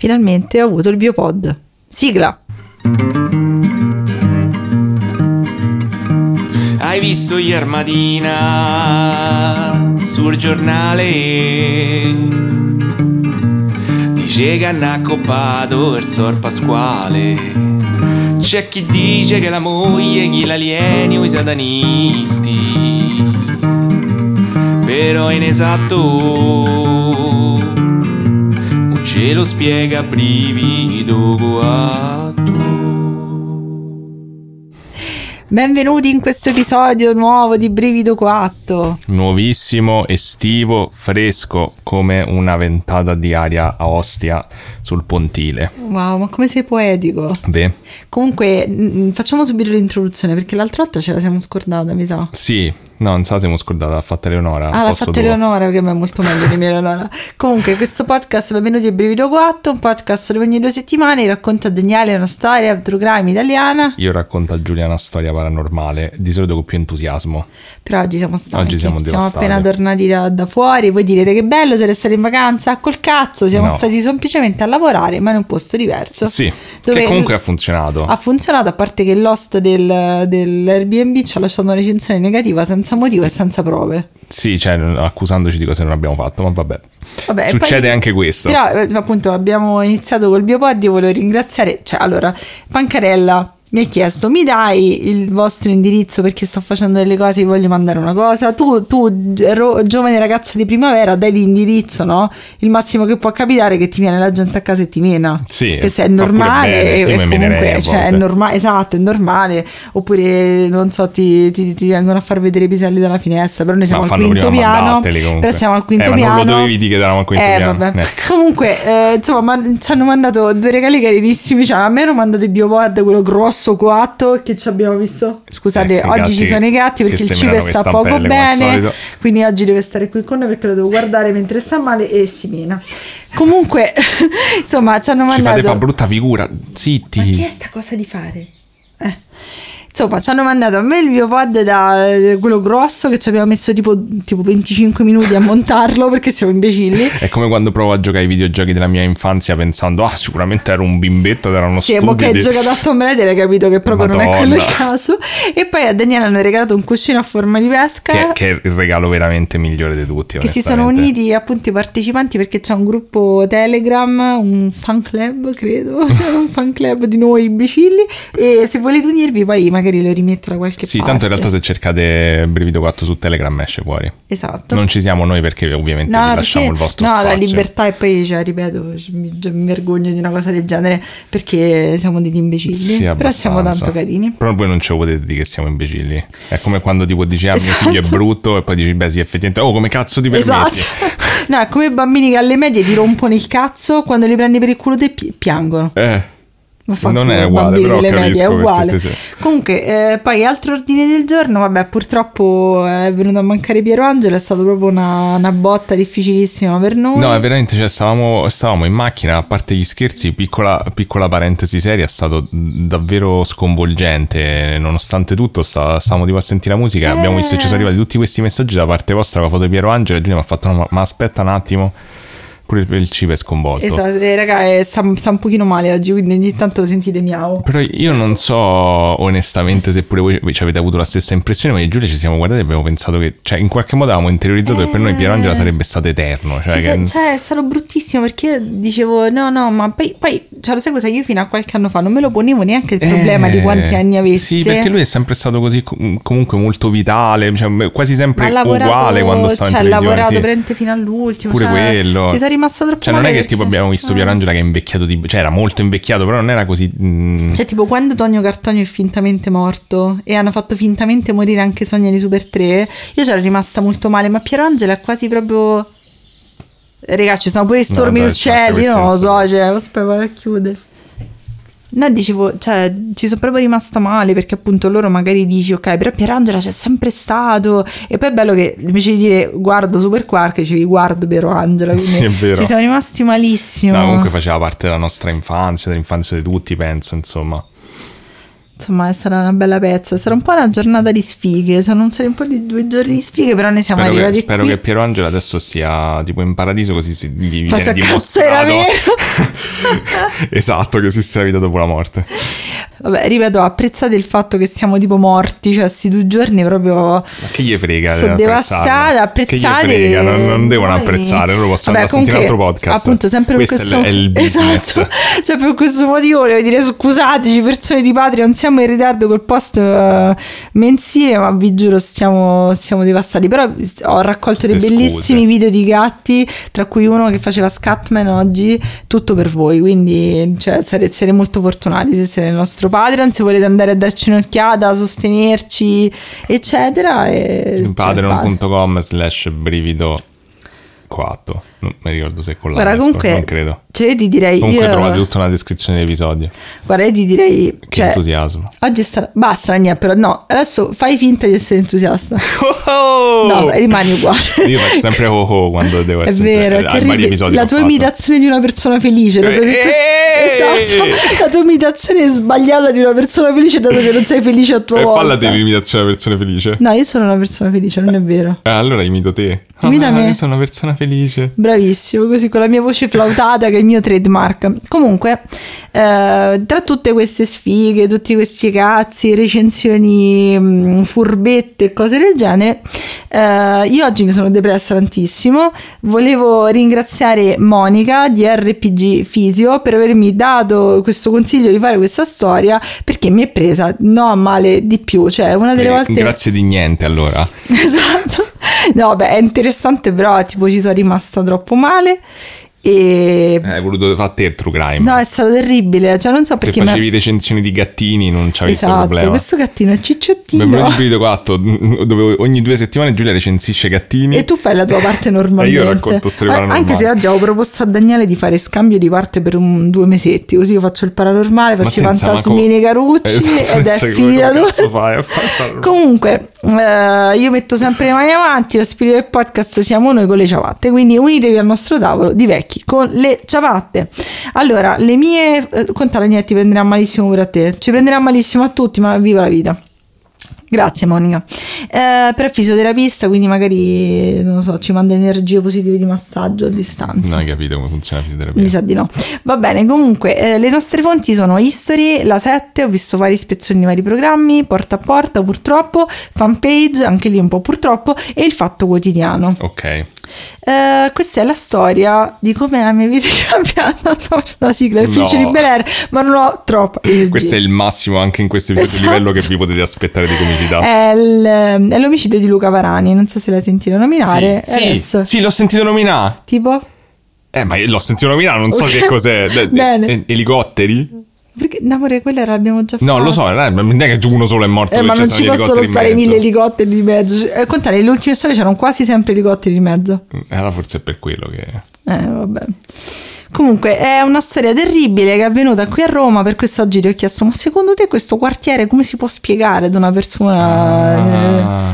Finalmente ho avuto il Biopod. Sigla! Hai visto ieri mattina sul giornale? Dice che hanno accoppato il Sor Pasquale. C'è chi dice che la moglie gli l'alieni o i satanisti, però è inesatto, ce lo spiega Brivido Coatto. Benvenuti in questo episodio nuovo di Brivido Coatto. Nuovissimo, estivo, fresco, come una ventata di aria a Ostia sul pontile. Wow, ma come sei poetico. Beh. Comunque, facciamo subito l'introduzione, perché l'altra volta ce la siamo scordata, mi sa. Sì, no, non so, siamo scordati, l'ha fatta Eleonora. L'ha fatta Eleonora, che è molto meglio di me, Eleonora. Comunque, questo podcast, benvenuti a Brivido Coatto, un podcast dove ogni 2 settimane racconta a Daniele una storia true crime italiana. Io racconto a Giulia una storia paranormale, di solito con più entusiasmo. Però oggi siamo stanchi. Oggi siamo appena tornati da fuori. Voi direte che bello, siete stati in vacanza. Col cazzo, siamo stati semplicemente a lavorare, ma in un posto diverso. Sì, che comunque ha funzionato. Ha funzionato, a parte che l'host dell'Airbnb ci ha lasciato una recensione negativa senza motivo e senza prove. Sì, cioè accusandoci di cose che non abbiamo fatto, ma vabbè succede anche questo. Però appunto abbiamo iniziato col Biopod. Io volevo ringraziare, allora, Pancarella mi ha chiesto: mi dai il vostro indirizzo perché sto facendo delle cose, vi voglio mandare una cosa. Tu giovane ragazza di primavera, dai l'indirizzo, no? Il massimo che può capitare è che ti viene la gente a casa e ti mena. Sì, che se è normale e comunque, è normale, esatto, è normale. Oppure non so, ti vengono a far vedere i piselli dalla finestra. Però noi siamo al quinto piano. Però siamo al quinto piano. Non lo dovevi dire che eravamo al quinto piano. Vabbè. Comunque, insomma, ci hanno mandato 2 regali carinissimi. A me hanno mandato il Biopod, quello grosso coatto che ci abbiamo visto. Scusate, oggi ci sono i gatti perché il cibo sta poco bene, quindi oggi deve stare qui con noi perché lo devo guardare mentre sta male e si mena. Comunque, insomma, ci hanno mandato. Ci fate fa brutta figura, zitti. Ma che è sta cosa di fare? Insomma, ci hanno mandato a me il Biopod, da quello grosso, che ci abbiamo messo tipo 25 minuti a montarlo perché siamo imbecilli. È come quando provo a giocare ai videogiochi della mia infanzia pensando sicuramente ero un bimbetto ed era uno stupido. Sì, ma che hai giocato a Tomb Raider hai capito che proprio Madonna. Non è quello il caso. E poi a Daniele hanno regalato un cuscino a forma di pesca, che è il regalo veramente migliore di tutti, che si sono uniti appunto i partecipanti perché c'è un gruppo Telegram, un fan club, credo, c'è un fan club di noi imbecilli, e se volete unirvi poi magari lo rimetto da qualche parte. Sì, tanto in realtà se cercate Brivido 4 su Telegram esce fuori. Esatto. Non ci siamo noi perché ovviamente vi lasciamo il vostro spazio. La libertà, e poi ripeto, mi vergogno di una cosa del genere perché siamo degli imbecilli. Sì, però siamo tanto carini. Però voi non ce lo potete dire che siamo imbecilli. È come quando tipo dici mio figlio è brutto e poi dici beh sì effettivamente come cazzo ti permetti? Esatto. No, è come i bambini che alle medie ti rompono il cazzo, quando li prendi per il culo te piangono. Non è uguale, però medie, è uguale. Comunque, poi altro ordine del giorno, vabbè, purtroppo è venuto a mancare Piero Angelo, è stato proprio una botta difficilissima per noi. No, è veramente, stavamo in macchina, a parte gli scherzi, piccola parentesi seria, è stato davvero sconvolgente, nonostante tutto, stavamo tipo a sentire la musica, abbiamo visto che ci sono arrivati tutti questi messaggi da parte vostra con la foto di Piero Angelo, e Giulia mi ha fatto ma aspetta un attimo. Pure il cibo è sconvolto. Esatto, raga, sta un pochino male oggi, quindi ogni tanto sentite miau. Però io non so onestamente se pure voi ci avete avuto la stessa impressione, ma io e Giulia ci siamo guardati e abbiamo pensato che, in qualche modo avevamo interiorizzato che per noi Piero Angela sarebbe stato eterno. È stato bruttissimo perché io dicevo no, ma poi lo sai cosa, io fino a qualche anno fa non me lo ponevo neanche il problema di quanti anni avesse. Sì, perché lui è sempre stato così comunque molto vitale, quasi sempre uguale quando stava in televisione. Ha lavorato veramente fino all'ultimo. Pure quello. Ci sei rimasta troppo non è che tipo abbiamo visto Piero Angela che è invecchiato era molto invecchiato, però non era così tipo quando Tonio Cartonio è fintamente morto e hanno fatto fintamente morire anche Sonia di Super 3, io c'ero rimasta molto male, ma Piero Angela è quasi proprio, raga, ci sono pure i stormi in uccelli, io non lo so, aspetta a chiudere. No, dicevo, ci sono proprio rimasta male perché appunto loro magari dici ok, però Pierangela c'è sempre stato, e poi è bello che invece di dire guardo Super Quark dicevi guardo Pierangela, quindi sì, è vero. Ci siamo rimasti malissimo. No, comunque faceva parte della nostra infanzia, dell'infanzia di tutti, penso, insomma. insomma sarà una bella pezza, sarà un po' una giornata di sfighe, sono un po' di 2 giorni di sfighe, però ne siamo arrivati spero qui. che Piero Angela adesso sia tipo in paradiso, così gli Faccia viene cazzo, era dimostrato vero. esatto, che esiste la vita dopo la morte. Vabbè, ripeto, apprezzate il fatto che siamo tipo morti, cioè questi 2 giorni proprio. Ma che gli frega? Sono devastada, apprezzate. Che gli frega? Non devono apprezzare, loro possono andare a sentire un altro podcast. Appunto, sempre per questo è il business. Esatto, sempre per questo motivo volevo dire scusateci persone di Patreon, siamo in ritardo col post mensile, ma vi giuro siamo devastati. Però ho raccolto dei bellissimi video di gatti, tra cui uno che faceva Scatman oggi, tutto per voi, quindi cioè, siete molto fortunati se siete nel nostro Patreon, se volete andare a darci un'occhiata, sostenerci eccetera, patreon.com/brivido 4, non mi ricordo se è con la guarda, comunque, non credo. Cioè io ti direi, comunque trovate tutta una descrizione dell'episodio. Guarda, io ti direi che cioè, entusiasmo. Oggi basta niente, però no, adesso fai finta di essere entusiasta. No, rimani uguale. Io faccio sempre quando devo essere. È vero, è terribile. La tua imitazione di una persona felice, esatto, la tua imitazione sbagliata di una persona felice, dato che non sei felice a tua volta. Falla te l'imitazione della persona felice. No, io sono una persona felice, non è vero. Allora imito te. Imita me. Io sono una persona felice. Bravissimo, così con la mia voce flautata che è il mio trademark. Comunque, tra tutte queste sfighe, tutti questi cazzi, recensioni furbette e cose del genere, io oggi mi sono depressa tantissimo. Volevo ringraziare Monica di RPG Fisio per avermi dato questo consiglio di fare questa storia, perché mi è presa a male di più, cioè una delle volte. Grazie di niente, allora. Esatto. No, beh, è interessante, però tipo ci sono rimasta troppo male e hai voluto fare te il true crime. No, è stato terribile, cioè non so perché se facevi recensioni di gattini non c'avevi questo problema. Questo gattino è cicciottino. Abbiamo il video 4 dove ogni 2 settimane Giulia recensisce gattini e tu fai la tua parte normalmente. E io racconto storie paranormali. Anche se oggi avevo proposto a Daniele di fare scambio di parte per 2 mesetti, così io faccio il paranormale, faccio i fantasmini carucci ed è finita tutto. Comunque io metto sempre le mani avanti, lo spirito del podcast siamo noi con le ciabatte, quindi unitevi al nostro tavolo di vecchi con le ciabatte. Allora, le mie contare niente, ti prenderà malissimo pure a te, ci prenderà malissimo a tutti, ma viva la vita. Grazie Monica. Per fisioterapista, quindi magari non lo so, ci manda energie positive di massaggio a distanza. Non hai capito come funziona la fisioterapia? Mi sa di no. Va bene, comunque le nostre fonti sono History, La 7, ho visto vari ispezioni di vari programmi, Porta a Porta purtroppo, Fanpage, anche lì un po' purtroppo, e Il Fatto Quotidiano. Ok. Questa è la storia di come la mia vita è cambiata. Non so, la sigla, il Ufficio di Bel Air, ma non ho troppa energia. Questo è il massimo anche in questo episodio, esatto, livello che vi potete aspettare di comicità. È l'omicidio di Luca Varani, non so se l'hai sentito nominare. Sì, l'ho sentito nominare. Tipo? Ma l'ho sentito nominare, non so che cos'è. Bene. Elicotteri? Perché amore, quella l'abbiamo già fatta. No, lo so, non è che uno solo è morto. Ma non ci possono stare 1000 elicotteri di mezzo. Contare, le ultime storie c'erano quasi sempre elicotteri di mezzo. Allora forse è per quello che. Vabbè. Comunque è una storia terribile che è avvenuta qui a Roma, per questo oggi ti ho chiesto: ma secondo te questo quartiere come si può spiegare ad una persona?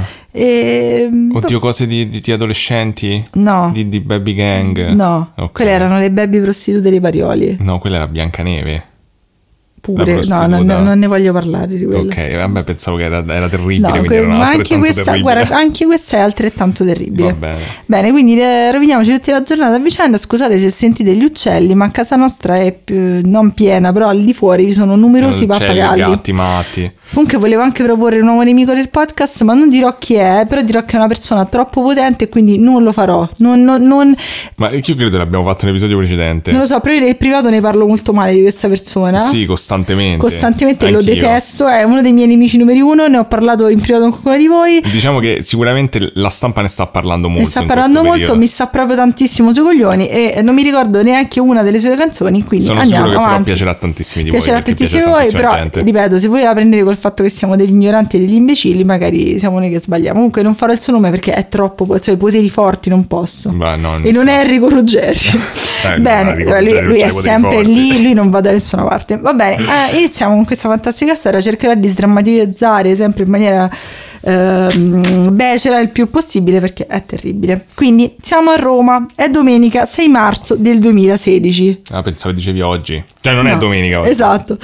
Oddio, cose di adolescenti? No. Di baby gang? No, okay. Quelle erano le baby prostitute dei Parioli. No, quella era Biancaneve. Pure, no, non ne voglio parlare di quello. Ok, vabbè, pensavo che era terribile. No, ma anche questa, guarda, anche questa è altrettanto terribile. Va bene. Bene, quindi roviniamoci tutta la giornata a vicenda. Scusate se sentite gli uccelli, ma a casa nostra è non piena, però al di fuori vi sono numerosi pappagalli. Gatti matti. Comunque volevo anche proporre un nuovo nemico del podcast, ma non dirò chi è, però dirò che è una persona troppo potente e quindi non lo farò. Ma io credo che l'abbiamo fatto nell'episodio precedente. Non lo so, però io nel privato ne parlo molto male di questa persona. Sì, costantemente anch'io. Lo detesto, è uno dei miei nemici numeri 1, ne ho parlato in privato con qualcuno di voi. Diciamo che sicuramente la stampa ne sta parlando molto. Ne sta parlando molto, mi sta proprio tantissimo sui coglioni e non mi ricordo neanche una delle sue canzoni, quindi sono andiamo sicuro che avanti. però piacerà tantissimi di piacerà voi. Tantissimi di voi, però gente. Ripeto, se voi la prendete col fatto che siamo degli ignoranti e degli imbecilli, magari siamo noi che sbagliamo. Comunque non farò il suo nome perché è troppo, cioè i poteri forti non posso. E non è Enrico Ruggeri. Bene, lui è sempre lì, lui non va da nessuna parte. Va bene, iniziamo con questa fantastica storia. Cercherò di sdrammatizzare sempre in maniera becera il più possibile perché è terribile. Quindi siamo a Roma, è domenica 6 marzo del 2016. Pensavo dicevi oggi. Cioè non è domenica oggi. Esatto.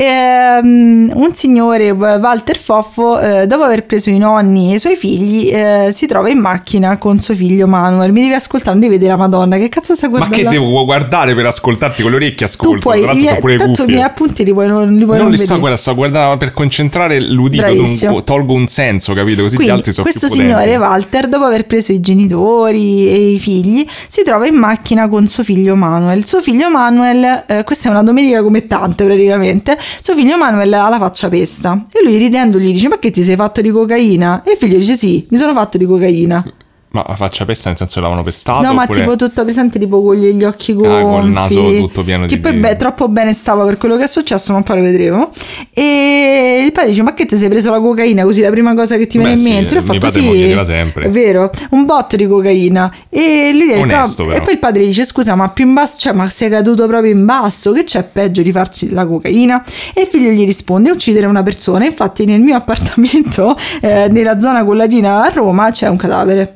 Un signore, Walter Foffo, dopo aver preso i nonni e i suoi figli, si trova in macchina con suo figlio Manuel. Mi devi ascoltare, non devi vedere la Madonna, che cazzo stai guardando? Ma che devo guardare per ascoltarti con le orecchie? Ascolto, tu puoi, tra l'altro pure le cuffie. I miei appunti li puoi non sto guardando per concentrare l'udito, tolgo un senso, capito? Così quindi, gli altri sono più questo potenti. signore Walter, dopo aver preso i genitori e i figli, si trova in macchina con suo figlio Manuel. Suo figlio Manuel, questa è una domenica come tante praticamente, suo figlio Manuel ha la faccia pesta e lui ridendo gli dice: ma che ti sei fatto di cocaina? E il figlio dice: sì, mi sono fatto di cocaina. Ma la faccia pesta nel senso che l'avano pestato? No, ma oppure... tipo tutto pesante, tipo con gli occhi gonfi, col naso tutto pieno che di... Che poi troppo bene stava per quello che è successo, ma poi lo vedremo. E il padre dice: ma che ti sei preso la cocaina così, la prima cosa che ti viene in mente? Mio padre mi chiedeva sempre. È vero, un botto di cocaina. E lui onesto, però. E poi il padre dice: scusa, ma più in basso, cioè, ma sei caduto proprio in basso, che c'è peggio di farsi la cocaina? E il figlio gli risponde: uccidere una persona. Infatti nel mio appartamento nella zona collatina a Roma c'è un cadavere.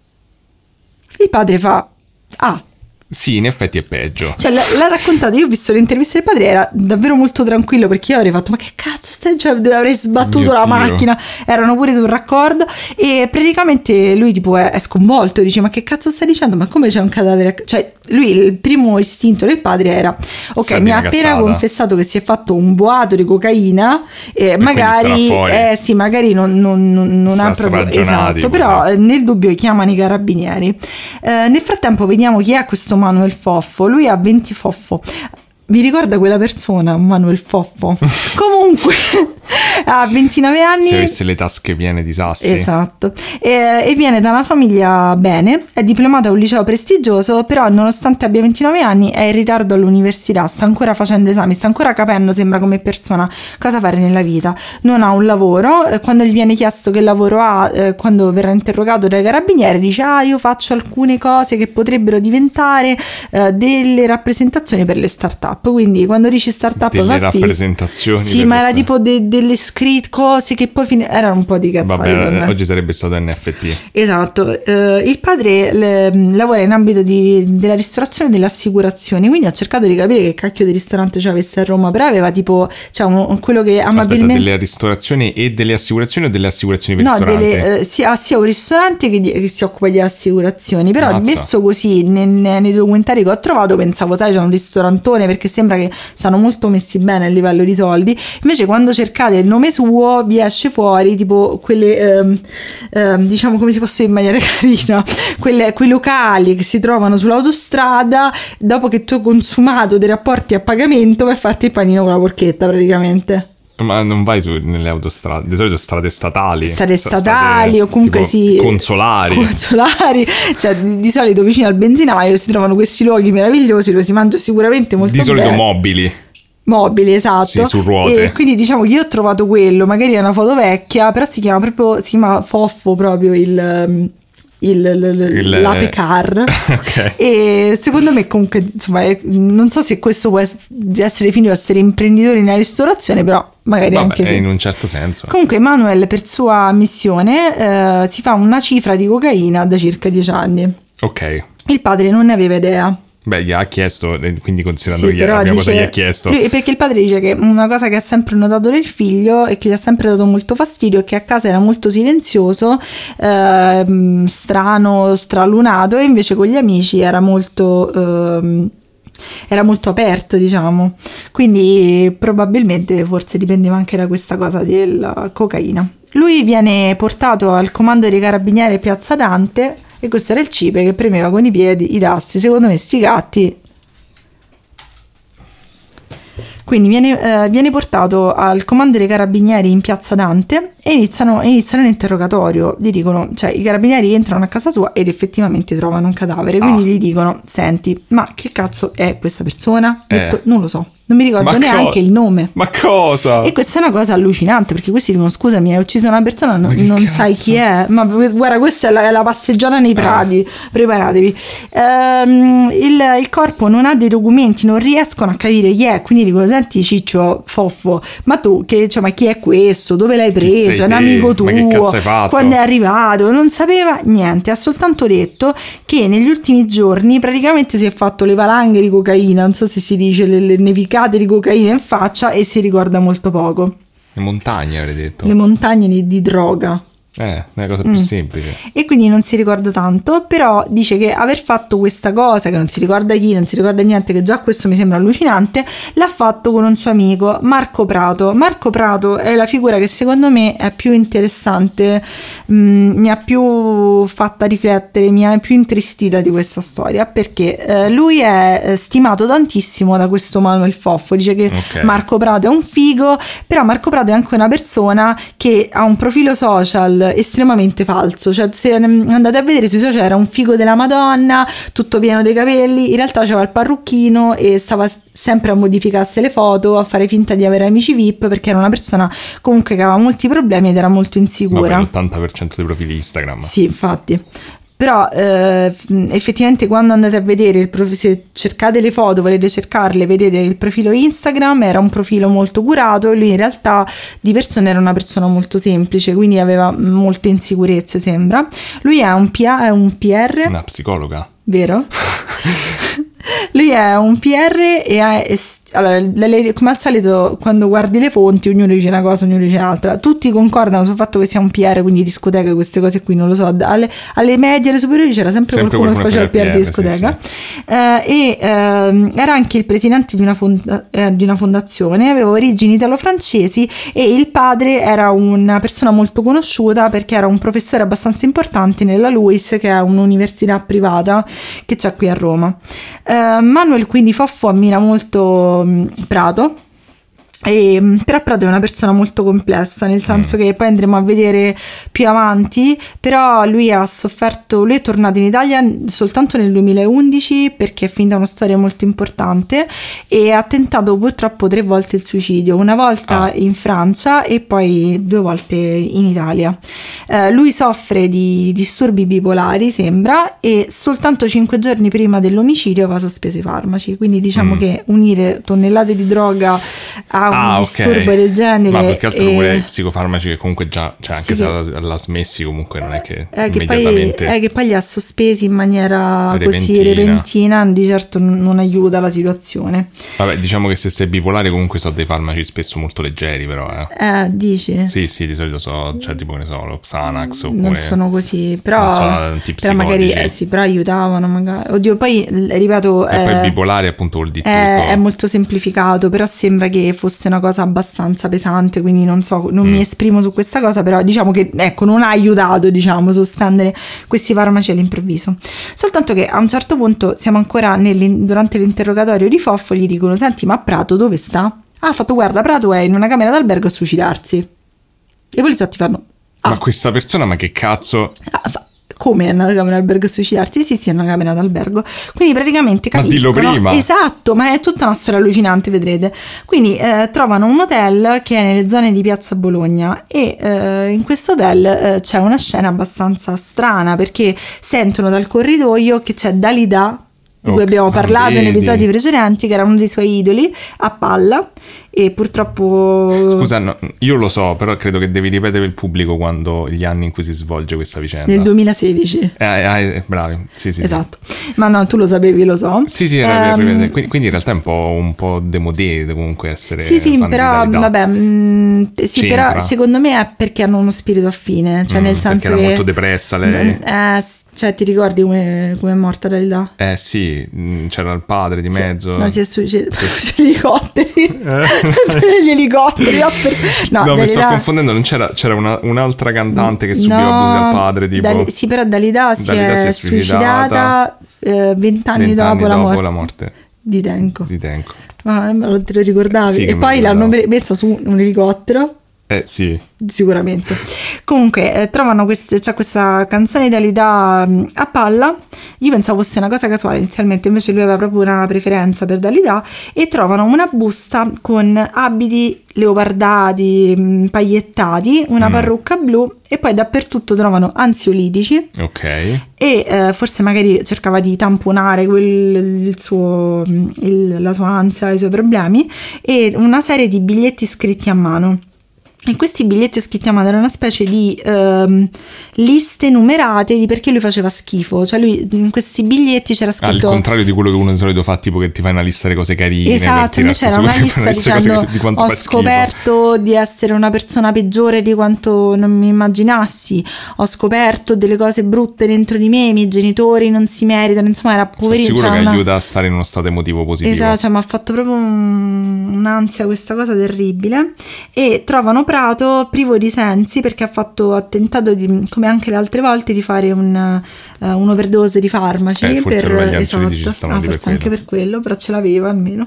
Il padre fa: ah, sì, in effetti è peggio. Cioè l'ha raccontato, io ho visto l'intervista del padre, era davvero molto tranquillo, perché io avrei fatto: ma che cazzo stai, cioè, avrei sbattuto la macchina, erano pure sul raccordo. E praticamente lui tipo è sconvolto, dice: ma che cazzo stai dicendo, ma come c'è un cadavere? Cioè lui, il primo istinto del padre era: ok, mi ha appena confessato che si è fatto un boato di cocaina e magari sì, magari non ha proprio esatto, però nel dubbio chiamano i carabinieri. Nel frattempo vediamo chi è questo Manuel Foffo. Lui ha 20 Foffo. Vi ricorda quella persona, Manuel Foffo? Comunque ha 29 anni. Se avesse le tasche piene di sassi. Esatto. E viene da una famiglia bene, è diplomato a un liceo prestigioso, però nonostante abbia 29 anni è in ritardo all'università, sta ancora facendo esami, sta ancora capendo, sembra, come persona cosa fare nella vita. Non ha un lavoro. Quando gli viene chiesto che lavoro ha, quando verrà interrogato dai carabinieri, dice: io faccio alcune cose che potrebbero diventare delle rappresentazioni per le start-up. Quindi quando dici start-up, delle rappresentazioni, sì, ma era tipo delle scritte, cose che poi erano un po' di cazzate. Vabbè, oggi sarebbe stato NFT. Esatto. Il padre lavora in ambito della ristorazione e delle assicurazioni, quindi ha cercato di capire che cacchio di ristorante c'avesse a Roma, però aveva tipo, cioè, quello che amabilmente... Aspetta, delle ristorazioni e delle assicurazioni o delle assicurazioni per ristorante? No, sia un ristorante che si occupa di assicurazioni, però messo così nei documentari che ho trovato pensavo, sai, c'è un ristorantone, perché sembra che stanno molto messi bene a livello di soldi. Invece quando cercate il nome suo vi esce fuori tipo quelle diciamo, come si posso dire in maniera carina, quei locali che si trovano sull'autostrada dopo che tu hai consumato dei rapporti a pagamento per farti il panino con la porchetta praticamente. Ma non vai nelle autostrade, di solito strade statali. Strade statali o comunque sì. Consolari, cioè di solito vicino al benzinaio si trovano questi luoghi meravigliosi dove si mangia sicuramente molto bene. Di solito mobili, esatto. Sì, su ruote. E quindi diciamo che io ho trovato quello, magari è una foto vecchia, però si chiama Foffo proprio l'Ape Car. Okay. E secondo me comunque insomma non so se questo può essere finito a essere imprenditore nella ristorazione, però magari anche se in un certo senso. Comunque Manuel per sua missione si fa una cifra di cocaina da circa 10 anni. Ok. Il padre non ne aveva idea. Beh, gli ha chiesto, quindi considerando sì, che la prima cosa gli ha chiesto. Perché il padre dice che una cosa che ha sempre notato del figlio e che gli ha sempre dato molto fastidio è che a casa era molto silenzioso, strano, stralunato, e invece con gli amici era molto aperto, diciamo. Quindi probabilmente forse dipendeva anche da questa cosa della cocaina. Lui viene portato al comando dei carabinieri Piazza Dante. E questo era il cipe che premeva con i piedi i tasti. Secondo me sti gatti. Quindi viene portato al comando dei carabinieri in Piazza Dante e iniziano l'interrogatorio. Gli dicono, cioè i carabinieri entrano a casa sua ed effettivamente trovano un cadavere. Quindi gli dicono: senti, ma che cazzo è questa persona? Detto, non lo so. Non mi ricordo neanche il nome. Ma cosa? E questa è una cosa allucinante, perché questi dicono: scusami, hai ucciso una persona, non sai chi è. Ma guarda, questa è la passeggiata nei prati, preparatevi. Il corpo non ha dei documenti, non riescono a capire chi è, quindi dicono: senti Ciccio Foffo, ma tu ma chi è questo? Dove l'hai preso? È un amico tuo? Ma che cazzo hai fatto? Quando è arrivato? Non sapeva niente, ha soltanto detto che negli ultimi giorni praticamente si è fatto le valanghe di cocaina, non so se si dice le nevicate nicchiate di cocaina in faccia e si ricorda molto poco. Le montagne avrei detto. Le montagne di droga. Una cosa più semplice. E quindi non si ricorda tanto, però dice che aver fatto questa cosa, che non si ricorda chi, non si ricorda niente, che già questo mi sembra allucinante, l'ha fatto con un suo amico, Marco Prato. Marco Prato è la figura che secondo me è più interessante, mi ha più fatta riflettere, mi ha più intristita di questa storia, perché lui è stimato tantissimo da questo Manuel Foffo. Dice che Marco Prato è un figo, però Marco Prato è anche una persona che ha un profilo social estremamente falso. Cioè, se andate a vedere sui social, era un figo della Madonna, tutto pieno dei capelli, in realtà c'aveva il parrucchino e stava sempre a modificarsi le foto, a fare finta di avere amici VIP, perché era una persona comunque che aveva molti problemi ed era molto insicura. Ma per l'80% dei profili Instagram. Sì, infatti. Però effettivamente quando andate a vedere se cercate le foto, volete cercarle, vedete il profilo Instagram, era un profilo molto curato. Lui in realtà di persona era una persona molto semplice, quindi aveva molte insicurezze, sembra. Lui è un PR. Una psicologa. Vero? Lui è un PR e allora, come al solito quando guardi le fonti ognuno dice una cosa, ognuno dice un'altra, tutti concordano sul fatto che sia un PR, quindi discoteca, queste cose qui non lo so, alle medie, alle superiori c'era sempre qualcuno che faceva il PR di discoteca, sì. Era anche il presidente di una fondazione, aveva origini italo-francesi e il padre era una persona molto conosciuta perché era un professore abbastanza importante nella LUISS, che è un'università privata che c'è qui a Roma. Manuel quindi Foffo ammira molto Prato, però Prato è una persona molto complessa, nel senso che poi andremo a vedere più avanti, però lui è tornato in Italia soltanto nel 2011 perché è finita una storia molto importante e ha tentato purtroppo 3 volte il suicidio, una volta in Francia e poi 2 volte in Italia. Lui soffre di disturbi bipolari, sembra, e soltanto 5 giorni prima dell'omicidio aveva sospeso i farmaci, quindi diciamo che unire tonnellate di droga a un disturbo del genere, ma più che altro pure i psicofarmaci che comunque già, cioè anche se l'ha smessi comunque non è che immediatamente che poi li ha sospesi in maniera così repentina, di certo non aiuta la situazione. Vabbè, diciamo che se sei bipolare comunque sono dei farmaci spesso molto leggeri, però dici? Sì, di solito cioè tipo che ne so, lo Xanax oppure non sono così, però magari sì, però aiutavano magari. Oddio, poi ripeto, e poi bipolare appunto vuol dire è molto semplificato, però sembra che fosse una cosa abbastanza pesante, quindi non mi esprimo su questa cosa, però diciamo che non ha aiutato, diciamo, sospendere questi farmaci all'improvviso. Soltanto che a un certo punto siamo ancora durante l'interrogatorio di Foffo, gli dicono: senti, ma Prato dove sta? Ha fatto: guarda, Prato è in una camera d'albergo a suicidarsi. E i poliziotti fanno: ma questa persona, ma che cazzo? Come è una camera d'albergo a suicidarsi? Sì, è una camera d'albergo. Quindi praticamente capiscono. Ma dillo prima. Esatto, ma è tutta una storia allucinante, vedrete. Quindi trovano un hotel che è nelle zone di Piazza Bologna e in questo hotel c'è una scena abbastanza strana, perché sentono dal corridoio che c'è Dalida, di cui abbiamo parlato in episodi precedenti, che era uno dei suoi idoli, a palla, e purtroppo... Scusa, no, io lo so, però credo che devi ripetere il pubblico gli anni in cui si svolge questa vicenda. Nel 2016. Bravi, sì. Esatto. Ma no, tu lo sapevi, lo so. Sì, quindi in realtà è un po' demodé comunque essere... Sì, però vabbè, sì, però secondo me è perché hanno uno spirito affine, cioè nel senso perché era molto depressa lei. Cioè, ti ricordi come è morta Dalida? Sì, c'era il padre di mezzo. No, si è suicidato. Gli elicotteri. Gli elicotteri. No, mi sto confondendo. Non c'era un'altra cantante che subiva abusi dal padre. Tipo... sì, però Dalida si è suicidata 20 anni dopo la morte di Tenco. Ma te lo ricordavi? Sì, e poi l'hanno messa su un elicottero. Sì. Sicuramente. Comunque trovano c'è questa canzone di Dalida a palla. Io pensavo fosse una cosa casuale inizialmente, invece lui aveva proprio una preferenza per Dalida, e trovano una busta con abiti leopardati, pagliettati, una parrucca blu, e poi dappertutto trovano ansiolitici. Ok. E forse magari cercava di tamponare la sua ansia, i suoi problemi, e una serie di biglietti scritti a mano. E questi biglietti scritti a mano erano una specie di liste numerate di perché lui faceva schifo. Cioè lui in questi biglietti c'era scritto... Al contrario di quello che uno di solito fa, tipo che ti fai una lista delle cose carine. Esatto, invece era una lista dicendo ho scoperto di essere una persona peggiore di quanto non mi immaginassi, ho scoperto delle cose brutte dentro di me, i miei genitori non si meritano, insomma era poverino. Sono sicuro che aiuta a stare in uno stato emotivo positivo. Esatto, cioè mi ha fatto proprio un'ansia questa cosa terribile. E trovano Prato privo di sensi perché ha tentato di, come anche le altre volte, di fare un'overdose di farmaci forse per gli ansiolitici stavano forse anche per quello, però ce l'aveva almeno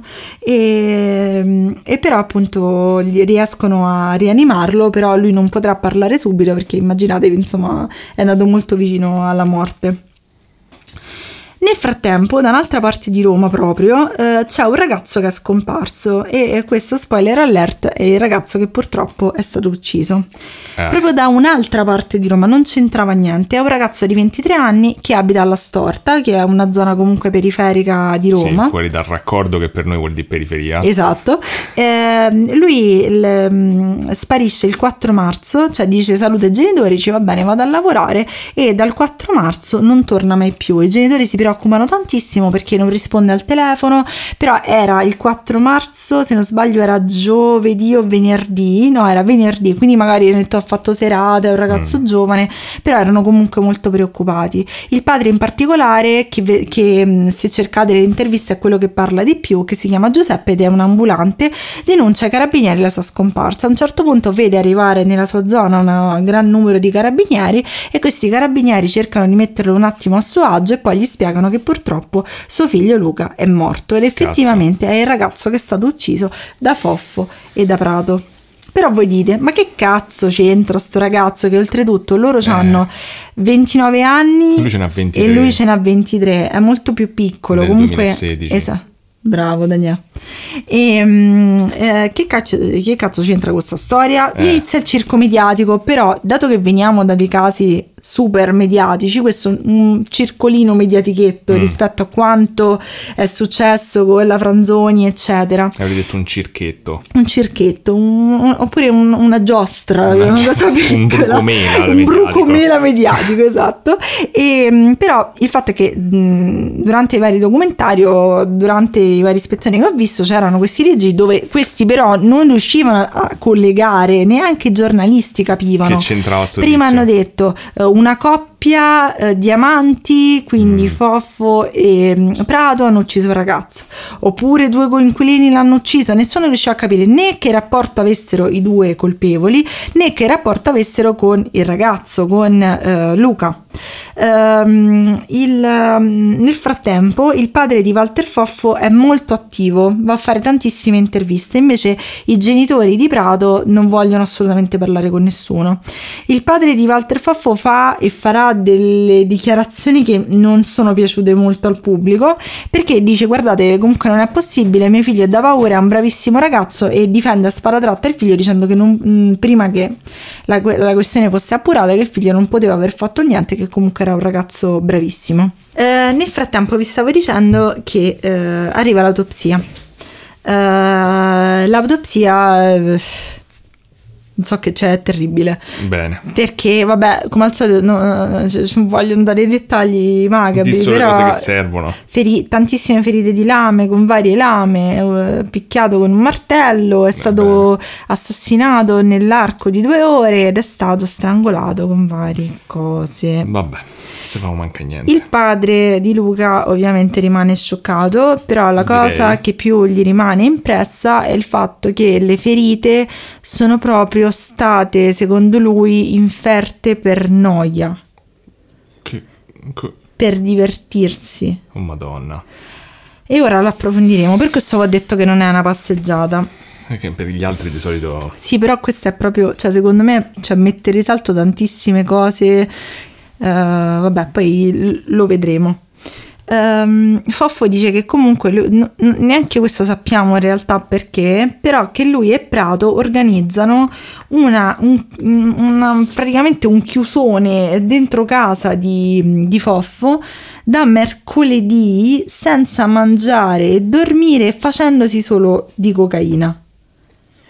e però appunto riescono a rianimarlo, però lui non potrà parlare subito perché immaginatevi, insomma, è andato molto vicino alla morte. Nel frattempo, da un'altra parte di Roma proprio, c'è un ragazzo che è scomparso e questo, spoiler alert, è il ragazzo che purtroppo è stato ucciso. Proprio da un'altra parte di Roma, non c'entrava niente, è un ragazzo di 23 anni che abita alla Storta, che è una zona comunque periferica di Roma. Sì, fuori dal raccordo, che per noi vuol dire periferia. Esatto. Lui sparisce il 4 marzo, cioè dice saluta i genitori, dice va bene, vado a lavorare, e dal 4 marzo non torna mai più. I genitori si preoccupano tantissimo perché non risponde al telefono, però era il 4 marzo, se non sbaglio era giovedì o venerdì, no era venerdì, quindi magari ha fatto serata, è un ragazzo giovane, però erano comunque molto preoccupati. Il padre in particolare, che se cercate le interviste è quello che parla di più, che si chiama Giuseppe ed è un ambulante, denuncia ai carabinieri la sua scomparsa. A un certo punto vede arrivare nella sua zona un gran numero di carabinieri e questi carabinieri cercano di metterlo un attimo a suo agio e poi gli spiegano che purtroppo suo figlio Luca è morto ed effettivamente è il ragazzo che è stato ucciso da Foffo e da Prato. Però voi dite, ma che cazzo c'entra sto ragazzo, che oltretutto loro hanno 29 anni lui ce n'ha 23. e lui ce n'ha 23, è molto più piccolo. Del comunque 2016. Esatto. Bravo Daniele. E che cazzo c'entra questa storia? Inizia il circo mediatico, però dato che veniamo da dei casi super mediatici, questo è un circolino mediatichetto rispetto a quanto è successo con la Franzoni eccetera. Avevi detto un circhetto oppure una giostra, una cosa piccola, un brucomela mediatico, esatto. E però il fatto è che durante i vari documentari o durante i vari ispezioni che ho visto c'erano questi leggi dove questi però non riuscivano a collegare, neanche i giornalisti capivano. Che c'entrava sto Prima tizio? hanno detto una coppia di amanti, quindi Foffo e Prato hanno ucciso il ragazzo, oppure due coinquilini l'hanno ucciso. Nessuno riusciva a capire né che rapporto avessero i due colpevoli né che rapporto avessero con il ragazzo, con Luca. Nel frattempo il padre di Walter Foffo è molto attivo, va a fare tantissime interviste, invece i genitori di Prato non vogliono assolutamente parlare con nessuno. Il padre di Walter Foffo fa e farà delle dichiarazioni che non sono piaciute molto al pubblico, perché dice guardate, comunque non è possibile, mio figlio è da paura, è un bravissimo ragazzo, e difende a spada tratta il figlio dicendo che prima che la questione fosse appurata, che il figlio non poteva aver fatto niente, che comunque era un ragazzo bravissimo. Nel frattempo vi stavo dicendo che arriva l'autopsia. L'autopsia non so che c'è, è terribile. Bene. Perché vabbè, come al solito non voglio andare in dettagli macabri, però le cose che servono. Tantissime ferite di lame, con varie lame, picchiato con un martello, è stato assassinato nell'arco di 2 ore ed è stato strangolato con varie cose. Vabbè, se non manca niente. Il padre di Luca ovviamente rimane scioccato, però la cosa che più gli rimane impressa è il fatto che le ferite sono proprio state, secondo lui, inferte per noia, per divertirsi. Oh madonna. E ora lo approfondiremo, per questo ho detto che non è una passeggiata. Perché per gli altri di solito... Sì, però questo è proprio, cioè secondo me, mette in risalto tantissime cose. Vabbè, poi lo vedremo. Foffo dice che comunque neanche questo sappiamo in realtà perché, però che lui e Prato organizzano praticamente un chiusone dentro casa di Foffo da mercoledì, senza mangiare e dormire, facendosi solo di cocaina.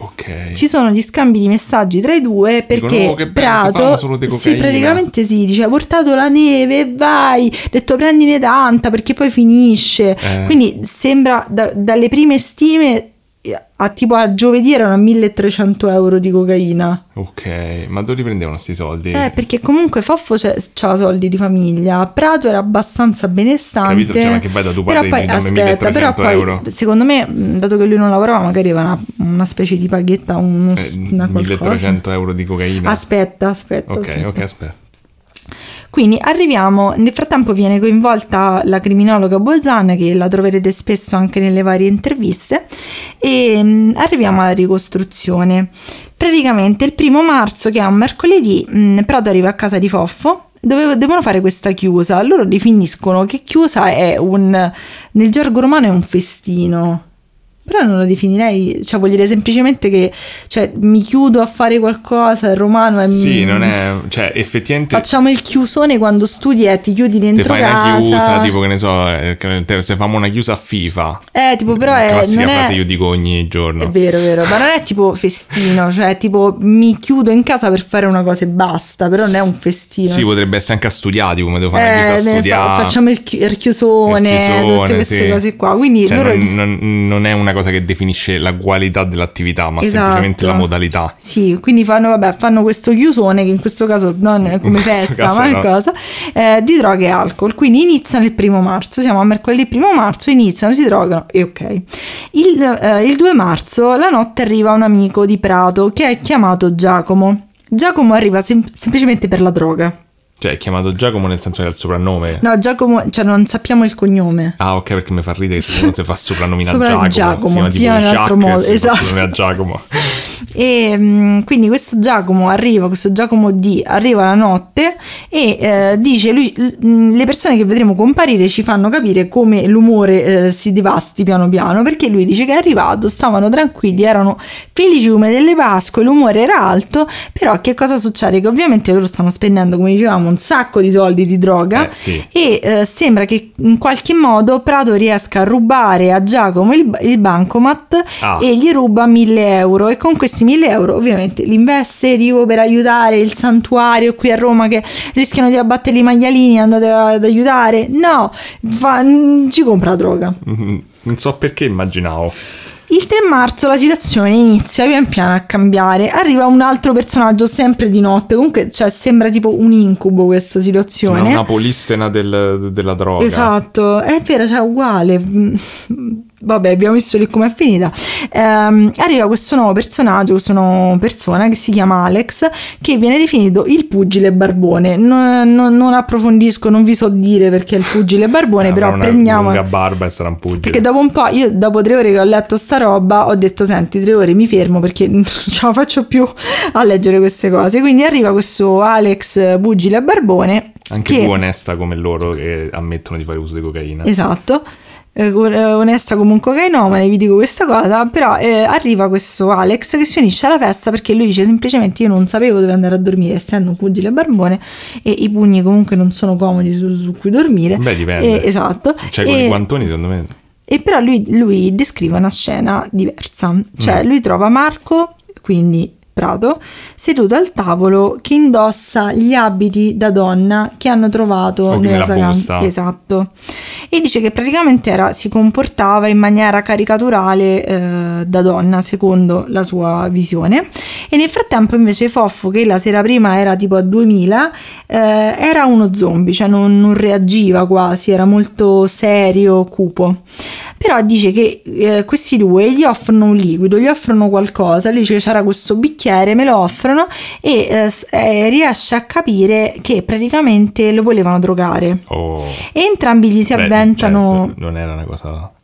Ok. Ci sono gli scambi di messaggi tra i due perché Dicono, "Oh, che bello, se Prato fanno solo di cocaina." praticamente sì, dice: "Hai portato la neve, vai", ho detto prendine tanta perché poi finisce. Quindi sembra dalle prime stime a giovedì erano a 1.300 euro di cocaina. Ok, ma dove li prendevano sti soldi? Perché comunque Foffo c'ha soldi di famiglia, Prato era abbastanza benestante. Capito? Cioè, ma che vai da tuo Però padre poi e gli danno aspetta, 1.300 però poi euro? secondo me, dato che lui non lavorava, magari aveva una specie di paghetta, una qualcosa. 1.300 euro di cocaina. Aspetta. Ok, aspetta. Quindi arriviamo, nel frattempo viene coinvolta la criminologa Bolzan, che la troverete spesso anche nelle varie interviste, e arriviamo alla ricostruzione. Praticamente il 1 marzo, che è un mercoledì, Prato arriva a casa di Foffo, dove devono fare questa chiusa. Loro definiscono che chiusa è nel gergo romano è un festino. Però non lo definirei, cioè vuol dire semplicemente che mi chiudo a fare qualcosa, il romano è... Sì, non è... cioè effettivamente... Facciamo il chiusone quando studi e ti chiudi dentro casa. Te fai una chiusa, tipo che ne so, se famo una chiusa a FIFA. Tipo però è... classica non frase è... io dico ogni giorno. È vero, ma non è tipo festino, cioè tipo mi chiudo in casa per fare una cosa e basta, però non è un festino. Sì, potrebbe essere anche a studiati, come devo fare una chiusa a studiare. Facciamo il chiusone, tutte queste cose qua. Quindi loro... non è una cosa che definisce la qualità dell'attività, ma semplicemente la modalità. Sì, quindi fanno questo chiusone, che in questo caso non è come festa, ma è cosa, di droghe e alcol. Quindi iniziano il 1 marzo, siamo a mercoledì 1 marzo, iniziano, si drogano e ok. Il 2 marzo la notte arriva un amico di Prato che è chiamato Giacomo. Giacomo arriva semplicemente per la droga. Cioè, è chiamato Giacomo nel senso che è il soprannome? No, Giacomo, non sappiamo il cognome. Ah, ok, perché mi fa ridere che se uno si fa soprannomina Giacomo, si chiama in un altro modo, esatto. A Giacomo. E quindi questo Giacomo D arriva la notte e dice le persone che vedremo comparire ci fanno capire come l'umore si devasti piano piano, perché lui dice che è arrivato, stavano tranquilli, erano felici come delle Pasque, l'umore era alto, però che cosa succede? Che ovviamente loro stanno spendendo, come dicevamo, un sacco di soldi di droga, sì. E sembra che in qualche modo Prato riesca a rubare a Giacomo il bancomat e gli ruba 1.000 euro, e con questi 1.000 euro ovviamente li investe tipo per aiutare il santuario qui a Roma che rischiano di abbattere i maialini, andate ad aiutare. No, ci compra droga. Non so perché immaginavo. Il 3 marzo la situazione inizia pian piano a cambiare, arriva un altro personaggio sempre di notte, comunque sembra tipo un incubo questa situazione. Sembra una polistena della droga. Esatto, è vero, uguale. Vabbè, abbiamo visto lì com'è finita. Arriva questo nuovo personaggio, questa nuova persona che si chiama Alex, che viene definito il pugile barbone. Non approfondisco, non vi so dire perché è il pugile barbone, però prendiamo una lunga barba e sarà un pugile. Perché dopo un po', io dopo 3 ore che ho letto sta roba ho detto: senti, 3 ore mi fermo perché non ce la faccio più a leggere queste cose. Quindi arriva questo Alex pugile barbone, anche tu onesta come loro che ammettono di fare uso di cocaina. Esatto. Onesta come un cocainomane, vi dico questa cosa, però arriva questo Alex che si unisce alla festa perché lui dice semplicemente: io non sapevo dove andare a dormire essendo un pugile barbone e i pugni comunque non sono comodi su cui dormire. Beh, dipende. Esatto. Se c'hai con i guantoni, secondo me. E però lui descrive una scena diversa, cioè lui trova Marco, quindi Prato, seduto al tavolo, che indossa gli abiti da donna che hanno trovato nella vacanza. Esatto. E dice che praticamente si comportava in maniera caricaturale da donna, secondo la sua visione. E nel frattempo invece Foffo, che la sera prima era tipo a 2000, era uno zombie, cioè non reagiva quasi, era molto serio, cupo. Però dice che questi due gli offrono un liquido, gli offrono qualcosa, lui dice che c'era questo bicchiere, me lo offrono e riesce a capire che praticamente lo volevano drogare. E entrambi gli si avventano... Cioè, non era una cosa...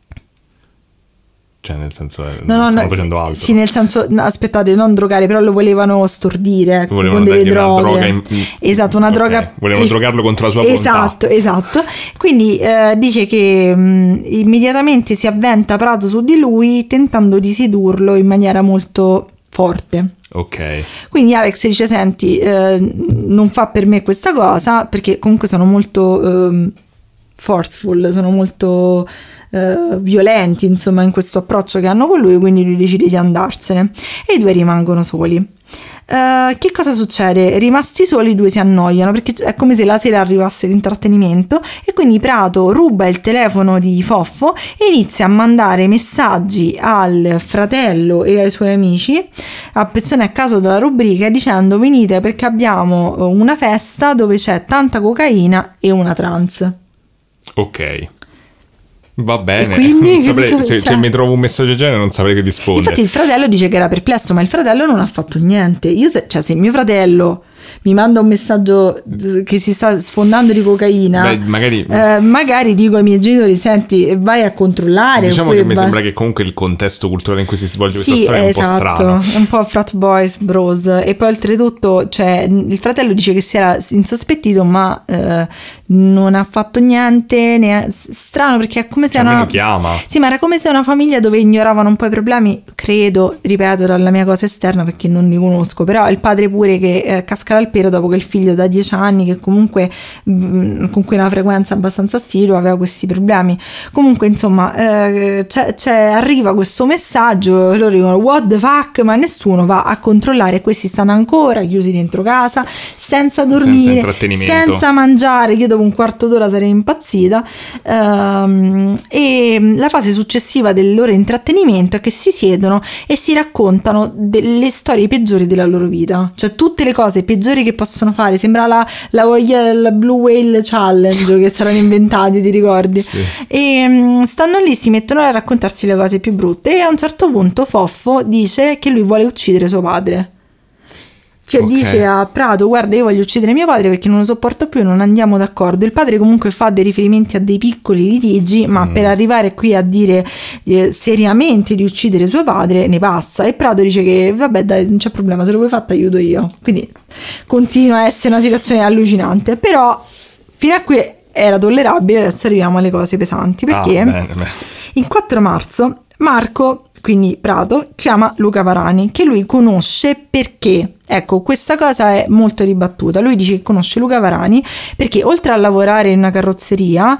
Cioè nel senso no, stanno facendo altro. Sì, nel senso, aspettate, non drogare, però lo volevano stordire con delle droghe. Esatto, una droga. Volevano drogarlo contro la sua volontà. Esatto. Quindi dice che immediatamente si avventa Prato su di lui tentando di sedurlo in maniera molto forte. Ok. Quindi Alex dice: senti, non fa per me questa cosa, perché comunque sono molto forceful, sono molto violenti, insomma, in questo approccio che hanno con lui, quindi lui decide di andarsene e i due rimangono soli. Che cosa succede? Rimasti soli, i due si annoiano perché è come se la sera arrivasse l'intrattenimento, e quindi Prato ruba il telefono di Foffo e inizia a mandare messaggi al fratello e ai suoi amici, a persone a caso dalla rubrica, dicendo: venite perché abbiamo una festa dove c'è tanta cocaina e una trans. Ok. Va bene, quindi, non saprei, se mi trovo un messaggio del genere non saprei che rispondere. Infatti il fratello dice che era perplesso, ma il fratello non ha fatto niente. Se mio fratello mi manda un messaggio che si sta sfondando di cocaina, magari dico ai miei genitori: senti, vai a controllare. Diciamo che mi sembra che comunque il contesto culturale in cui si svolge questa storia è un po' strano, è un po' frat boys bros. E poi oltretutto, cioè, il fratello dice che si era insospettito, ma non ha fatto niente. Strano, perché è come se almeno chiama. Sì, ma era come se una famiglia dove ignoravano un po' i problemi, credo, ripeto, dalla mia cosa esterna perché non li conosco, però il padre pure che casca dal pero dopo che il figlio da 10 anni, che comunque con cui una frequenza abbastanza assidua, aveva questi problemi. Comunque insomma arriva questo messaggio, loro dicono what the fuck, ma nessuno va a controllare. Questi stanno ancora chiusi dentro casa, senza dormire, senza mangiare. Io dopo un quarto d'ora sarei impazzita. E la fase successiva del loro intrattenimento è che si siedono e si raccontano delle storie peggiori della loro vita, cioè tutte le cose peggiori che possono fare. Sembra la Blue Whale Challenge che saranno inventati, ti ricordi? Sì. E stanno lì, si mettono a raccontarsi le cose più brutte, e a un certo punto Foffo dice che lui vuole uccidere suo padre. Cioè dice a Prato: guarda, io voglio uccidere mio padre perché non lo sopporto più, non andiamo d'accordo. Il padre comunque fa dei riferimenti a dei piccoli litigi, ma per arrivare qui a dire seriamente di uccidere suo padre ne passa. E Prato dice che vabbè dai, non c'è problema, se lo vuoi fare t'aiuto io. Quindi continua a essere una situazione allucinante, però fino a qui era tollerabile. Adesso arriviamo alle cose pesanti, perché il 4 marzo Marco, quindi Prato, chiama Luca Varani, che lui conosce perché, ecco, questa cosa è molto ribattuta. Lui dice che conosce Luca Varani perché, oltre a lavorare in una carrozzeria,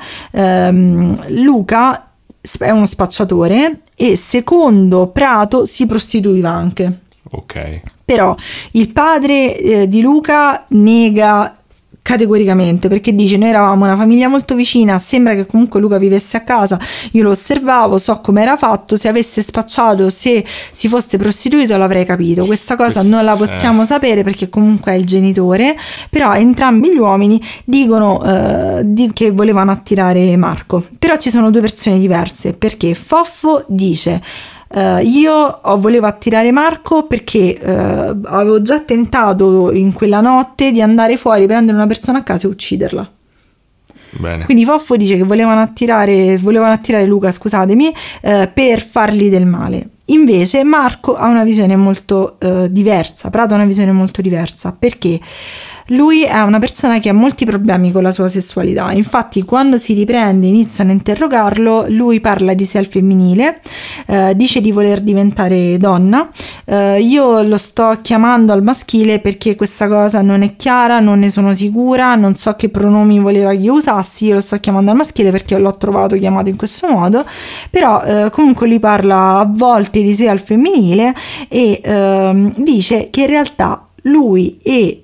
Luca è uno spacciatore e, secondo Prato, si prostituiva anche. Ok. Però il padre di Luca nega categoricamente, perché dice: noi eravamo una famiglia molto vicina, sembra che comunque Luca vivesse a casa, io lo osservavo, so come era fatto, se avesse spacciato, se si fosse prostituito l'avrei capito. Questa cosa non la possiamo sapere perché comunque è il genitore, però entrambi gli uomini dicono che volevano attirare Marco. Però ci sono due versioni diverse, perché Foffo dice: io volevo attirare Marco perché avevo già tentato in quella notte di andare fuori, prendere una persona a casa e ucciderla. Bene. Quindi Foffo dice che volevano attirare Luca, scusatemi, per fargli del male. Invece Marco ha una visione molto diversa. Prato ha una visione molto diversa, perché lui è una persona che ha molti problemi con la sua sessualità. Infatti, quando si riprende, iniziano a interrogarlo, lui parla di sé al femminile, dice di voler diventare donna. Io lo sto chiamando al maschile perché questa cosa non è chiara, non ne sono sicura, non so che pronomi voleva che io usassi. Io lo sto chiamando al maschile perché l'ho trovato chiamato in questo modo. Però comunque lui parla a volte di sé al femminile e dice che in realtà lui e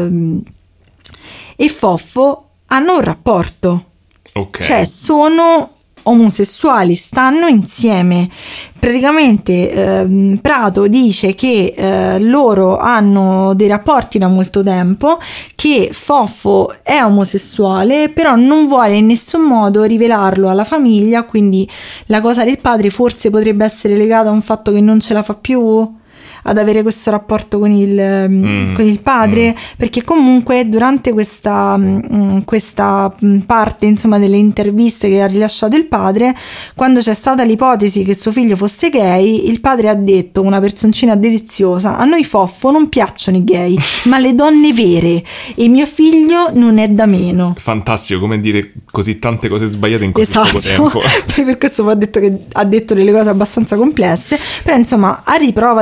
Foffo hanno un rapporto, cioè sono omosessuali, stanno insieme. Praticamente Prato dice che loro hanno dei rapporti da molto tempo, che Foffo è omosessuale, però non vuole in nessun modo rivelarlo alla famiglia, quindi la cosa del padre forse potrebbe essere legata a un fatto che non ce la fa più ad avere questo rapporto con il padre, perché comunque durante questa parte, insomma, delle interviste che ha rilasciato il padre, quando c'è stata l'ipotesi che suo figlio fosse gay, il padre ha detto, una personcina deliziosa: a noi Foffo non piacciono i gay, ma le donne vere, e mio figlio non è da meno. Fantastico, come dire così tante cose sbagliate in così poco tempo. Poi per questo ha detto che ha detto delle cose abbastanza complesse, però insomma, a riprova del fatto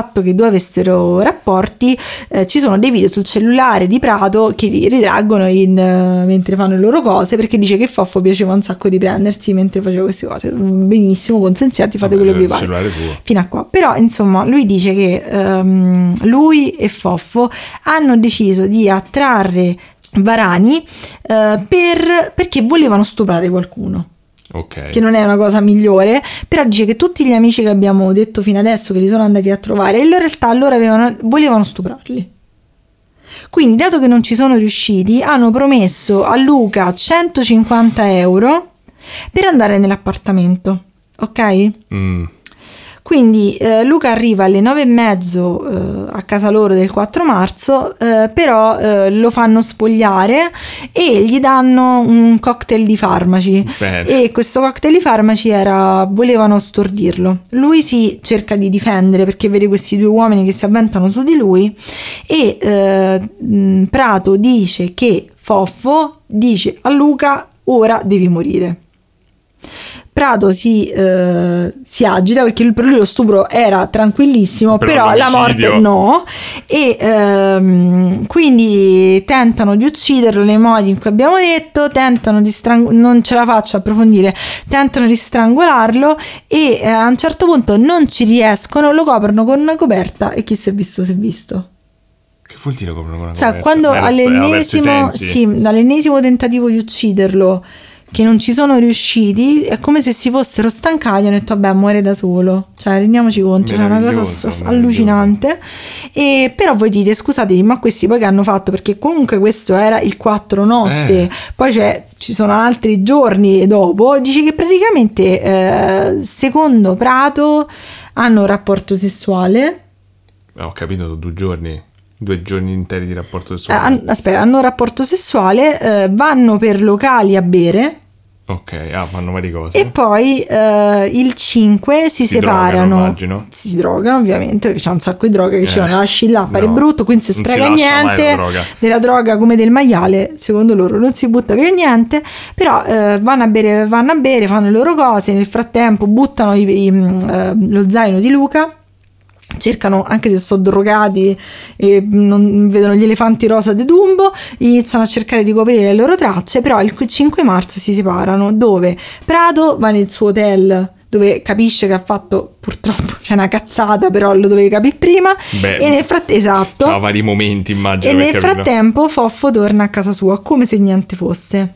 fatto che i due avessero rapporti, ci sono dei video sul cellulare di Prato che li ritraggono mentre fanno le loro cose, perché dice che Foffo piaceva un sacco di prendersi mentre faceva queste cose. Benissimo, consenziati, fate quello che vi pare. Fino a qua. Però insomma lui dice che lui e Foffo hanno deciso di attrarre Varani perché volevano stuprare qualcuno. Okay. Che non è una cosa migliore, però dice che tutti gli amici che abbiamo detto fino adesso che li sono andati a trovare, in realtà loro volevano stuprarli. Quindi, dato che non ci sono riusciti, hanno promesso a Luca 150 euro per andare nell'appartamento, ok? Quindi Luca arriva alle 9:30 a casa loro del 4 marzo, però lo fanno spogliare e gli danno un cocktail di farmaci. Bene. E questo cocktail di farmaci volevano stordirlo. Lui si cerca di difendere perché vede questi due uomini che si avventano su di lui e Prato dice che Foffo dice a Luca: ora devi morire. Prato si agita perché per lui lo stupro era tranquillissimo, però la morte no, e quindi tentano di ucciderlo nei modi in cui abbiamo detto, tentano di non ce la faccio a approfondire, tentano di strangolarlo e a un certo punto non ci riescono, lo coprono con una coperta e chi si è visto si è visto. Che vuol dire coprono con una coperta? Cioè quando all'ennesimo tentativo di ucciderlo, che non ci sono riusciti, è come se si fossero stancati e hanno detto vabbè, muore da solo, cioè rendiamoci conto, è una cosa allucinante. E però voi dite scusate, ma questi poi che hanno fatto, perché comunque questo era il 4 notte, poi ci sono altri giorni dopo, dice che praticamente secondo Prato hanno un rapporto sessuale. Ho capito, 2 giorni. 2 giorni interi di rapporto sessuale. Hanno un rapporto sessuale, vanno per locali a bere. Ok, fanno varie cose. E poi il 5 si separano. Drogano, immagino. Si drogano ovviamente, perché c'è un sacco di droga che ci vanno, lasci là, fare brutto, quindi si strega niente della droga come del maiale, secondo loro non si butta via niente, però vanno a bere, fanno le loro cose, nel frattempo buttano lo zaino di Luca. Cercano, anche se sono drogati e non vedono gli elefanti rosa di Dumbo, iniziano a cercare di coprire le loro tracce, però il 5 marzo si separano, dove Prato va nel suo hotel dove capisce che ha fatto, purtroppo c'è una cazzata, però lo dovevi capire prima. E nel esatto, c'ha vari momenti, immagino, e nel frattempo Foffo torna a casa sua come se niente fosse.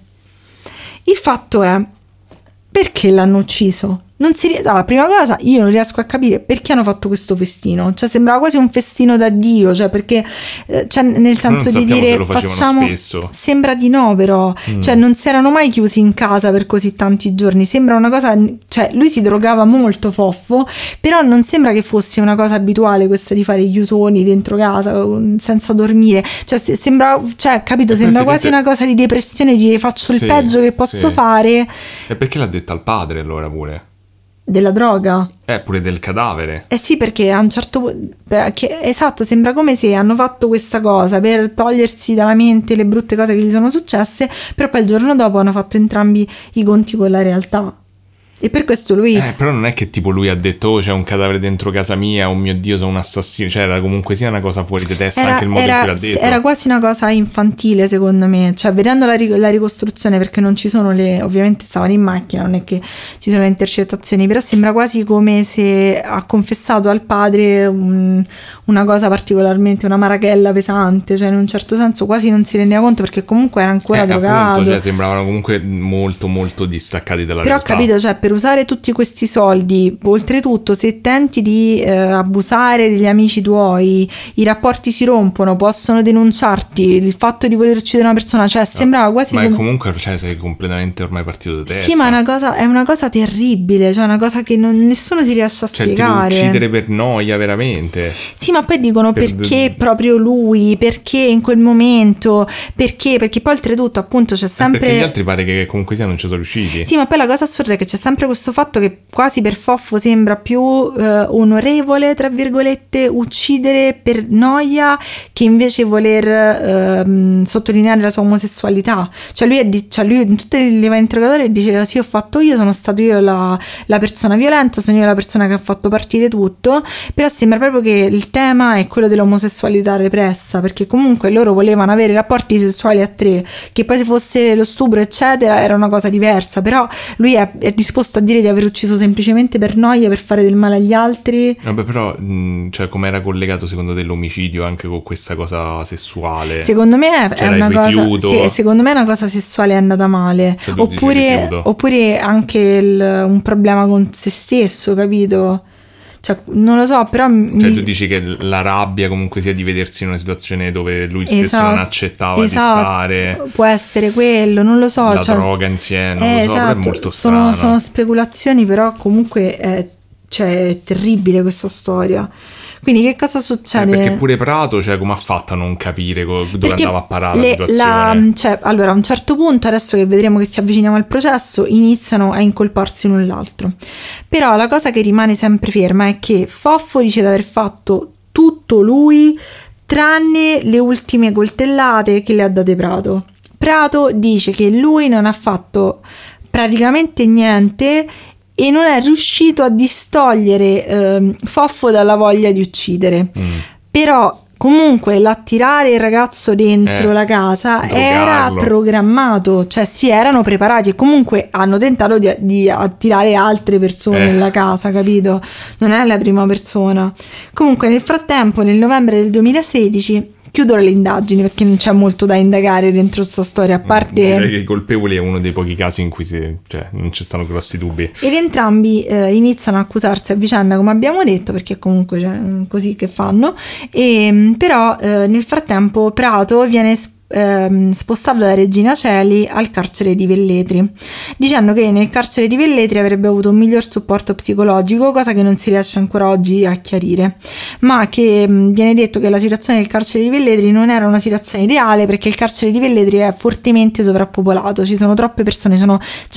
Il fatto è, perché l'hanno ucciso? La prima cosa, io non riesco a capire perché hanno fatto questo festino, cioè sembrava quasi un festino da Dio, cioè perché cioè, nel senso di dire facciamo spesso. Sembra di no, però cioè non si erano mai chiusi in casa per così tanti giorni, sembra una cosa, cioè lui si drogava molto Foffo, però non sembra che fosse una cosa abituale questa di fare gli utoni dentro casa senza dormire, cioè sembra, cioè capito, sembra quasi una cosa di depressione, di faccio il peggio che posso fare. E perché l'ha detta al padre allora pure? Della droga? Pure del cadavere. Sì, perché a un certo punto, esatto, sembra come se hanno fatto questa cosa per togliersi dalla mente le brutte cose che gli sono successe, però poi il giorno dopo hanno fatto entrambi i conti con la realtà. E per questo lui... però non è che tipo lui ha detto c'è un cadavere dentro casa mia, oh mio Dio, sono un assassino. Cioè era comunque sia una cosa fuori di testa, anche il modo in cui l'ha detto. Era quasi una cosa infantile secondo me. Cioè vedendo la ricostruzione, perché non ci sono ovviamente stavano in macchina, non è che ci sono le intercettazioni, però sembra quasi come se ha confessato al padre una cosa particolarmente, una marachella pesante. Cioè in un certo senso quasi non si rendeva conto, perché comunque era ancora drogato. Appunto, cioè sembravano comunque molto molto distaccati dalla realtà. Però ho capito, cioè per usare tutti questi soldi, oltretutto se tenti di abusare degli amici tuoi, i rapporti si rompono, possono denunciarti, il fatto di voler uccidere una persona, cioè sembrava quasi... Ma comunque sei completamente ormai partito da testa. Sì, ma è una cosa terribile, cioè una cosa che nessuno si riesce a spiegare. Tipo uccidere per noia veramente. Sì, Sì, ma poi dicono perché proprio lui, perché in quel momento, perché poi oltretutto appunto c'è sempre... Perché gli altri pare che comunque sia non ci sono riusciti. Sì, ma poi la cosa assurda è che c'è sempre questo fatto che quasi per Foffo sembra più onorevole, tra virgolette, uccidere per noia che invece voler sottolineare la sua omosessualità. Cioè lui in tutte le varie interrogatori diceva sì, ho fatto io, sono stato io la persona violenta, sono io la persona che ha fatto partire tutto, però sembra proprio che il tema è quello dell'omosessualità repressa, perché comunque loro volevano avere rapporti sessuali a 3, che poi se fosse lo stupro eccetera era una cosa diversa, però lui è disposto a dire di aver ucciso semplicemente per noia, per fare del male agli altri. Vabbè, però cioè come era collegato secondo te l'omicidio anche con questa cosa sessuale? Secondo me è una cosa, sì, secondo me è una cosa sessuale è andata male, cioè, oppure anche un problema con se stesso, capito? Cioè, non lo so, però... Cioè, tu dici che la rabbia comunque sia di vedersi in una situazione dove lui stesso non accettava di stare. Può essere quello, non lo so. La droga insieme, non lo so, però è molto strano. Sono speculazioni, però comunque è terribile questa storia. Quindi che cosa succede? Perché pure Prato, cioè, come ha fatto a non capire dove andava a parare la situazione? Cioè, allora, a un certo punto, adesso che vedremo che ci avviciniamo al processo, iniziano a incolparsi l'un l'altro. Però la cosa che rimane sempre ferma è che Foffo dice di aver fatto tutto lui, tranne le ultime coltellate che le ha date Prato. Prato dice che lui non ha fatto praticamente niente e non è riuscito a distogliere Foffo dalla voglia di uccidere. Però comunque l'attirare il ragazzo dentro la casa era programmato, cioè si erano preparati e comunque hanno tentato di attirare altre persone nella casa, capito? Non è la prima persona. Comunque nel frattempo, nel novembre del 2016 chiudono le indagini perché non c'è molto da indagare dentro questa storia, a parte direi che i colpevoli è uno dei pochi casi in cui non ci stanno grossi dubbi, ed entrambi iniziano a accusarsi a vicenda, come abbiamo detto, perché comunque così che fanno, e però nel frattempo Prato viene spostato da Regina Coeli al carcere di Velletri, dicendo che nel carcere di Velletri avrebbe avuto un miglior supporto psicologico, cosa che non si riesce ancora oggi a chiarire, ma che viene detto che la situazione del carcere di Velletri non era una situazione ideale perché il carcere di Velletri è fortemente sovrappopolato, ci sono troppe persone, sono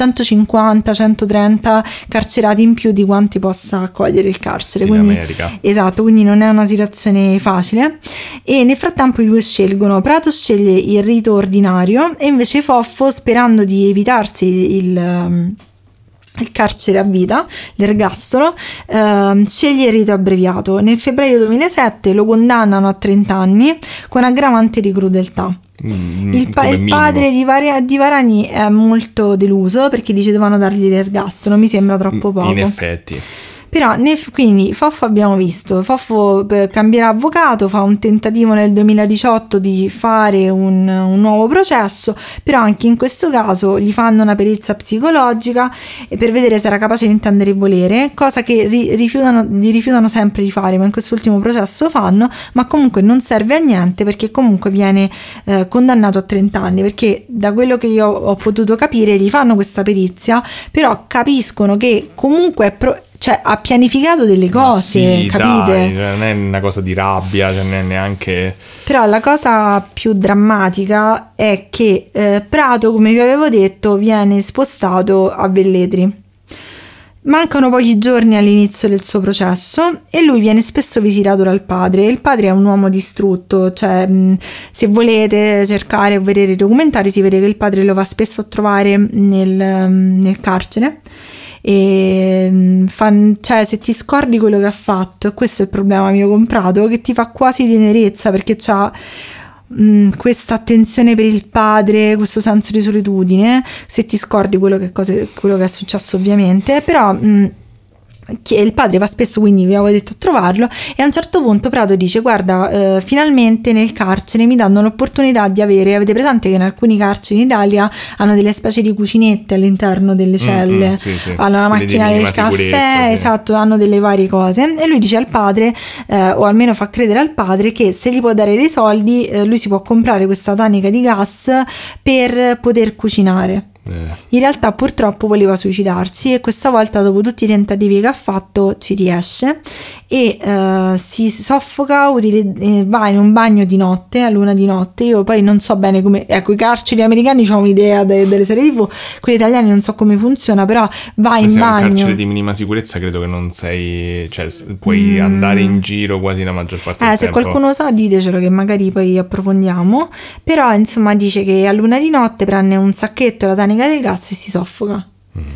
150-130 carcerati in più di quanti possa accogliere il carcere, quindi, esatto, quindi non è una situazione facile. E nel frattempo i due scelgono, Prato sceglie il rito ordinario e invece Foffo, sperando di evitarsi il carcere a vita, l'ergastolo, sceglie il rito abbreviato. Nel febbraio 2007 lo condannano a 30 anni con aggravante di crudeltà. Il padre di Varani è molto deluso perché dice dovevano dargli l'ergastolo, mi sembra troppo poco. In effetti. Però quindi Foffo abbiamo visto, Foffo cambierà avvocato, fa un tentativo nel 2018 di fare un nuovo processo, però anche in questo caso gli fanno una perizia psicologica per vedere se era capace di intendere e volere, cosa che gli rifiutano sempre di fare, ma in quest'ultimo processo fanno, ma comunque non serve a niente perché comunque viene condannato a 30 anni, perché da quello che io ho potuto capire gli fanno questa perizia, però capiscono che comunque cioè ha pianificato delle cose, sì, capite? Dai, non è una cosa di rabbia, cioè non è neanche... Però la cosa più drammatica è che Prato, come vi avevo detto, viene spostato a Velletri. Mancano pochi giorni all'inizio del suo processo e lui viene spesso visitato dal padre. Il padre è un uomo distrutto, cioè se volete cercare o vedere i documentari si vede che il padre lo va spesso a trovare nel carcere. E cioè se ti scordi quello che ha fatto, e questo è il problema mio con Prato, che ti fa quasi tenerezza perché c'ha questa attenzione per il padre, questo senso di solitudine, se ti scordi quello che è successo ovviamente, però che il padre va spesso, quindi vi avevo detto, a trovarlo, e a un certo punto Prato dice guarda, finalmente nel carcere mi danno l'opportunità di avete presente che in alcuni carceri in Italia hanno delle specie di cucinette all'interno delle celle, sì. hanno la macchina del caffè, esatto, hanno delle varie cose, e lui dice al padre, o almeno fa credere al padre, che se gli può dare dei soldi lui si può comprare questa tanica di gas per poter cucinare. In realtà purtroppo voleva suicidarsi e questa volta, dopo tutti i tentativi che ha fatto, ci riesce e si soffoca, va in un bagno di notte, a luna di notte. Io poi non so bene come, ecco, i carceri americani ho un'idea delle serie TV, quelli italiani non so come funziona, però va in bagno. Se è un carcere di minima sicurezza credo che non sei, cioè puoi andare in giro quasi la maggior parte del se tempo. qualcuno sa ditecelo che magari poi approfondiamo, però insomma dice che a luna di notte prende un sacchetto, la tanica del gas e si soffoca.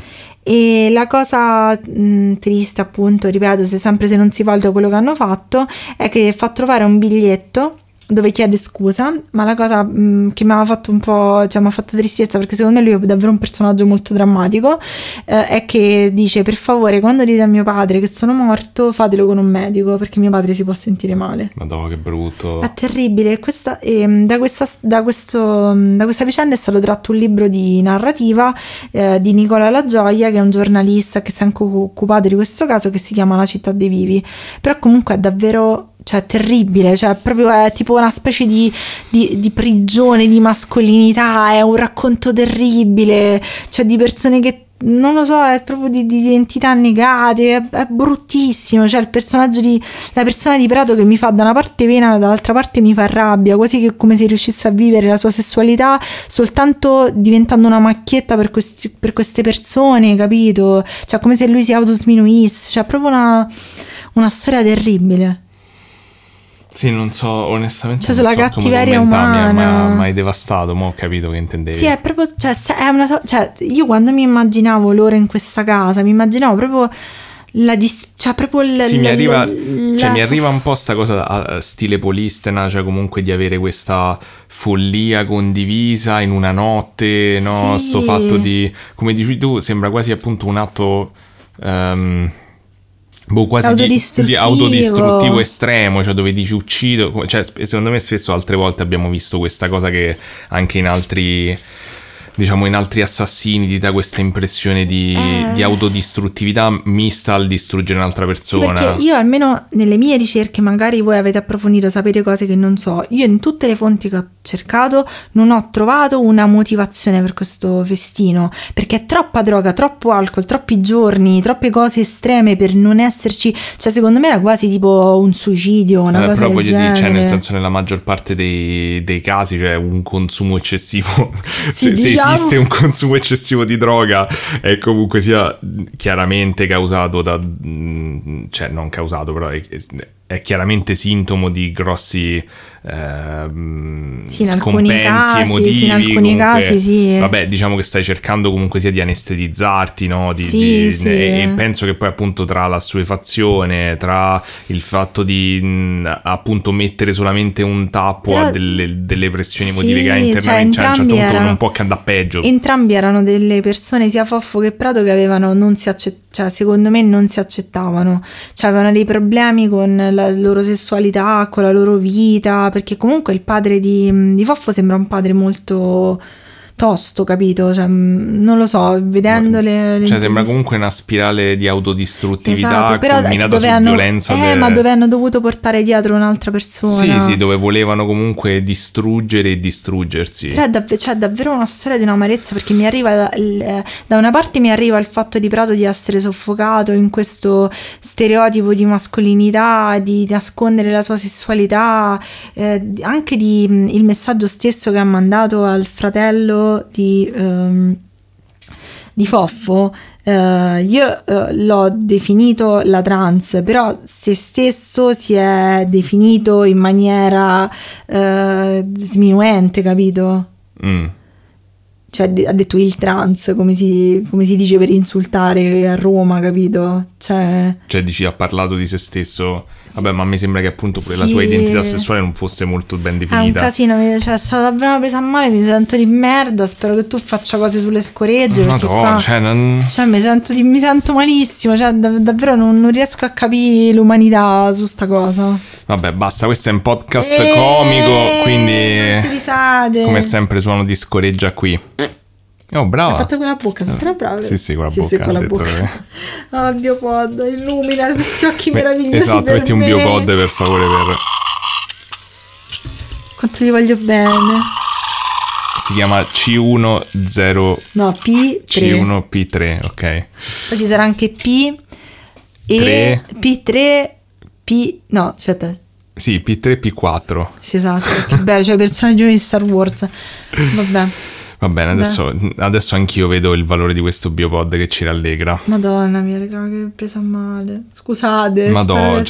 E la cosa triste, appunto, ripeto, sempre se non si valuta quello che hanno fatto, è che fa trovare un biglietto dove chiede scusa, ma la cosa che mi aveva fatto un po', cioè mi ha fatto tristezza, perché secondo me lui è davvero un personaggio molto drammatico, è che dice: per favore, quando dite a mio padre che sono morto, fatelo con un medico, perché mio padre si può sentire male. Madonna, che brutto. È terribile. Da questa vicenda è stato tratto un libro di narrativa di Nicola La Gioia, che è un giornalista che si è anche occupato di questo caso, che si chiama La città dei vivi. Però comunque è davvero, cioè, terribile, cioè proprio è tipo una specie di prigione di mascolinità, è un racconto terribile, cioè di persone che, non lo so, è proprio di identità negate, è bruttissimo, cioè il personaggio la persona di Prato che mi fa da una parte pena, dall'altra parte mi fa rabbia, quasi che come se riuscisse a vivere la sua sessualità soltanto diventando una macchietta per queste persone, capito? Cioè come se lui si autosminuisse, cioè proprio una storia terribile. Sì, non so, onestamente. Cioè, non sulla so cattiveria umana. Mi hai devastato, ma ho capito che intendevi. Sì, è proprio, cioè, cioè, io quando mi immaginavo loro in questa casa, mi immaginavo proprio cioè proprio sì, mi arriva un po' sta cosa stile Polistena, cioè comunque di avere questa follia condivisa in una notte, no? Sì. Sto fatto di, come dici tu, sembra quasi appunto un atto quasi di autodistruttivo estremo, cioè dove dici uccido, cioè secondo me spesso altre volte abbiamo visto questa cosa che anche in altri, diciamo, in altri assassini ti dà questa impressione di autodistruttività mista al distruggere un'altra persona. Sì, perché io almeno nelle mie ricerche, magari voi avete approfondito, sapete cose che non so, io in tutte le fonti che ho cercato non ho trovato una motivazione per questo festino, perché è troppa droga, troppo alcol, troppi giorni, troppe cose estreme per non esserci, cioè secondo me era quasi tipo un suicidio, una cosa però del voglio genere. dire, cioè nel senso, nella maggior parte dei casi c'è un consumo eccessivo, sì, se esiste un consumo eccessivo di droga è comunque sia chiaramente causato da, cioè non causato, però è chiaramente sintomo di grossi scompensi emotivi. Sì, in alcuni casi sì. Vabbè, diciamo che stai cercando comunque sia di anestetizzarti, no? Sì. E penso che poi appunto tra l'assuefazione, tra il fatto di appunto mettere solamente un tappo a delle pressioni emotive che hai internamente, cioè a un certo punto non può che andare peggio. Entrambi erano delle persone, sia Foffo che Prato, che avevano cioè secondo me non si accettavano, cioè avevano dei problemi con la loro sessualità, con la loro vita, perché comunque il padre di Foffo sembra un padre molto tosto, capito? Cioè, non lo so, vedendo le cioè sembra comunque una spirale di autodistruttività, esatto, combinata su violenza ma dove hanno dovuto portare dietro un'altra persona. Sì, dove volevano comunque distruggere e distruggersi. Però c'è davvero una storia di un'amarezza, perché mi arriva da una parte mi arriva il fatto di Prato di essere soffocato in questo stereotipo di mascolinità, di nascondere la sua sessualità, anche il messaggio stesso che ha mandato al fratello di Foffo. Io l'ho definito la trans, però se stesso si è definito in maniera sminuente, capito? Cioè ha detto il trans, come si dice per insultare a Roma, capito? Cioè dici, ha parlato di se stesso. Vabbè, ma mi sembra che appunto pure la sua identità sessuale non fosse molto ben definita. È un casino, cioè è stata davvero una presa a male, mi sento di merda, spero che tu faccia cose sulle scoregge. Madonna, cioè mi sento malissimo, cioè davvero non riesco a capire l'umanità su sta cosa. Vabbè, basta, questo è un podcast comico, quindi come sempre suono di scoreggia qui. Oh, brava. Hai fatto con la bocca, sarà brava. Sì, con la bocca. Sì, con la bocca. Oh, il biopod, illumina questi occhi meravigliosi. Esatto, metti un biopod per favore. Quanto ti voglio bene. si chiama C10 No, P3. C1P3, ok. Poi ci sarà anche P e P3 no, aspetta. Sì, P3 P4. Sì, esatto, che bello, cioè i personaggi di Star Wars. Vabbè. Va bene, adesso anch'io vedo il valore di questo biopod che ci rallegra. Madonna mia, raga, che presa male. Scusate, Madonna,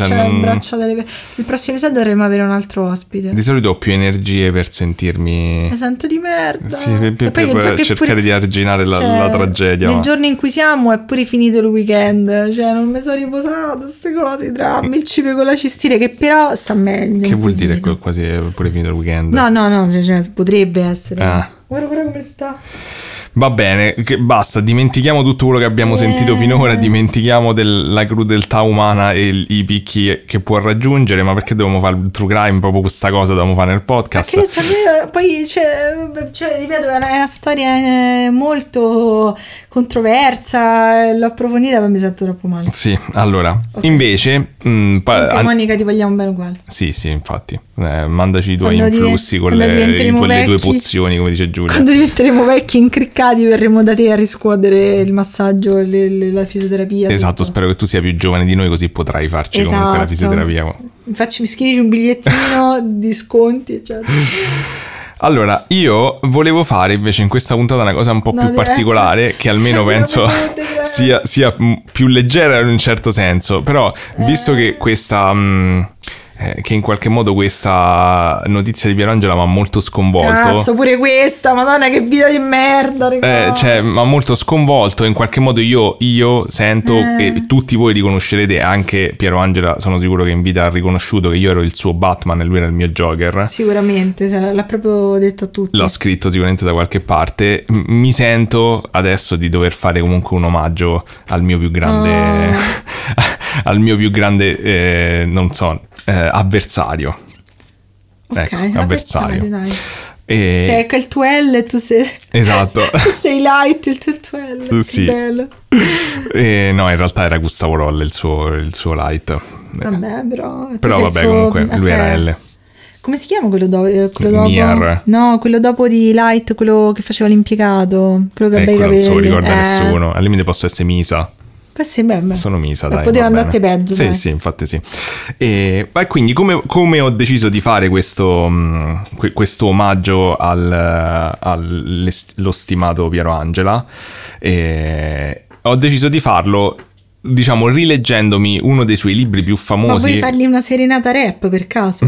il prossimo episodio dovremmo avere un altro ospite. Di solito ho più energie per sentirmi... Mi sento di merda. Sì, per cercare di arginare la tragedia. Nel giorno in cui siamo è pure finito il weekend. Cioè, non mi sono riposato, queste cose, i drammi, il cibo con la cistire, che però sta meglio. Che vuol dire quasi è pure finito il weekend? No, cioè, potrebbe essere. Guarda come sta. Va bene, basta, dimentichiamo tutto quello che abbiamo sentito finora, dimentichiamo della crudeltà umana e i picchi che può raggiungere, ma perché dobbiamo fare il true crime, proprio questa cosa dobbiamo fare nel podcast? Perché poi, ripeto, è una storia molto controversa, l'ho approfondita, ma mi sento troppo male. Sì, allora, okay. Invece... Monica, ti vogliamo bene uguale. Sì, infatti. Mandaci i tuoi influssi con le tue pozioni, come dice Giulia. Quando diventeremo vecchi incriccati verremo da te a riscuotere il massaggio, la fisioterapia. Esatto, tutto. spero che tu sia più giovane di noi, così potrai farci comunque la fisioterapia. Infatti mi scrivi un bigliettino di sconti, eccetera. Allora, io volevo fare invece in questa puntata una cosa un po' più particolare, che almeno penso sia più leggera in un certo senso, però visto che questa... che in qualche modo questa notizia di Pierangela mi ha molto sconvolto. Cazzo, pure questa, madonna, che vita di merda, cioè, mi ha molto sconvolto. In qualche modo io sento e tutti voi riconoscerete, anche Pierangela sono sicuro che in vita ha riconosciuto che io ero il suo Batman e lui era il mio Joker. Sicuramente, cioè, l'ha proprio detto a tutti. L'ha scritto sicuramente da qualche parte. Mi sento adesso di dover fare comunque un omaggio al mio più grande al mio più grande non so, avversario. Okay, ecco, avversario. Dai. Se ecco il tuo L e tu sei... Esatto. Tu sei Light, il tuo L. Sì. Che bello. No, in realtà era Gustavo Roll il suo Light. Vabbè, però vabbè, comunque lui era L. Come si chiama quello dopo? Nier. No, quello dopo di Light, quello che faceva l'impiegato, quello che aveva i capelli. Non se lo ricorda nessuno. Al limite posso essere Misa. Sì, beh. Sono Misa, dai. Poteva andare peggio. Sì, dai. Sì, infatti sì. E quindi come ho deciso di fare questo omaggio allo stimato Pierangela, ho deciso di farlo, diciamo, rileggendomi uno dei suoi libri più famosi. Ma vuoi fargli una serenata rap per caso?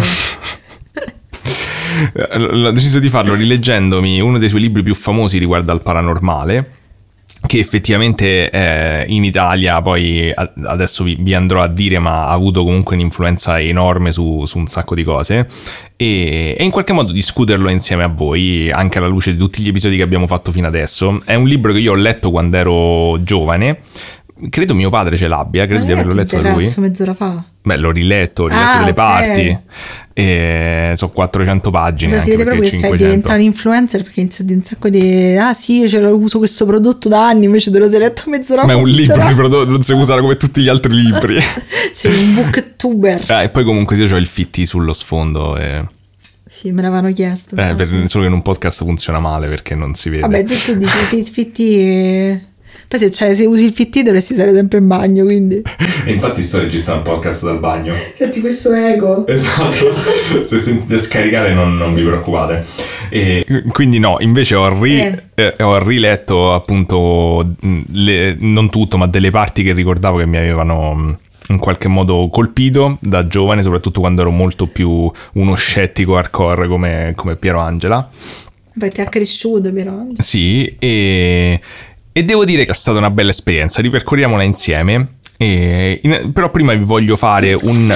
Ho deciso di farlo rileggendomi uno dei suoi libri più famosi riguardo al paranormale, che effettivamente in Italia poi adesso vi andrò a dire, ma ha avuto comunque un'influenza enorme su un sacco di cose, e in qualche modo discuterlo insieme a voi, anche alla luce di tutti gli episodi che abbiamo fatto fino adesso. È un libro che io ho letto quando ero giovane, credo mio padre ce l'abbia, credo di averlo letto da lui. Mezz'ora fa. Beh, l'ho riletto delle parti, e so 400 pagine. Si vede proprio che stai diventando un influencer, perché inizia a dire un sacco di sì, uso questo prodotto da anni, invece te lo sei letto mezz'ora fa. Ma è un libro di prodotto, non si usa come tutti gli altri libri. Sei un booktuber. E poi comunque io ho il fitti sullo sfondo Sì, me l'avevano chiesto. Solo che in un podcast funziona male perché non si vede. Vabbè, tu dici fitti. Poi se usi il fitti dovresti stare sempre in bagno, quindi. E infatti sto registrando un podcast dal bagno. Senti questo ego. Esatto. Se sentite scaricare non vi preoccupate. E quindi no, invece ho riletto appunto non tutto, ma delle parti che ricordavo che mi avevano in qualche modo colpito da giovane, soprattutto quando ero molto più uno scettico hardcore come Pierangela. Poi ti ha cresciuto Pierangela. Sì, e devo dire che è stata una bella esperienza, ripercorriamola insieme. Però prima vi voglio fare una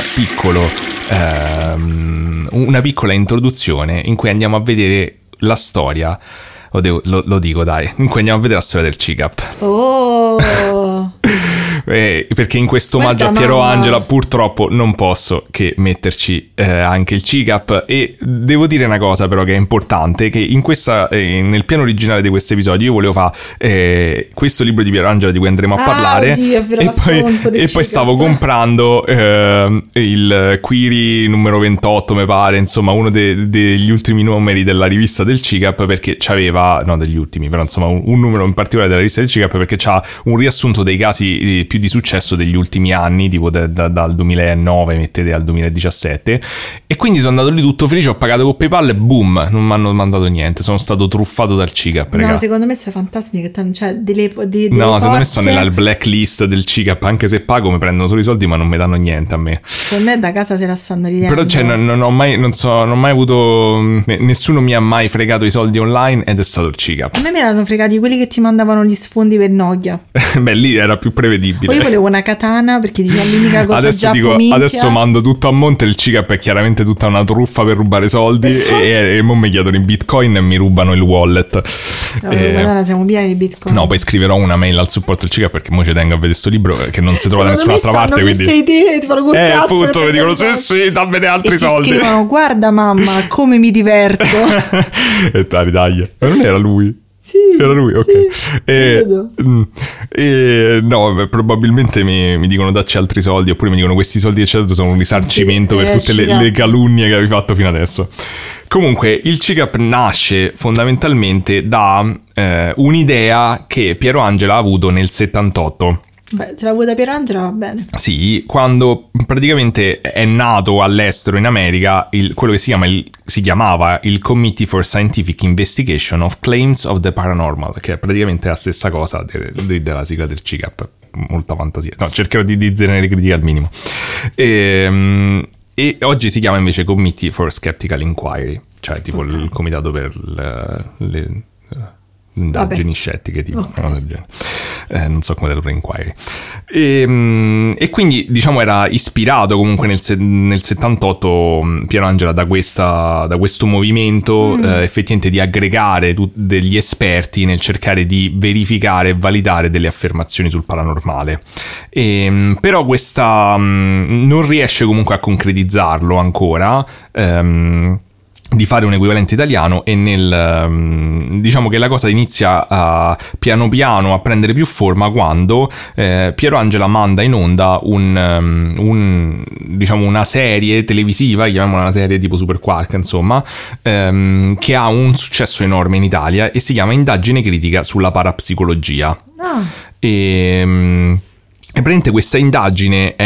piccola introduzione in cui andiamo a vedere la storia. Lo dico, dai, in cui andiamo a vedere la storia del CIGAP. Oh! perché in questo omaggio a Piero Angela purtroppo non posso che metterci anche il CICAP. E devo dire una cosa però che è importante, che in questa nel piano originale di questo episodio io volevo fare questo libro di Piero Angela di cui andremo a parlare, oddio, e poi stavo comprando il Query numero 28 mi pare, insomma uno degli ultimi numeri della rivista del CICAP, perché c'aveva, no degli ultimi però insomma un numero in particolare della rivista del CICAP, perché c'ha un riassunto dei casi più di successo degli ultimi anni, tipo dal 2009 mettete al 2017, e quindi sono andato lì tutto felice, ho pagato con PayPal e boom, non mi hanno mandato niente, sono stato truffato dal CICAP. No, secondo me sono fantasmi che cioè no, secondo me sono nella blacklist del CICAP, anche se pago mi prendono solo i soldi ma non mi danno niente a me. Secondo me da casa se la stanno ridendo. Però cioè, non ho mai avuto, nessuno mi ha mai fregato i soldi online ed è stato il CICAP. A me l'hanno fregati quelli che ti mandavano gli sfondi per Nokia. Beh, lì era più prevedibile. Poi volevo una katana perché diceva l'unica cosa adesso mando tutto a monte, il CICAP è chiaramente tutta una truffa per rubare soldi, esatto. e mo mi chiedono i bitcoin e mi rubano il wallet. Allora siamo pieni di bitcoin. No, poi scriverò una mail al supporto del CICAP perché mo ci tengo a vedere sto libro che non si trova da nessun'altra parte, quindi sei te, ti fanno col cazzo, appunto mi dicono sì dammene altri soldi, ti scrivono guarda mamma come mi diverto e dai ma non era lui? Sì, era lui, ok. Sì, no, probabilmente mi dicono dacci altri soldi, oppure mi dicono questi soldi che ci hai dato sono un risarcimento per tutte le calunnie che avevi fatto fino adesso. Comunque il CICAP nasce fondamentalmente da un'idea che Piero Angela ha avuto nel 78. Beh, se la vuoi da Piero Angela va bene. Sì, quando praticamente è nato all'estero in America quello che si chiamava il Committee for Scientific Investigation of Claims of the Paranormal, che è praticamente la stessa cosa della sigla del CICAP. Molta fantasia. No, cercherò di tenere critica al minimo. E oggi si chiama invece Committee for Skeptical Inquiry, cioè tipo il comitato per le indagini scettiche, tipo una cosa del genere. Non so come tradurre inquiry. E quindi diciamo era ispirato comunque nel 78 Piero Angela da questo movimento effettivamente di aggregare degli esperti nel cercare di verificare e validare delle affermazioni sul paranormale. Però questa non riesce comunque a concretizzarlo ancora, di fare un equivalente italiano, e diciamo che la cosa inizia piano piano a prendere più forma quando Piero Angela manda in onda diciamo una serie televisiva, chiamiamola una serie tipo Super Quark, insomma, che ha un successo enorme in Italia e si chiama Indagine critica sulla parapsicologia. E praticamente questa indagine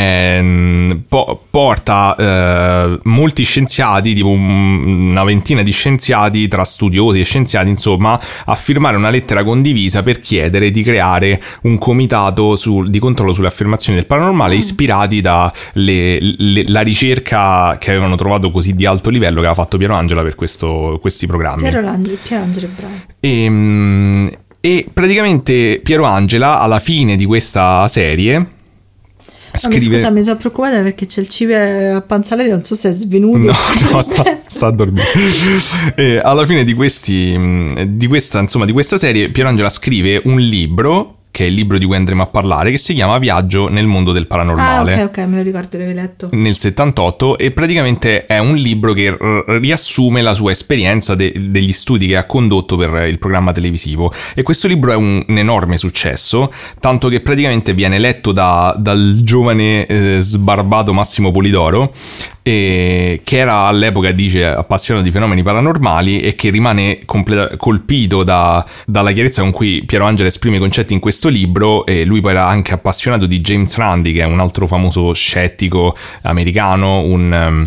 porta molti scienziati, tipo una ventina di scienziati, tra studiosi e scienziati, insomma, a firmare una lettera condivisa per chiedere di creare un comitato di controllo sulle affermazioni del paranormale, ispirati da la ricerca che avevano trovato così di alto livello che aveva fatto Piero Angela per questi programmi. Piero Angela è bravo. E praticamente Piero Angela alla fine di questa serie scrive... Scusa, mi sono preoccupata perché c'è il cibo a Panzalere, non so se è svenuto. No, sta a dormire. Alla fine di questa serie Piero Angela scrive un libro, che è il libro di cui andremo a parlare, che si chiama Viaggio nel mondo del paranormale. Ok, me lo ricordo, l'avevi letto. Nel 78, e praticamente è un libro che riassume la sua esperienza degli studi che ha condotto per il programma televisivo, e questo libro è un enorme successo, tanto che praticamente viene letto dal giovane sbarbato Massimo Polidoro, che era all'epoca, dice, appassionato di fenomeni paranormali, e che rimane colpito dalla chiarezza con cui Piero Angela esprime i concetti in questo libro. E lui poi era anche appassionato di James Randi, che è un altro famoso scettico americano, un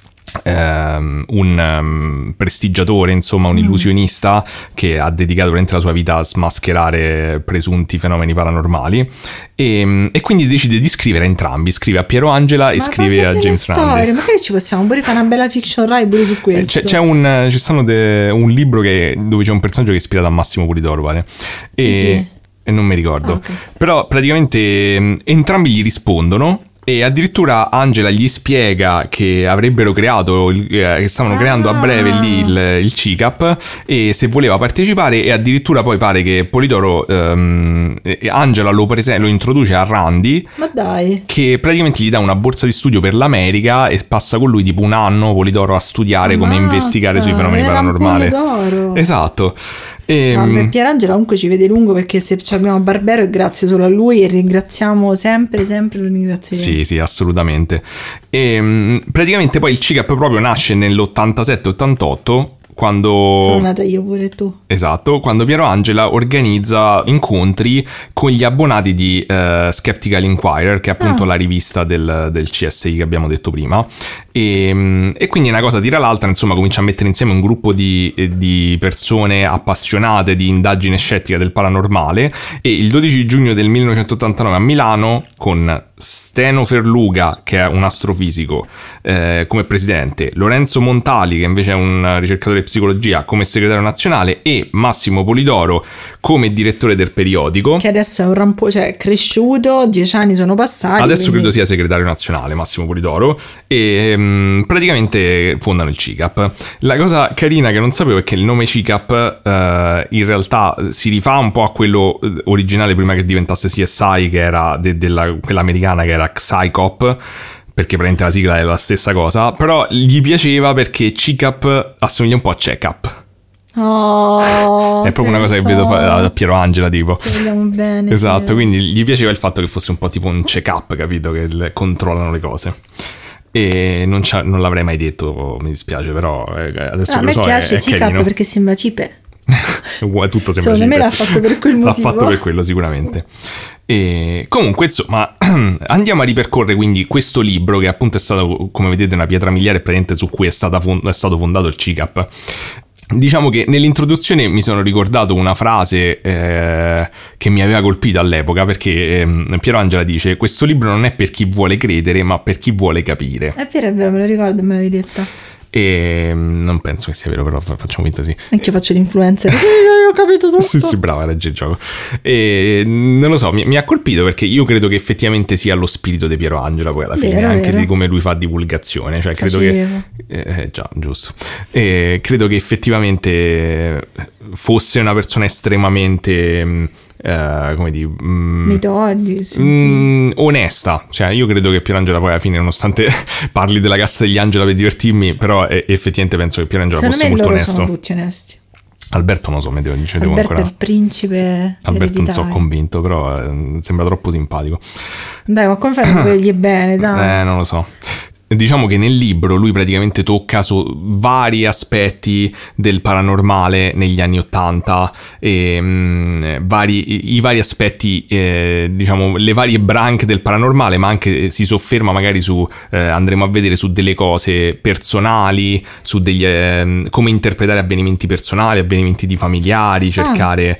prestigiatore, insomma un illusionista che ha dedicato veramente la sua vita a smascherare presunti fenomeni paranormali, e quindi decide di scrivere a entrambi, scrive a Piero Angela e scrive a James Randi. Ma sai che ci possiamo pure fare una bella fiction Rai pure su questo? C'è un libro dove c'è un personaggio che è ispirato a Massimo Polidoro, pare, e non mi ricordo, okay. Però praticamente entrambi gli rispondono E addirittura Angela gli spiega che avrebbero creato, che stavano creando a breve lì il CICAP, e se voleva partecipare, e addirittura poi pare che Polidoro, Angela lo introduce a Randy, ma dai, che praticamente gli dà una borsa di studio per l'America e passa con lui tipo un anno Polidoro a studiare come investigare sui fenomeni paranormali. Esatto. Pierangelo comunque ci vede lungo, perché se abbiamo Barbero è grazie solo a lui, e ringraziamo sempre lo ringrazieremo. Sì, assolutamente. E praticamente poi il CICAP proprio nasce nell'87-88, quando... Sono nata io, pure tu. Esatto, quando Piero Angela organizza incontri con gli abbonati di Skeptical Inquirer, che è appunto la rivista del CSI che abbiamo detto prima, e quindi una cosa tira l'altra, insomma comincia a mettere insieme un gruppo di persone appassionate di indagine scettica del paranormale, e il 12 giugno del 1989 a Milano, con Steno Ferluga, che è un astrofisico, come presidente, Lorenzo Montali, che invece è un ricercatore di psicologia, come segretario nazionale, e Massimo Polidoro come direttore del periodico, che adesso è un cioè è cresciuto, 10 anni sono passati, adesso credo sia segretario nazionale Massimo Polidoro, e praticamente fondano il CICAP. La cosa carina che non sapevo è che il nome CICAP in realtà si rifà un po' a quello originale prima che diventasse CSI, che era quella americana, che era XICOP, perché praticamente la sigla è la stessa cosa, però gli piaceva perché CICAP assomiglia un po' a Check-up. È proprio una cosa che vedo da Piero Angela, tipo. Vogliamo bene. Esatto, quindi gli piaceva il fatto che fosse un po' tipo un check-up, capito? Che controllano le cose. E non l'avrei mai detto, mi dispiace, però adesso che lo so, a me piace è CICAP carino. perché sembra cipe. Tutto sembra secondo me l'ha fatto per quel motivo. L'ha fatto per quello sicuramente. E comunque insomma andiamo a ripercorrere quindi questo libro, che appunto è stato, come vedete, una pietra miliare praticamente su cui è stato fondato il CICAP. Diciamo che nell'introduzione mi sono ricordato una frase che mi aveva colpito all'epoca, perché Piero Angela dice: questo libro non è per chi vuole credere, ma per chi vuole capire. È vero, me lo ricordo, me l'avevi detta. E non penso che sia vero, però facciamo finta sì. Anche io faccio l'influencer. Sì, io ho capito tutto. Sì, brava, legge il gioco. E non lo so, mi ha colpito, perché io credo che effettivamente sia lo spirito di Piero Angela poi alla fine, anche di come lui fa divulgazione, cioè credo che già, giusto. E credo che effettivamente fosse una persona estremamente come dire, onesta, cioè io credo che Piero Angela poi alla fine, nonostante parli della casta degli Angela per divertirmi, però effettivamente penso che Piero Angela fosse molto onesto. Sono tutti onesti. Alberto non so, devo Alberto ancora. È il principe. Alberto non so convinto, però sembra troppo simpatico. Dai, ma come fai a volergli bene, dai? Non lo so. Diciamo che nel libro lui praticamente tocca su vari aspetti del paranormale negli anni '80, e i vari aspetti, diciamo le varie branche del paranormale, ma anche si sofferma magari su, andremo a vedere, su delle cose personali, su degli come interpretare avvenimenti personali, avvenimenti di familiari, cercare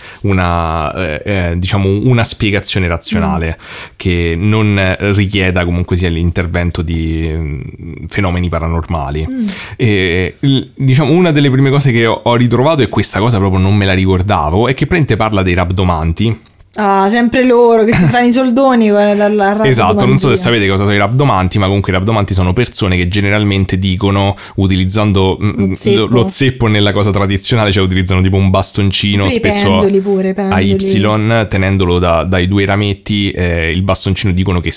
diciamo una spiegazione razionale che non richieda comunque sia l'intervento di fenomeni paranormali. E diciamo una delle prime cose che ho ritrovato, e questa cosa proprio non me la ricordavo, è che praticamente parla dei rabdomanti. Ah, sempre loro che si fanno i soldoni con la esatto, non so se sapete cosa sono i rabdomanti, ma comunque i rabdomanti sono persone che generalmente dicono, utilizzando lo zeppo nella cosa tradizionale, cioè utilizzano tipo un bastoncino, spesso pendoli. A Y, tenendolo dai due rametti, il bastoncino dicono che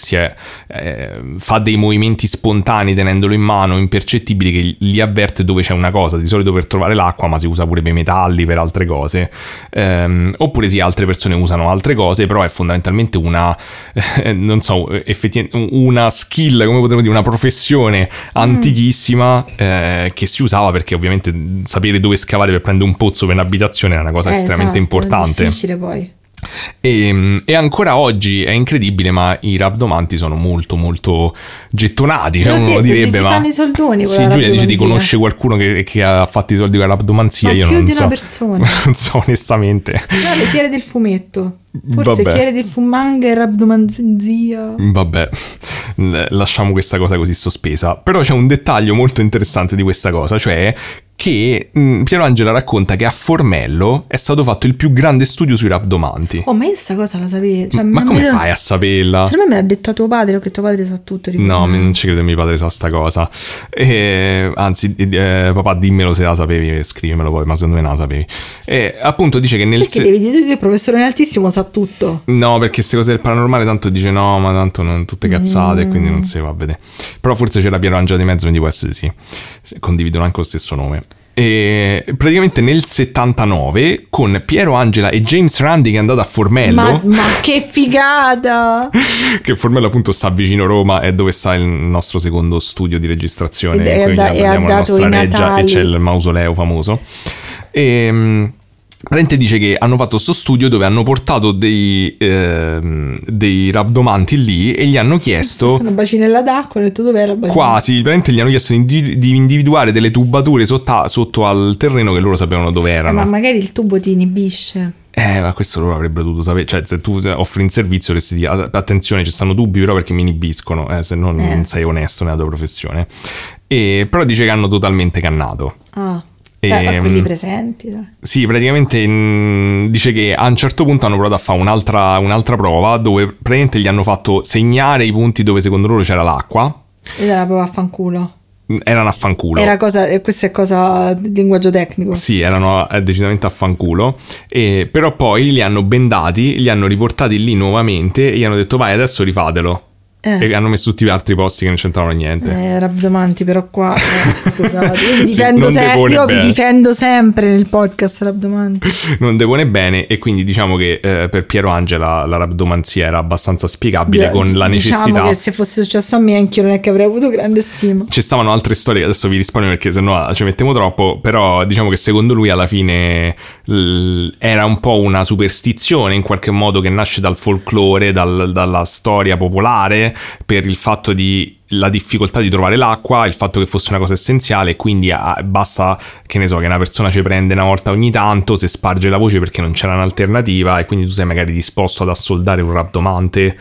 fa dei movimenti spontanei tenendolo in mano, impercettibili, che li avverte dove c'è una cosa, di solito per trovare l'acqua, ma si usa pure per i metalli, per altre cose, oppure sì, altre persone usano altre cose, però è fondamentalmente una non so, effettivamente una skill, come potremmo dire, una professione antichissima, che si usava perché ovviamente sapere dove scavare per prendere un pozzo per un'abitazione era una cosa estremamente importante. È difficile poi. E ancora oggi è incredibile, ma i rabdomanti sono molto molto gettonati, cioè uno direbbe, si ma fanno i soldoni, sì, Giulia dice di conosce qualcuno che ha fatto i soldi con la rabdomanzia, io non so, una persona. Non so onestamente. No, le fiere del fumetto, forse fiere del fumanga e rabdomanzia. Vabbè, lasciamo questa cosa così sospesa. Però c'è un dettaglio molto interessante di questa cosa, cioè che Piero Angela racconta che a Formello è stato fatto il più grande studio sui rabdomanti. Oh, ma io sta cosa la sapevo. Cioè, Ma come fai a saperla? Secondo me me l'ha detto tuo padre, perché tuo padre sa tutto di No, Formello. non ci credo che mio padre sa sta cosa. Anzi, papà, dimmelo se la sapevi, scrivimelo poi, ma secondo me non la sapevi. Appunto dice che Perché devi dire che il professore altissimo sa tutto. No, perché queste cose del paranormale tanto dice no, ma tanto non tutte cazzate, e quindi non si va a vedere. Però forse c'era Piero Angela di mezzo, quindi può essere sì. Condividono anche lo stesso nome. E praticamente nel 79 con Piero Angela e James Randi che è andato a Formello. Ma che figata! Che Formello appunto sta vicino Roma, è dove sta il nostro secondo studio di registrazione, quindi abbiamo la nostra reggia e c'è il mausoleo famoso. Praticamente dice che hanno fatto sto studio dove hanno portato dei rabdomanti lì e gli hanno chiesto una bacinella d'acqua, ho detto dov'è la bacinella? quasi, praticamente gli hanno chiesto di individuare delle tubature sotto al terreno che loro sapevano dove erano. Ma magari il tubo ti inibisce. Ma questo loro avrebbero dovuto sapere. Cioè, se tu offri in servizio dovresti dire attenzione, ci stanno dubbi però perché mi inibiscono, se no non sei onesto nella tua professione. Però dice che hanno totalmente cannato. Ma quelli presenti, dai. Sì, praticamente dice che a un certo punto hanno provato a fare un'altra prova dove praticamente gli hanno fatto segnare i punti dove secondo loro c'era l'acqua. Ed era proprio a fanculo. Erano a fanculo. Questa è cosa di linguaggio tecnico. Sì, erano decisamente a fanculo. Però poi li hanno bendati, li hanno riportati lì nuovamente e gli hanno detto vai adesso rifatelo. E hanno messo tutti gli altri posti che non c'entravano niente. Rabdomanti, però qua scusate, io vi difendo sempre nel podcast rabdomanti. Non depone bene, e quindi diciamo che per Piero Angela la rabdomanzia era abbastanza spiegabile con la necessità. Diciamo che se fosse successo a me anch'io non è che avrei avuto grande stima. Ci stavano altre storie che adesso vi risparmio perché sennò ci mettiamo troppo, però diciamo che secondo lui alla fine era un po' una superstizione in qualche modo che nasce dal folklore, dalla storia popolare, per il fatto di la difficoltà di trovare l'acqua, il fatto che fosse una cosa essenziale, quindi basta che ne so che una persona ci prende una volta ogni tanto, se sparge la voce perché non c'era un'alternativa, e quindi tu sei magari disposto ad assoldare un rabdomante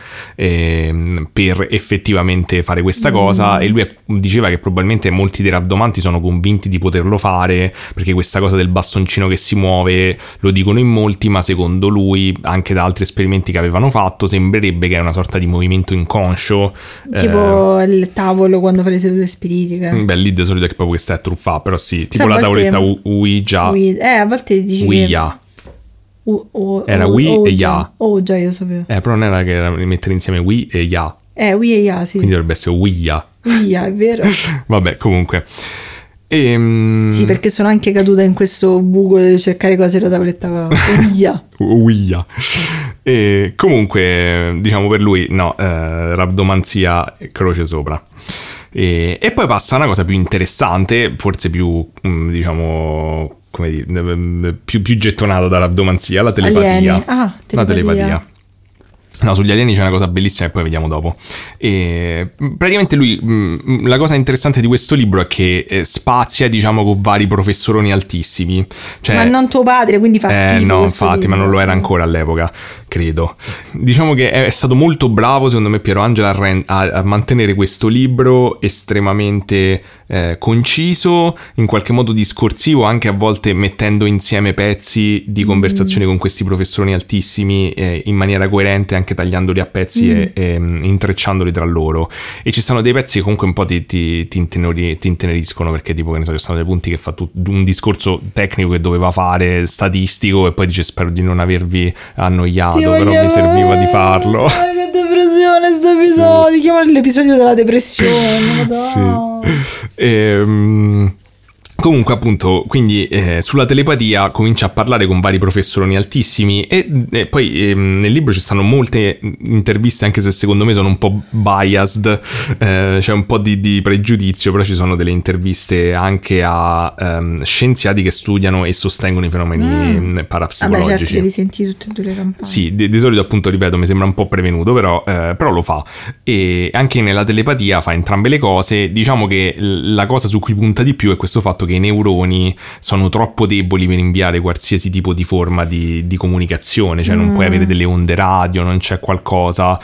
per effettivamente fare questa cosa. E lui diceva che probabilmente molti dei rabdomanti sono convinti di poterlo fare perché questa cosa del bastoncino che si muove lo dicono in molti, ma secondo lui anche da altri esperimenti che avevano fatto sembrerebbe che è una sorta di movimento inconscio, tipo il tavolo quando fai le sedute spiritiche. Beh, lì di solito è che proprio questa è truffa, però sì, tipo la tavoletta Ouija. A volte dici Ouija. Era Wii e Ya. Oh, già io sapevo. Però non era che era mettere insieme Wii e Ya. Wii e Ya, sì. Quindi dovrebbe essere Ouija. Ouija, è vero. Vabbè, comunque. Sì, perché sono anche caduta in questo buco di cercare cose la tavoletta Ouija. Ouija. E comunque, diciamo per lui, no, rabdomanzia croce sopra. E poi passa una cosa più interessante, forse più, diciamo, come dire, più gettonata dall'abdomanzia, la telepatia. La telepatia. No, sugli alieni c'è una cosa bellissima e poi vediamo dopo. E praticamente lui, la cosa interessante di questo libro è che spazia, diciamo, con vari professoroni altissimi. Cioè, ma non tuo padre, quindi fa schifo. No, infatti, libro. Ma non lo era ancora all'epoca, credo. Diciamo che è stato molto bravo, secondo me, Piero Angela a mantenere questo libro estremamente conciso, in qualche modo discorsivo, anche a volte mettendo insieme pezzi di conversazioni con questi professoroni altissimi in maniera coerente, anche tagliandoli a pezzi e intrecciandoli tra loro. E ci sono dei pezzi che comunque un po' ti inteneriscono, perché tipo, che ne so, ci sono dei punti che fa un discorso tecnico che doveva fare, statistico, e poi dice spero di non avervi annoiato, però mi serviva di farlo. Che depressione sto episodio, sì. Chiamalo l'episodio della depressione. Sì. Comunque appunto, quindi sulla telepatia comincia a parlare con vari professoroni altissimi e poi nel libro ci stanno molte interviste, anche se secondo me sono un po' biased, c'è un po' di pregiudizio, però ci sono delle interviste anche a scienziati che studiano e sostengono i fenomeni parapsicologici. Vabbè, certo, devi sentire tutte e due le campane. Sì, di solito appunto, ripeto, mi sembra un po' prevenuto, però lo fa. E anche nella telepatia fa entrambe le cose. Diciamo che la cosa su cui punta di più è questo fatto che i neuroni sono troppo deboli per inviare qualsiasi tipo di forma di comunicazione, cioè non puoi avere delle onde radio, non c'è qualcosa,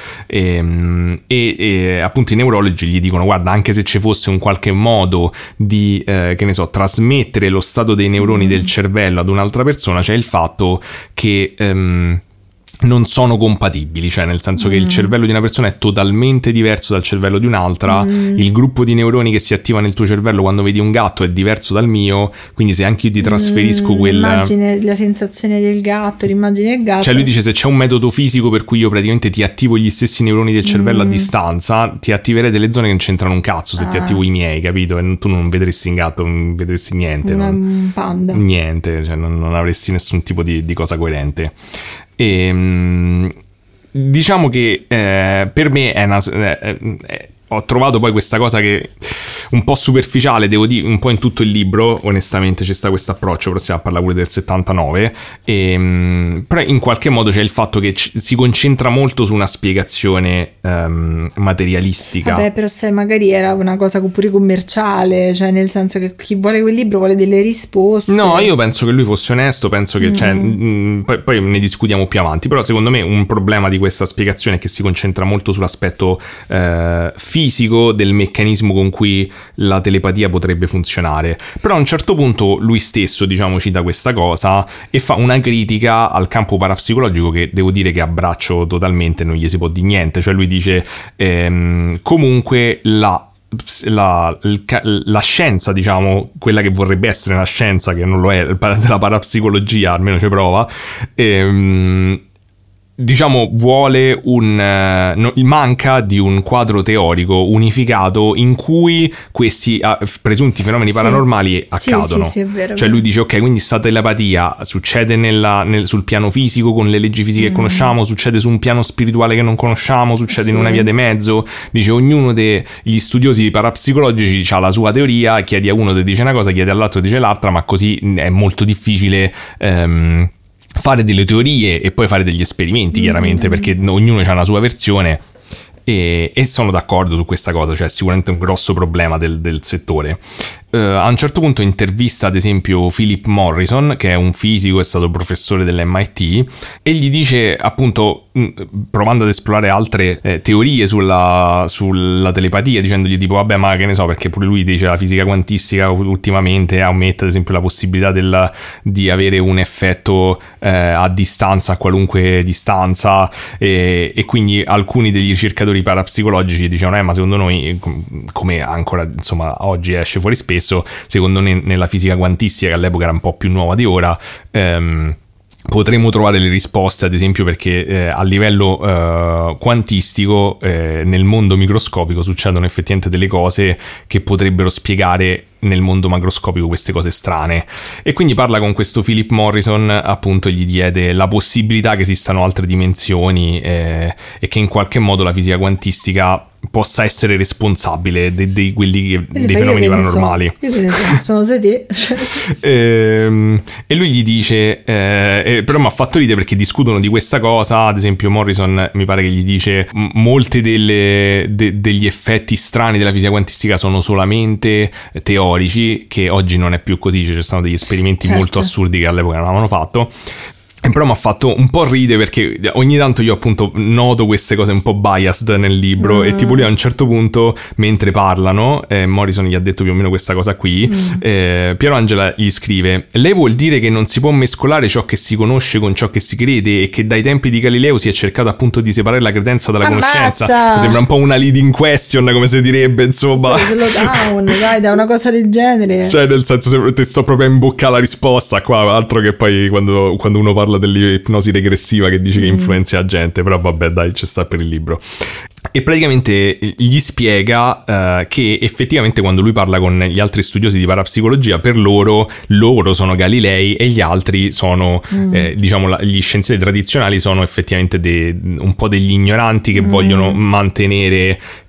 e appunto i neurologi gli dicono: guarda, anche se ci fosse un qualche modo di che ne so, trasmettere lo stato dei neuroni del cervello ad un'altra persona, c'è il fatto che non sono compatibili, cioè nel senso che il cervello di una persona è totalmente diverso dal cervello di un'altra, il gruppo di neuroni che si attiva nel tuo cervello quando vedi un gatto è diverso dal mio, quindi se anche io ti trasferisco l'immagine, la sensazione del gatto, l'immagine del gatto, cioè lui dice: se c'è un metodo fisico per cui io praticamente ti attivo gli stessi neuroni del cervello a distanza, ti attiverei delle zone che non c'entrano un cazzo se ti attivo i miei, capito? E tu non vedresti un gatto, non vedresti niente, un panda, niente, cioè non avresti nessun tipo di cosa coerente. E diciamo che per me è ho trovato poi questa cosa che un po' superficiale, devo dire, un po' in tutto il libro, onestamente c'è sta questo approccio, però stiamo a parlare pure del 79, però in qualche modo c'è il fatto che si concentra molto su una spiegazione materialistica. Vabbè, però se magari era una cosa pure commerciale, cioè nel senso che chi vuole quel libro vuole delle risposte. No, io penso che lui fosse onesto, penso che cioè, poi ne discutiamo più avanti, però secondo me un problema di questa spiegazione è che si concentra molto sull'aspetto fisico del meccanismo con cui la telepatia potrebbe funzionare. Però a un certo punto lui stesso, diciamo, cita questa cosa e fa una critica al campo parapsicologico che devo dire che abbraccio totalmente, non gli si può dire niente. Cioè lui dice comunque la scienza, diciamo, quella che vorrebbe essere una scienza che non lo è, della parapsicologia, almeno ci prova, diciamo vuole manca di un quadro teorico unificato in cui questi presunti fenomeni paranormali accadono. Sì, è vero, cioè lui dice: ok, quindi sta telepatia succede sul piano fisico con le leggi fisiche che conosciamo, succede su un piano spirituale che non conosciamo, succede in una via di mezzo. Dice: ognuno degli studiosi parapsicologici ha la sua teoria, chiedi a uno che dice una cosa, chiedi all'altro che dice l'altra, ma così è molto difficile fare delle teorie e poi fare degli esperimenti, chiaramente, perché ognuno ha una sua versione, e sono d'accordo su questa cosa, cioè è sicuramente un grosso problema del settore. A un certo punto intervista ad esempio Philip Morrison, che è un fisico, è stato professore dell'MIT, e gli dice, appunto, provando ad esplorare altre teorie sulla telepatia, dicendogli tipo: vabbè, ma che ne so, perché pure lui dice la fisica quantistica ultimamente ammette ad esempio la possibilità di avere un effetto a distanza, a qualunque distanza, e quindi alcuni degli ricercatori parapsicologici dicevano: ma secondo noi, come ancora insomma oggi esce fuori spesso, secondo me nella fisica quantistica, che all'epoca era un po' più nuova di ora, potremmo trovare le risposte, ad esempio perché a livello quantistico nel mondo microscopico succedono effettivamente delle cose che potrebbero spiegare nel mondo macroscopico queste cose strane. E quindi parla con questo Philip Morrison, appunto, e gli diede la possibilità che esistano altre dimensioni e che in qualche modo la fisica quantistica possa essere responsabile dei fenomeni paranormali. Io che ne so, sono sedè. E lui gli dice però mi ha fatto ridere perché discutono di questa cosa. Ad esempio Morrison mi pare che gli dice: molti degli effetti strani della fisica quantistica sono solamente teorici, che oggi non è più così, ci sono degli esperimenti molto assurdi che all'epoca non avevano fatto. Però mi ha fatto un po' ridere perché ogni tanto io appunto noto queste cose un po' biased nel libro, e tipo lui a un certo punto, mentre parlano, Morrison gli ha detto più o meno questa cosa qui, Piero Angela gli scrive: lei vuol dire che non si può mescolare ciò che si conosce con ciò che si crede, e che dai tempi di Galileo si è cercato appunto di separare la credenza dalla conoscenza? Mi sembra un po' una leading question, come si direbbe, insomma. Dai, da una cosa del genere, cioè nel senso, ti sto proprio a imboccare la risposta qua, altro che poi quando uno parla dell'ipnosi regressiva che dice che influenza la gente, però vabbè, dai, ci sta per il libro. E praticamente gli spiega che effettivamente quando lui parla con gli altri studiosi di parapsicologia, per loro sono Galilei e gli altri sono diciamo gli scienziati tradizionali sono effettivamente un po' degli ignoranti che vogliono mantenere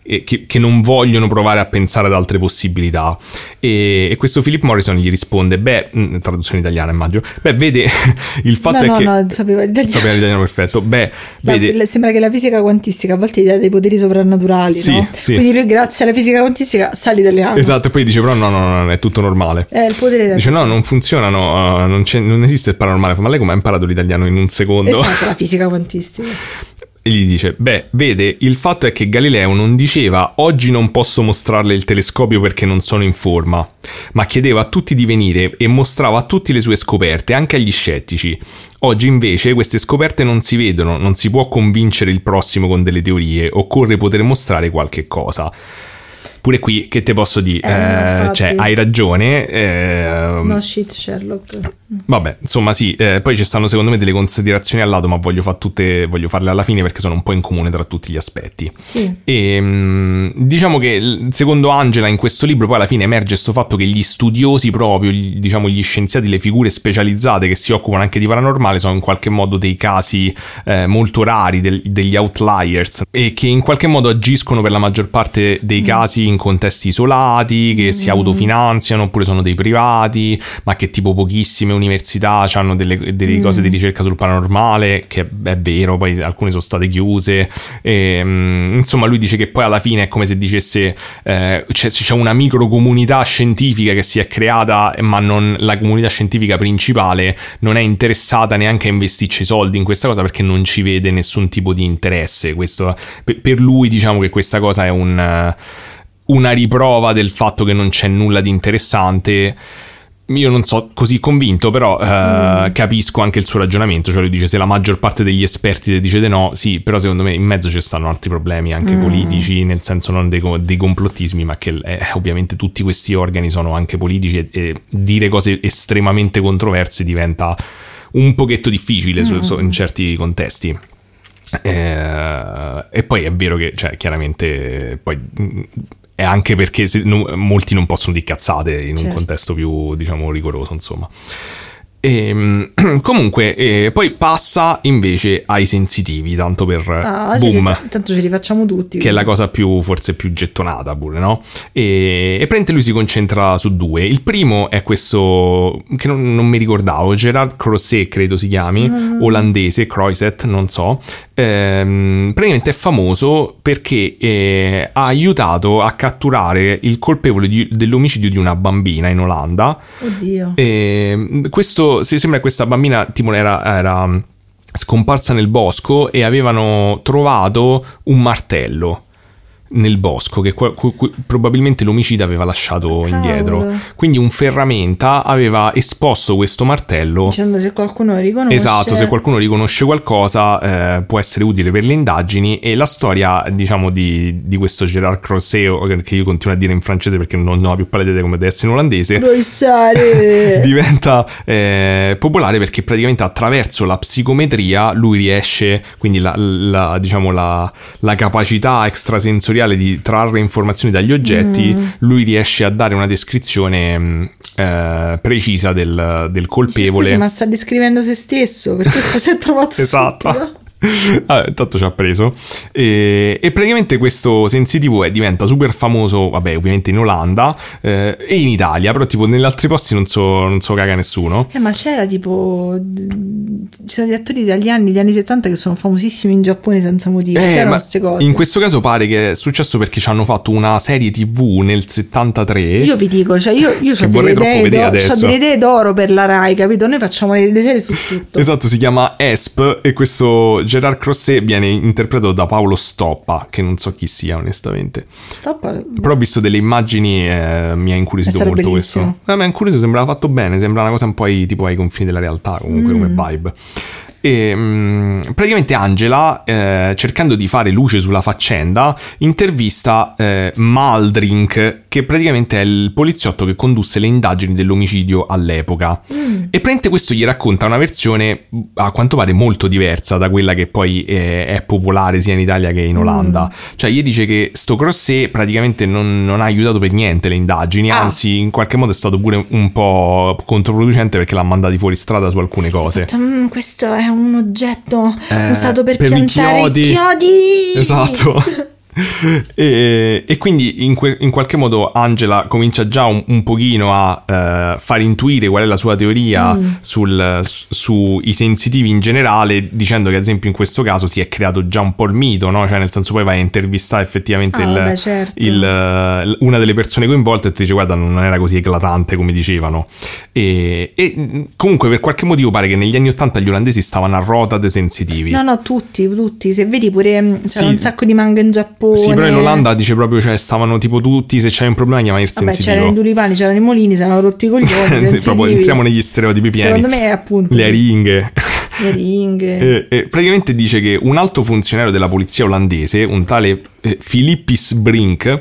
che non vogliono provare a pensare ad altre possibilità. E questo Philip Morrison gli risponde, traduzione italiana immagino, vede, il fatto è che... No, sapeva l'italiano perfetto. Vede... Sembra che la fisica quantistica a volte gli dà dei poteri soprannaturali, sì, no? Sì. Quindi lui grazie alla fisica quantistica sa l'italiano. Esatto, e poi dice però no, è tutto normale. È il potere della dice fisica. No, non funziona, non esiste il paranormale. Ma lei come ha imparato l'italiano in un secondo? Esatto, la fisica quantistica. E gli dice, vede, il fatto è che Galileo non diceva oggi non posso mostrarle il telescopio perché non sono in forma, ma chiedeva a tutti di venire e mostrava a tutti le sue scoperte, anche agli scettici. Oggi invece queste scoperte non si vedono, non si può convincere il prossimo con delle teorie, occorre poter mostrare qualche cosa. Pure qui, che te posso dire? Cioè, hai ragione. No shit, Sherlock. Vabbè, insomma sì, poi ci stanno secondo me delle considerazioni al lato, ma voglio farle alla fine perché sono un po' in comune tra tutti gli aspetti. Sì. E diciamo che secondo Angela in questo libro poi alla fine emerge questo fatto che gli studiosi proprio, diciamo gli scienziati, le figure specializzate che si occupano anche di paranormale sono in qualche modo dei casi molto rari, degli outliers, e che in qualche modo agiscono per la maggior parte dei casi in contesti isolati, che si autofinanziano oppure sono dei privati, ma che tipo pochissime università hanno delle cose di ricerca sul paranormale, che è vero, poi alcune sono state chiuse. Insomma, lui dice che poi alla fine è come se dicesse c'è una microcomunità scientifica che si è creata, ma la comunità scientifica principale non è interessata neanche a investirci soldi in questa cosa perché non ci vede nessun tipo di interesse. Questo, per lui, diciamo che questa cosa è una riprova del fatto che non c'è nulla di interessante. Io non so così convinto, però capisco anche il suo ragionamento. Cioè lui dice, se la maggior parte degli esperti dice di no, sì, però secondo me in mezzo ci stanno altri problemi anche politici, nel senso non dei complottismi, ma che ovviamente tutti questi organi sono anche politici, e dire cose estremamente controverse diventa un pochetto difficile in certi contesti. E poi è vero che, cioè, chiaramente poi è anche perché molti non possono dire cazzate in un contesto più, diciamo, rigoroso, insomma. Comunque poi passa invece ai sensitivi, tanto per boom, tanto ce li facciamo tutti, che è la cosa forse più gettonata pure, no? E praticamente lui si concentra su due. Il primo è questo che non mi ricordavo, Gerard Croiset credo si chiami, olandese, Croiset, non so. Praticamente è famoso perché ha aiutato a catturare il colpevole dell'omicidio di una bambina in Olanda. Oddio. Questo, se sembra che questa bambina tipo era scomparsa nel bosco e avevano trovato un martello nel bosco che probabilmente l'omicida aveva lasciato indietro. Quindi un ferramenta aveva esposto questo martello, dicendo se qualcuno riconosce. Esatto, se qualcuno riconosce qualcosa può essere utile per le indagini. E la storia, diciamo, di questo Gerard Croiset, che io continuo a dire in francese perché non ho più pallida idea come deve essere in olandese, diventa popolare perché praticamente attraverso la psicometria lui riesce, quindi diciamo la capacità extrasensoriale di trarre informazioni dagli oggetti, lui riesce a dare una descrizione precisa del colpevole. Scusi, ma sta descrivendo se stesso, per questo si è trovato esatto. Tanto ci ha preso. E praticamente questo sensitivo diventa super famoso, vabbè, ovviamente in Olanda e in Italia, però tipo negli altri posti non so caga nessuno. Ma c'era tipo, ci sono gli attori italiani degli anni 70 che sono famosissimi in Giappone senza motivo. C'erano queste cose. In questo caso pare che è successo perché ci hanno fatto una serie TV nel 73. Io vi dico, cioè io che vorrei troppo vedere adesso. Ho delle idee d'oro per la Rai, capito? Noi facciamo le serie su tutto. Esatto, si chiama ESP e questo Gerard Croiset viene interpretato da Paolo Stoppa, che non so chi sia onestamente. Stoppa? Però ho visto delle immagini, mi ha incuriosito molto bellissimo. questo. Mi ha incuriosito, sembrava fatto bene, sembra una cosa un po' tipo ai confini della realtà comunque come vibe. E praticamente Angela, cercando di fare luce sulla faccenda, intervista Maldrink, che praticamente è il poliziotto che condusse le indagini dell'omicidio all'epoca. E praticamente questo gli racconta una versione a quanto pare molto diversa da quella che poi è popolare sia in Italia che in Olanda. Cioè gli dice che sto Croiset praticamente non ha aiutato per niente le indagini, anzi in qualche modo è stato pure un po' controproducente perché l'ha mandati fuori strada su alcune cose. Questo è un oggetto usato per piantare i chiodi. Esatto. E quindi in qualche modo Angela comincia già un pochino a far intuire qual è la sua teoria sui sensitivi in generale, dicendo che ad esempio in questo caso si è creato già un po' il mito, no? Cioè nel senso, poi vai a intervistare effettivamente una delle persone coinvolte e ti dice guarda, non era così eclatante come dicevano. E comunque per qualche motivo pare che negli anni 80 gli olandesi stavano a rota dei sensitivi. No, tutti, se vedi pure c'era un sacco di manga in Giappone. Sì, però in Olanda dice proprio, cioè stavano tipo tutti, se c'è un problema chiamare il sensitivo. C'erano i tulipani, c'erano i mulini, si erano rotti i coglioni. Proprio entriamo negli stereotipi pieni. Secondo me è appunto le aringhe. E praticamente dice che un alto funzionario della polizia olandese, un tale Philippis Brink,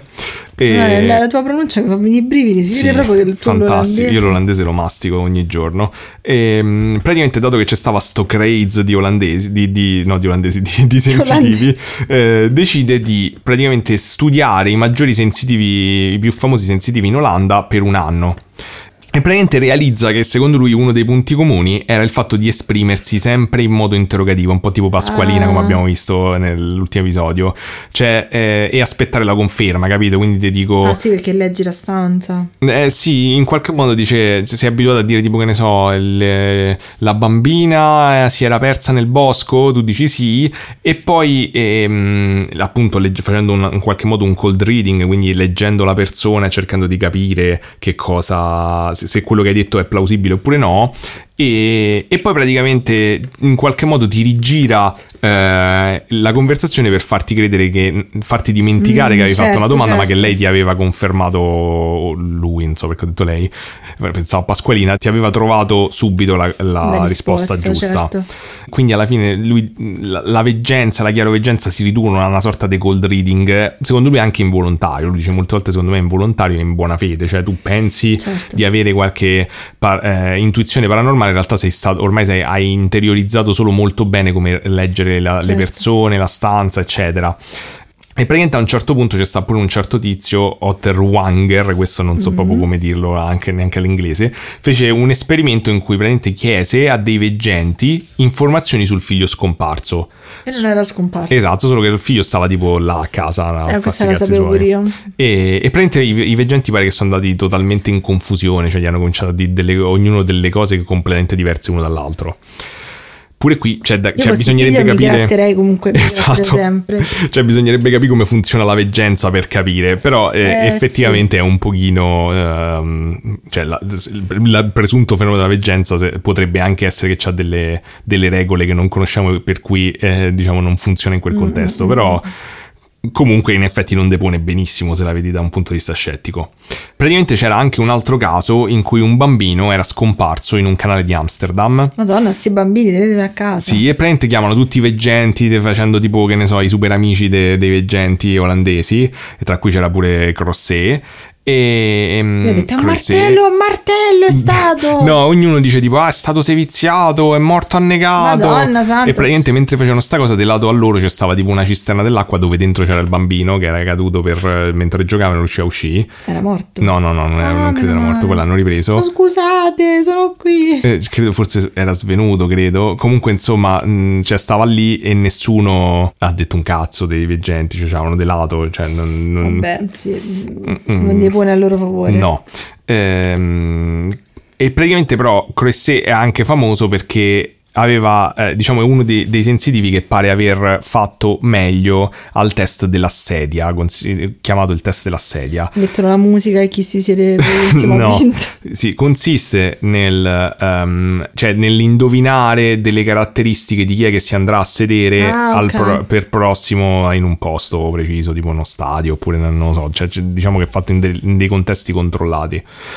la tua pronuncia mi fa venire i brividi, si vede proprio che il tuo fantastico, io l'olandese lo mastico ogni giorno. Praticamente, dato che c'è stava sto craze di olandesi, di sensitivi, decide di praticamente studiare i maggiori sensitivi, i più famosi sensitivi in Olanda per un anno. E praticamente realizza che secondo lui uno dei punti comuni era il fatto di esprimersi sempre in modo interrogativo, un po' tipo Pasqualina come abbiamo visto nell'ultimo episodio, cioè e aspettare la conferma, capito? Quindi ti dico... Ah sì, perché leggi la stanza. Sì, in qualche modo dice, sei abituato a dire tipo che ne so, la bambina si era persa nel bosco, tu dici sì, e poi appunto facendo in qualche modo un cold reading, quindi leggendo la persona e cercando di capire che cosa... se quello che hai detto è plausibile oppure no, e poi praticamente in qualche modo ti rigira la conversazione per farti credere farti dimenticare che avevi fatto una domanda, ma che lei ti aveva confermato, lui, non so perché ho detto lei, pensavo a Pasqualina, ti aveva trovato subito la risposta giusta. Certo. Quindi alla fine lui la veggenza, la chiaroveggenza si riducono a una sorta di cold reading, secondo lui anche involontario. Lui dice molte volte secondo me è involontario e in buona fede, cioè tu pensi di avere qualche intuizione paranormale, in realtà hai interiorizzato solo molto bene come leggere le persone, la stanza, eccetera. E praticamente a un certo punto c'è stato pure un certo tizio, Otterwanger, questo non so proprio come dirlo neanche all'inglese, fece un esperimento in cui praticamente chiese a dei veggenti informazioni sul figlio scomparso. E non era scomparso. Esatto, solo che il figlio stava tipo là a casa. Questa la sapevo pure io. E praticamente i veggenti pare che sono andati totalmente in confusione, cioè gli hanno cominciato a dire ognuno delle cose completamente diverse uno dall'altro. Pure qui bisognerebbe capire. Mi gratterei comunque, esatto. Sempre. Cioè bisognerebbe capire come funziona la veggenza per capire, però effettivamente è un pochino cioè il presunto fenomeno della veggenza potrebbe anche essere che c'ha delle regole che non conosciamo, per cui diciamo non funziona in quel contesto, però comunque in effetti non depone benissimo se la vedi da un punto di vista scettico. Praticamente c'era anche un altro caso in cui un bambino era scomparso in un canale di Amsterdam. Madonna, sti bambini, tenetemi a casa. Sì, e praticamente chiamano tutti i veggenti facendo tipo, che ne so, i super amici dei veggenti olandesi, e tra cui c'era pure Crosset. E mi ha detto un martello è stato. No, ognuno dice tipo è stato seviziato, è morto annegato. Madonna santa. E praticamente mentre facevano sta cosa, del lato a loro c'è stava tipo una cisterna dell'acqua dove dentro c'era il bambino che era caduto mentre giocavano, non riusciva a uscire. Era morto? No, non credo era morto, poi l'hanno ripreso. Scusate, sono qui. Credo forse era svenuto, credo. Comunque insomma, cioè stava lì e nessuno ha detto un cazzo dei veggenti, cioè c'erano del lato, cioè vabbè, sì. Non pone a loro favore. No. E praticamente però Crosset è anche famoso perché aveva, diciamo, è uno dei sensitivi che pare aver fatto meglio al test della sedia, chiamato il test della sedia. Mettono la musica e chi si siede per l'ultimo momento. Sì, consiste nell'indovinare delle caratteristiche di chi è che si andrà a sedere per prossimo in un posto preciso, tipo uno stadio, oppure non lo so, cioè, diciamo che è fatto in dei contesti controllati.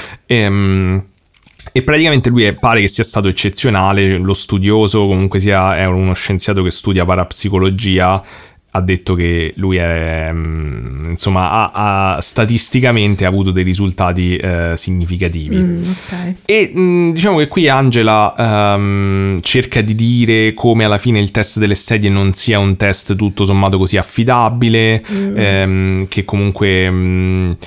E praticamente lui pare che sia stato eccezionale, lo studioso, comunque è uno scienziato che studia parapsicologia, ha detto che lui è, insomma, ha statisticamente avuto dei risultati significativi. Okay. E diciamo che qui Angela cerca di dire come alla fine il test delle sedie non sia un test tutto sommato così affidabile, che comunque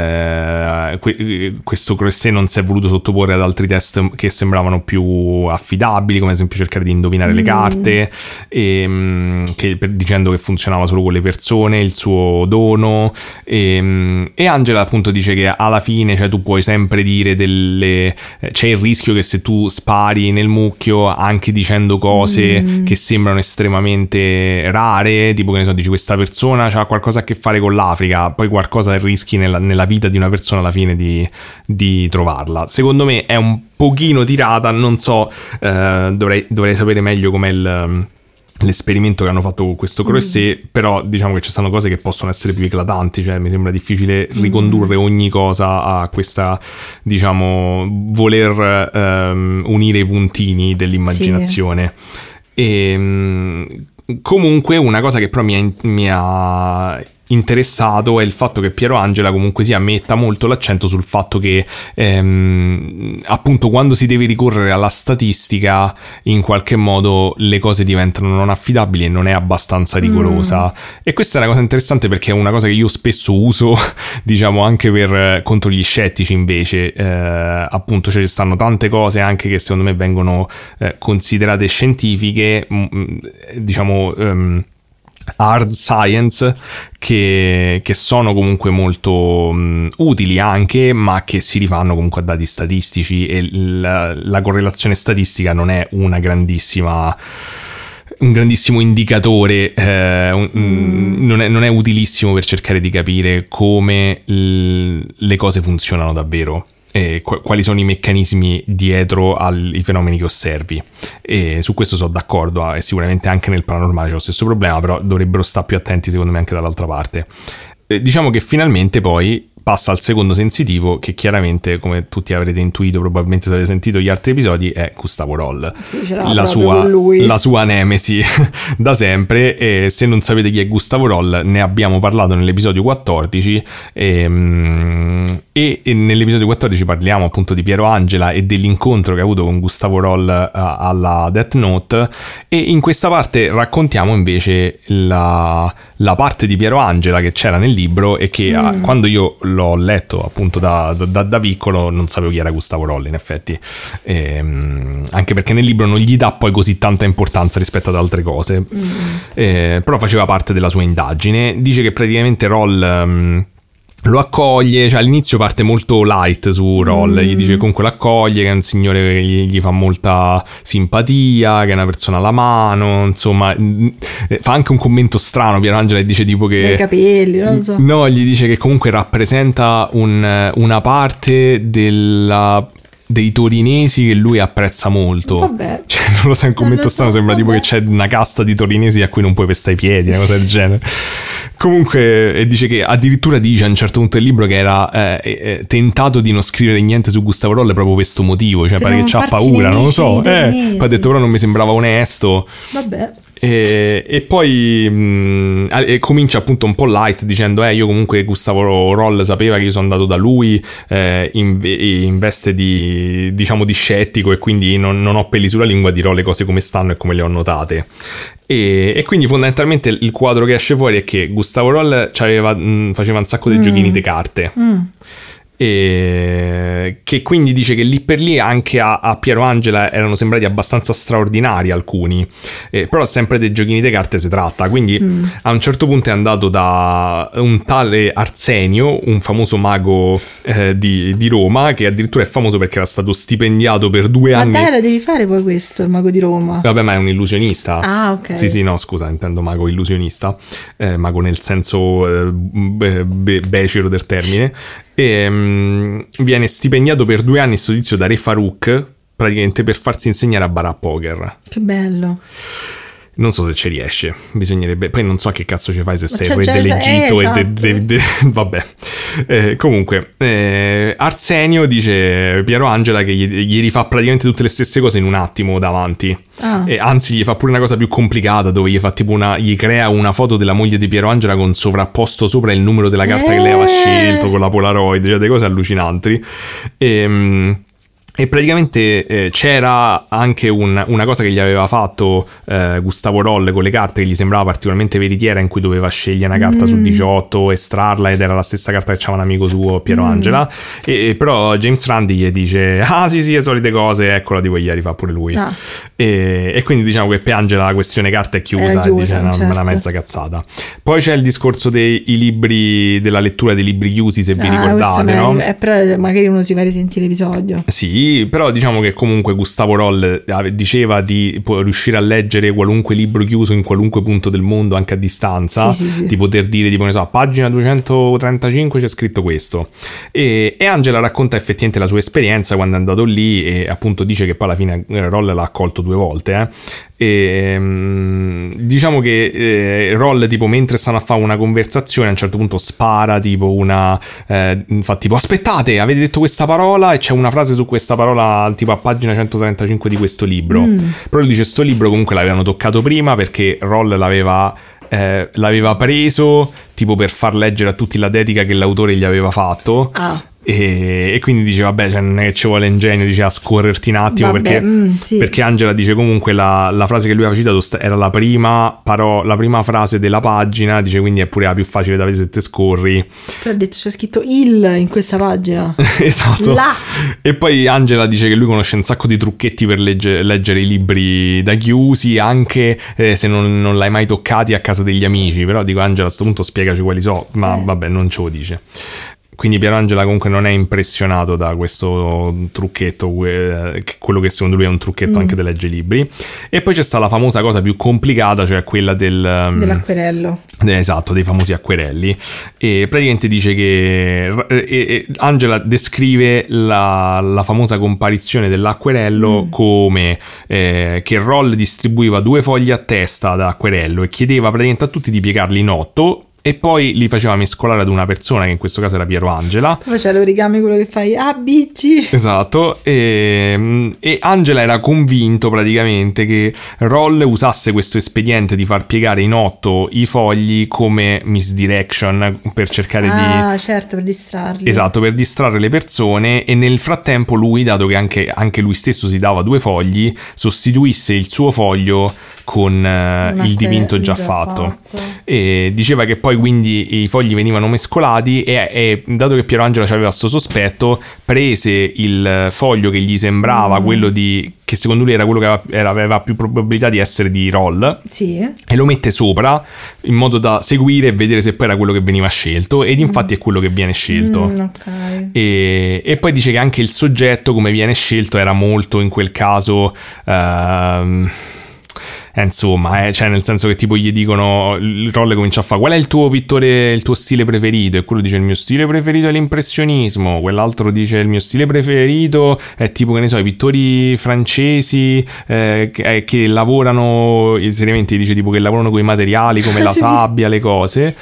questo Crosset non si è voluto sottoporre ad altri test che sembravano più affidabili, come ad esempio cercare di indovinare le carte, dicendo che funziona relazionava solo con le persone, il suo dono, e Angela appunto dice che alla fine, cioè, tu puoi sempre dire c'è il rischio che se tu spari nel mucchio anche dicendo cose che sembrano estremamente rare, tipo che ne so, dici questa persona ha qualcosa a che fare con l'Africa, poi qualcosa rischi nella vita di una persona alla fine di trovarla. Secondo me è un pochino tirata, non so, dovrei sapere meglio com'è l'esperimento che hanno fatto con questo Croisset, però diciamo che ci sono cose che possono essere più eclatanti, cioè mi sembra difficile ricondurre ogni cosa a questa, diciamo, voler unire i puntini dell'immaginazione. E comunque una cosa che però mi ha interessato è il fatto che Piero Angela comunque sia metta molto l'accento sul fatto che appunto quando si deve ricorrere alla statistica in qualche modo le cose diventano non affidabili e non è abbastanza rigorosa, e questa è una cosa interessante perché è una cosa che io spesso uso diciamo anche contro gli scettici invece, appunto cioè ci stanno tante cose anche che secondo me vengono considerate scientifiche, diciamo hard science, che sono comunque molto utili anche, ma che si rifanno comunque a dati statistici, e la correlazione statistica non è un grandissimo indicatore, non è utilissimo per cercare di capire come le cose funzionano davvero e quali sono i meccanismi dietro ai fenomeni che osservi, e su questo sono d'accordo, e sicuramente anche nel paranormale c'è lo stesso problema, però dovrebbero stare più attenti secondo me anche dall'altra parte. Diciamo che finalmente poi passa al secondo sensitivo, che chiaramente, come tutti avrete intuito, probabilmente se avete sentito gli altri episodi, è Gustavo Roll, sì, la sua nemesi da sempre. E se non sapete chi è Gustavo Roll, ne abbiamo parlato nell'episodio 14, e nell'episodio 14 parliamo appunto di Piero Angela e dell'incontro che ha avuto con Gustavo Roll alla Death Note, e in questa parte raccontiamo invece la parte di Piero Angela che c'era nel libro e che quando io l'ho letto appunto da piccolo non sapevo chi era Gustavo Roll in effetti, anche perché nel libro non gli dà poi così tanta importanza rispetto ad altre cose, però faceva parte della sua indagine. Dice che praticamente Roll lo accoglie, cioè all'inizio parte molto light su Roll, gli dice comunque l'accoglie, che è un signore che gli fa molta simpatia, che è una persona alla mano, insomma fa anche un commento strano Piero Angela, e dice tipo che i capelli, non so, no, gli dice che comunque rappresenta una parte dei torinesi che lui apprezza molto. Vabbè. Cioè, non lo so, un commento strano, sembra tipo che c'è una casta di torinesi a cui non puoi pestare i piedi, una cosa del genere. Comunque, e dice che addirittura dice a un certo punto del libro che era tentato di non scrivere niente su Gustavo Roll proprio per questo motivo, cioè pare che c'ha paura, non lo so. Poi ha detto però non mi sembrava onesto. Vabbè. E poi comincia appunto un po' light dicendo io comunque Gustavo Roll sapeva che io sono andato da lui in veste di, diciamo, di scettico, e quindi non ho peli sulla lingua, dirò le cose come stanno e come le ho notate. E quindi fondamentalmente il quadro che esce fuori è che Gustavo Roll faceva un sacco di giochini di carte, e che quindi dice che lì per lì anche a Piero Angela erano sembrati abbastanza straordinari alcuni, però sempre dei giochini di carte si tratta, quindi a un certo punto è andato da un tale Arsenio, un famoso mago di Roma, che addirittura è famoso perché era stato stipendiato per 2 anni. Ma dai, lo devi fare poi questo, il mago di Roma? Vabbè, ma è un illusionista. Ah, ok. Sì, no, scusa, intendo mago illusionista, mago nel senso becero del termine. E viene stipendiato per 2 anni sto tizio da Re Farouk, praticamente per farsi insegnare a bara a poker. Che bello. Non so se ci riesce, bisognerebbe, poi non so che cazzo ci fai se sei cioè, il re dell'Egitto esatto. Vabbè. Comunque Arsenio dice Piero Angela che gli rifà praticamente tutte le stesse cose in un attimo davanti, e anzi gli fa pure una cosa più complicata, dove gli fa tipo gli crea una foto della moglie di Piero Angela con sovrapposto sopra il numero della carta che lei aveva scelto con la Polaroid, cioè delle cose allucinanti. E praticamente c'era anche una cosa che gli aveva fatto Gustavo Roll con le carte che gli sembrava particolarmente veritiera, in cui doveva scegliere una carta su 18, estrarla, ed era la stessa carta che c'aveva un amico suo, Piero Angela, e però James Randi gli dice sì, le solite cose, eccola, tipo ieri fa pure lui. E quindi diciamo che per Angela la questione carta è chiusa, dice una mezza cazzata. Poi c'è il discorso dei libri, della lettura dei libri chiusi, se vi ricordate, no? Però magari uno si va a risentire l'episodio. Sì, però diciamo che comunque Gustavo Roll diceva di riuscire a leggere qualunque libro chiuso in qualunque punto del mondo, anche a distanza, sì. di poter dire tipo, ne so, a pagina 235 c'è scritto questo, e Angela racconta effettivamente la sua esperienza quando è andato lì, e appunto dice che poi alla fine Roll l'ha accolto 2 volte, e diciamo che Roll, tipo, mentre stanno a fare una conversazione, a un certo punto spara tipo fa tipo aspettate, avete detto questa parola, e c'è una frase su questa parola tipo a pagina 135 di questo libro. Però lui dice sto libro comunque l'avevano toccato prima, perché Roll l'aveva preso tipo per far leggere a tutti la dedica che l'autore gli aveva fatto. E quindi dice vabbè, cioè, non è che ci vuole ingegno, dice, a scorrerti un attimo, perché Angela dice comunque la frase che lui aveva citato era la prima frase della pagina, dice, quindi è pure la più facile da vedere se te scorri. Però ha detto c'è scritto il in questa pagina. Esatto. E poi Angela dice che lui conosce un sacco di trucchetti per leggere i libri da chiusi, anche se non l'hai mai toccati a casa degli amici. Però dico, Angela, a questo punto spiegaci quali so, ma vabbè, non ce lo dice. Quindi Piero Angela comunque non è impressionato da questo trucchetto, quello che secondo lui è un trucchetto anche di leggere libri. E poi c'è stata la famosa cosa più complicata, cioè quella dell'acquerello. Esatto, dei famosi acquerelli. E praticamente dice che Angela descrive la famosa comparizione dell'acquerello come che Roll distribuiva 2 fogli a testa da acquerello e chiedeva praticamente a tutti di piegarli in 8, e poi li faceva mescolare ad una persona, che in questo caso era Piero Angela. Poi c'è l'origami, quello che fai A, B, G. Esatto, e Angela era convinto praticamente che Roll usasse questo espediente di far piegare in 8 i fogli come misdirection, per cercare di... certo, per distrarli. Esatto, per distrarre le persone, e nel frattempo lui, dato che anche lui stesso si dava 2 fogli, sostituisse il suo foglio con il dipinto già fatto. E diceva che poi quindi i fogli venivano mescolati, e dato che Piero Angela aveva questo sospetto, prese il foglio che gli sembrava quello che secondo lui era quello che aveva più probabilità di essere di Roll, e lo mette sopra in modo da seguire e vedere se poi era quello che veniva scelto, ed infatti è quello che viene scelto. E poi dice che anche il soggetto, come viene scelto, era molto in quel caso insomma, cioè nel senso che tipo gli dicono, il Roll comincia a fare qual è il tuo pittore, il tuo stile preferito, e quello dice il mio stile preferito è l'impressionismo, quell'altro dice il mio stile preferito è tipo, che ne so, i pittori francesi che lavorano, seriamente dice tipo che lavorano con i materiali come la sabbia, le cose,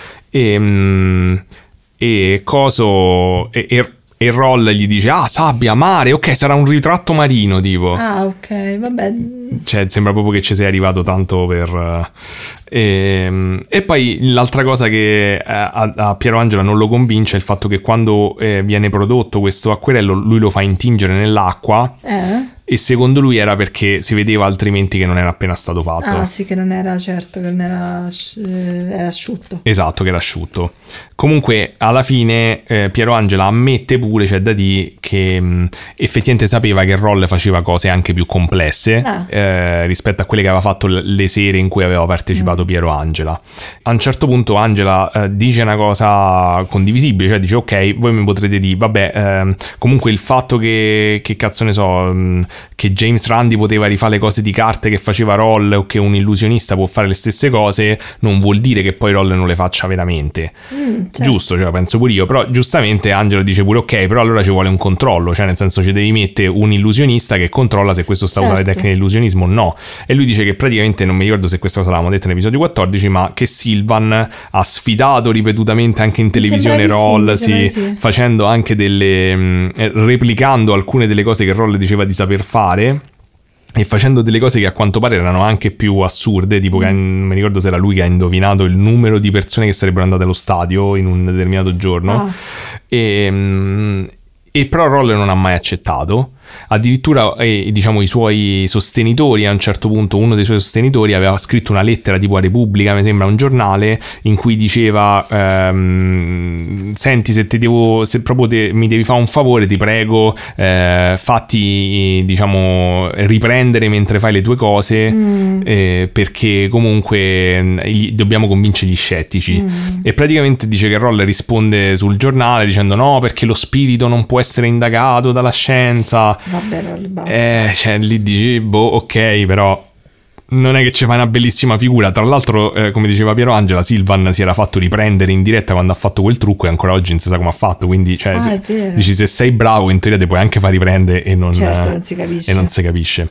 e Roll gli dice sabbia, mare, ok, sarà un ritratto marino tipo. Ok, vabbè. Cioè sembra proprio che ci sei arrivato tanto per... E poi l'altra cosa che a Piero Angela non lo convince è il fatto che quando viene prodotto questo acquerello lui lo fa intingere nell'acqua, e secondo lui era perché si vedeva altrimenti che non era appena stato fatto. Sì, che non era, certo, che non era asciutto. Esatto, che era asciutto. Comunque alla fine Piero Angela ammette pure, c'è da dire, che effettivamente sapeva che Roll faceva cose anche più complesse rispetto a quelle che aveva fatto le sere in cui aveva partecipato Piero Angela. A un certo punto Angela dice una cosa condivisibile, cioè dice ok, voi mi potrete dire vabbè, comunque il fatto che cazzo ne so, che James Randi poteva rifare le cose di carte che faceva Roll, o che un illusionista può fare le stesse cose, non vuol dire che poi Roll non le faccia veramente. Certo. Giusto, cioè penso pure io, però giustamente Angelo dice pure ok, però allora ci vuole un controllo, cioè nel senso ci devi mettere un illusionista che controlla se questo sta usando le tecniche di illusionismo o no. E lui dice che praticamente, non mi ricordo se questa cosa l'avevamo detta nell'episodio 14, ma che Sylvan ha sfidato ripetutamente anche in televisione Roll, facendo anche replicando alcune delle cose che Roll diceva di saper fare, e facendo delle cose che a quanto pare erano anche più assurde, tipo che non mi ricordo se era lui che ha indovinato il numero di persone che sarebbero andate allo stadio in un determinato giorno, e però Roll non ha mai accettato. Addirittura diciamo i suoi sostenitori, a un certo punto uno dei suoi sostenitori aveva scritto una lettera tipo a Repubblica, mi sembra un giornale, in cui diceva senti, se proprio mi devi fare un favore, ti prego, fatti diciamo riprendere mentre fai le tue cose, perché comunque dobbiamo convincere gli scettici. E praticamente dice che Roll risponde sul giornale dicendo no, perché lo spirito non può essere indagato dalla scienza. Vabbè, basta. Cioè lì dici ok, però non è che ci fa una bellissima figura. Tra l'altro, come diceva Piero Angela, Silvan si era fatto riprendere in diretta quando ha fatto quel trucco e ancora oggi non si sa come ha fatto. Quindi cioè, dici, se sei bravo in teoria ti puoi anche far riprendere e non si capisce. E non si capisce.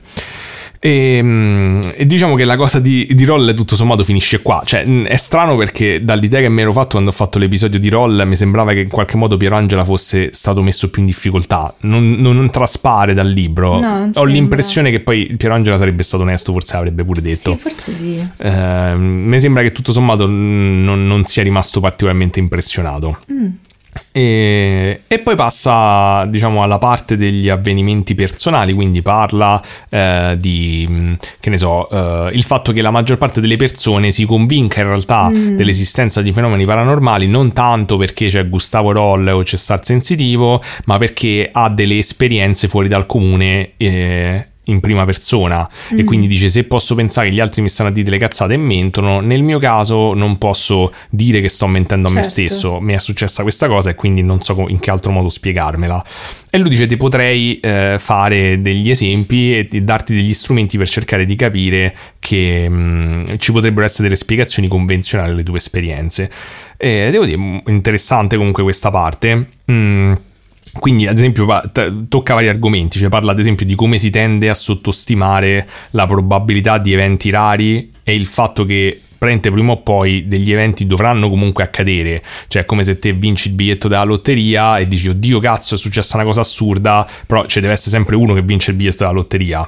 E diciamo che la cosa di Roll tutto sommato finisce qua. Cioè è strano, perché dall'idea che mi ero fatto quando ho fatto l'episodio di Roll mi sembrava che in qualche modo Piero Angela fosse stato messo più in difficoltà. Non traspare dal libro. Ho l'impressione che poi Piero Angela sarebbe stato onesto, forse avrebbe pure detto. Sì, forse sì. Mi sembra che tutto sommato non sia rimasto particolarmente impressionato. E poi passa, diciamo, alla parte degli avvenimenti personali, quindi parla di, che ne so, il fatto che la maggior parte delle persone si convinca in realtà dell'esistenza di fenomeni paranormali, non tanto perché c'è Gustavo Roll o c'è Star Sensitivo, ma perché ha delle esperienze fuori dal comune in prima persona, e quindi dice: se posso pensare che gli altri mi stanno a dire delle cazzate e mentono, nel mio caso non posso dire che sto mentendo a me stesso, mi è successa questa cosa e quindi non so in che altro modo spiegarmela. E lui dice: ti potrei fare degli esempi e darti degli strumenti per cercare di capire che ci potrebbero essere delle spiegazioni convenzionali alle tue esperienze. Devo dire, interessante comunque questa parte. Quindi ad esempio tocca vari argomenti, cioè parla ad esempio di come si tende a sottostimare la probabilità di eventi rari e il fatto che prima o poi degli eventi dovranno comunque accadere. Cioè è come se te vinci il biglietto della lotteria e dici: oddio cazzo, è successa una cosa assurda, però ci deve essere sempre uno che vince il biglietto della lotteria.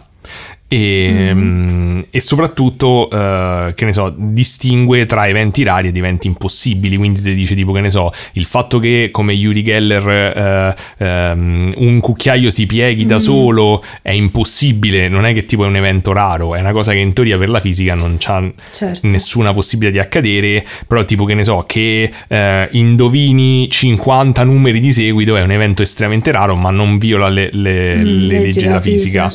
E soprattutto che ne so, distingue tra eventi rari ed eventi impossibili. Quindi ti dice tipo, che ne so, il fatto che come Uri Geller un cucchiaio si pieghi da solo è impossibile, non è che tipo è un evento raro, è una cosa che in teoria per la fisica non c'ha nessuna possibilità di accadere. Però tipo, che ne so, che indovini 50 numeri di seguito è un evento estremamente raro, ma non viola le leggi della fisica.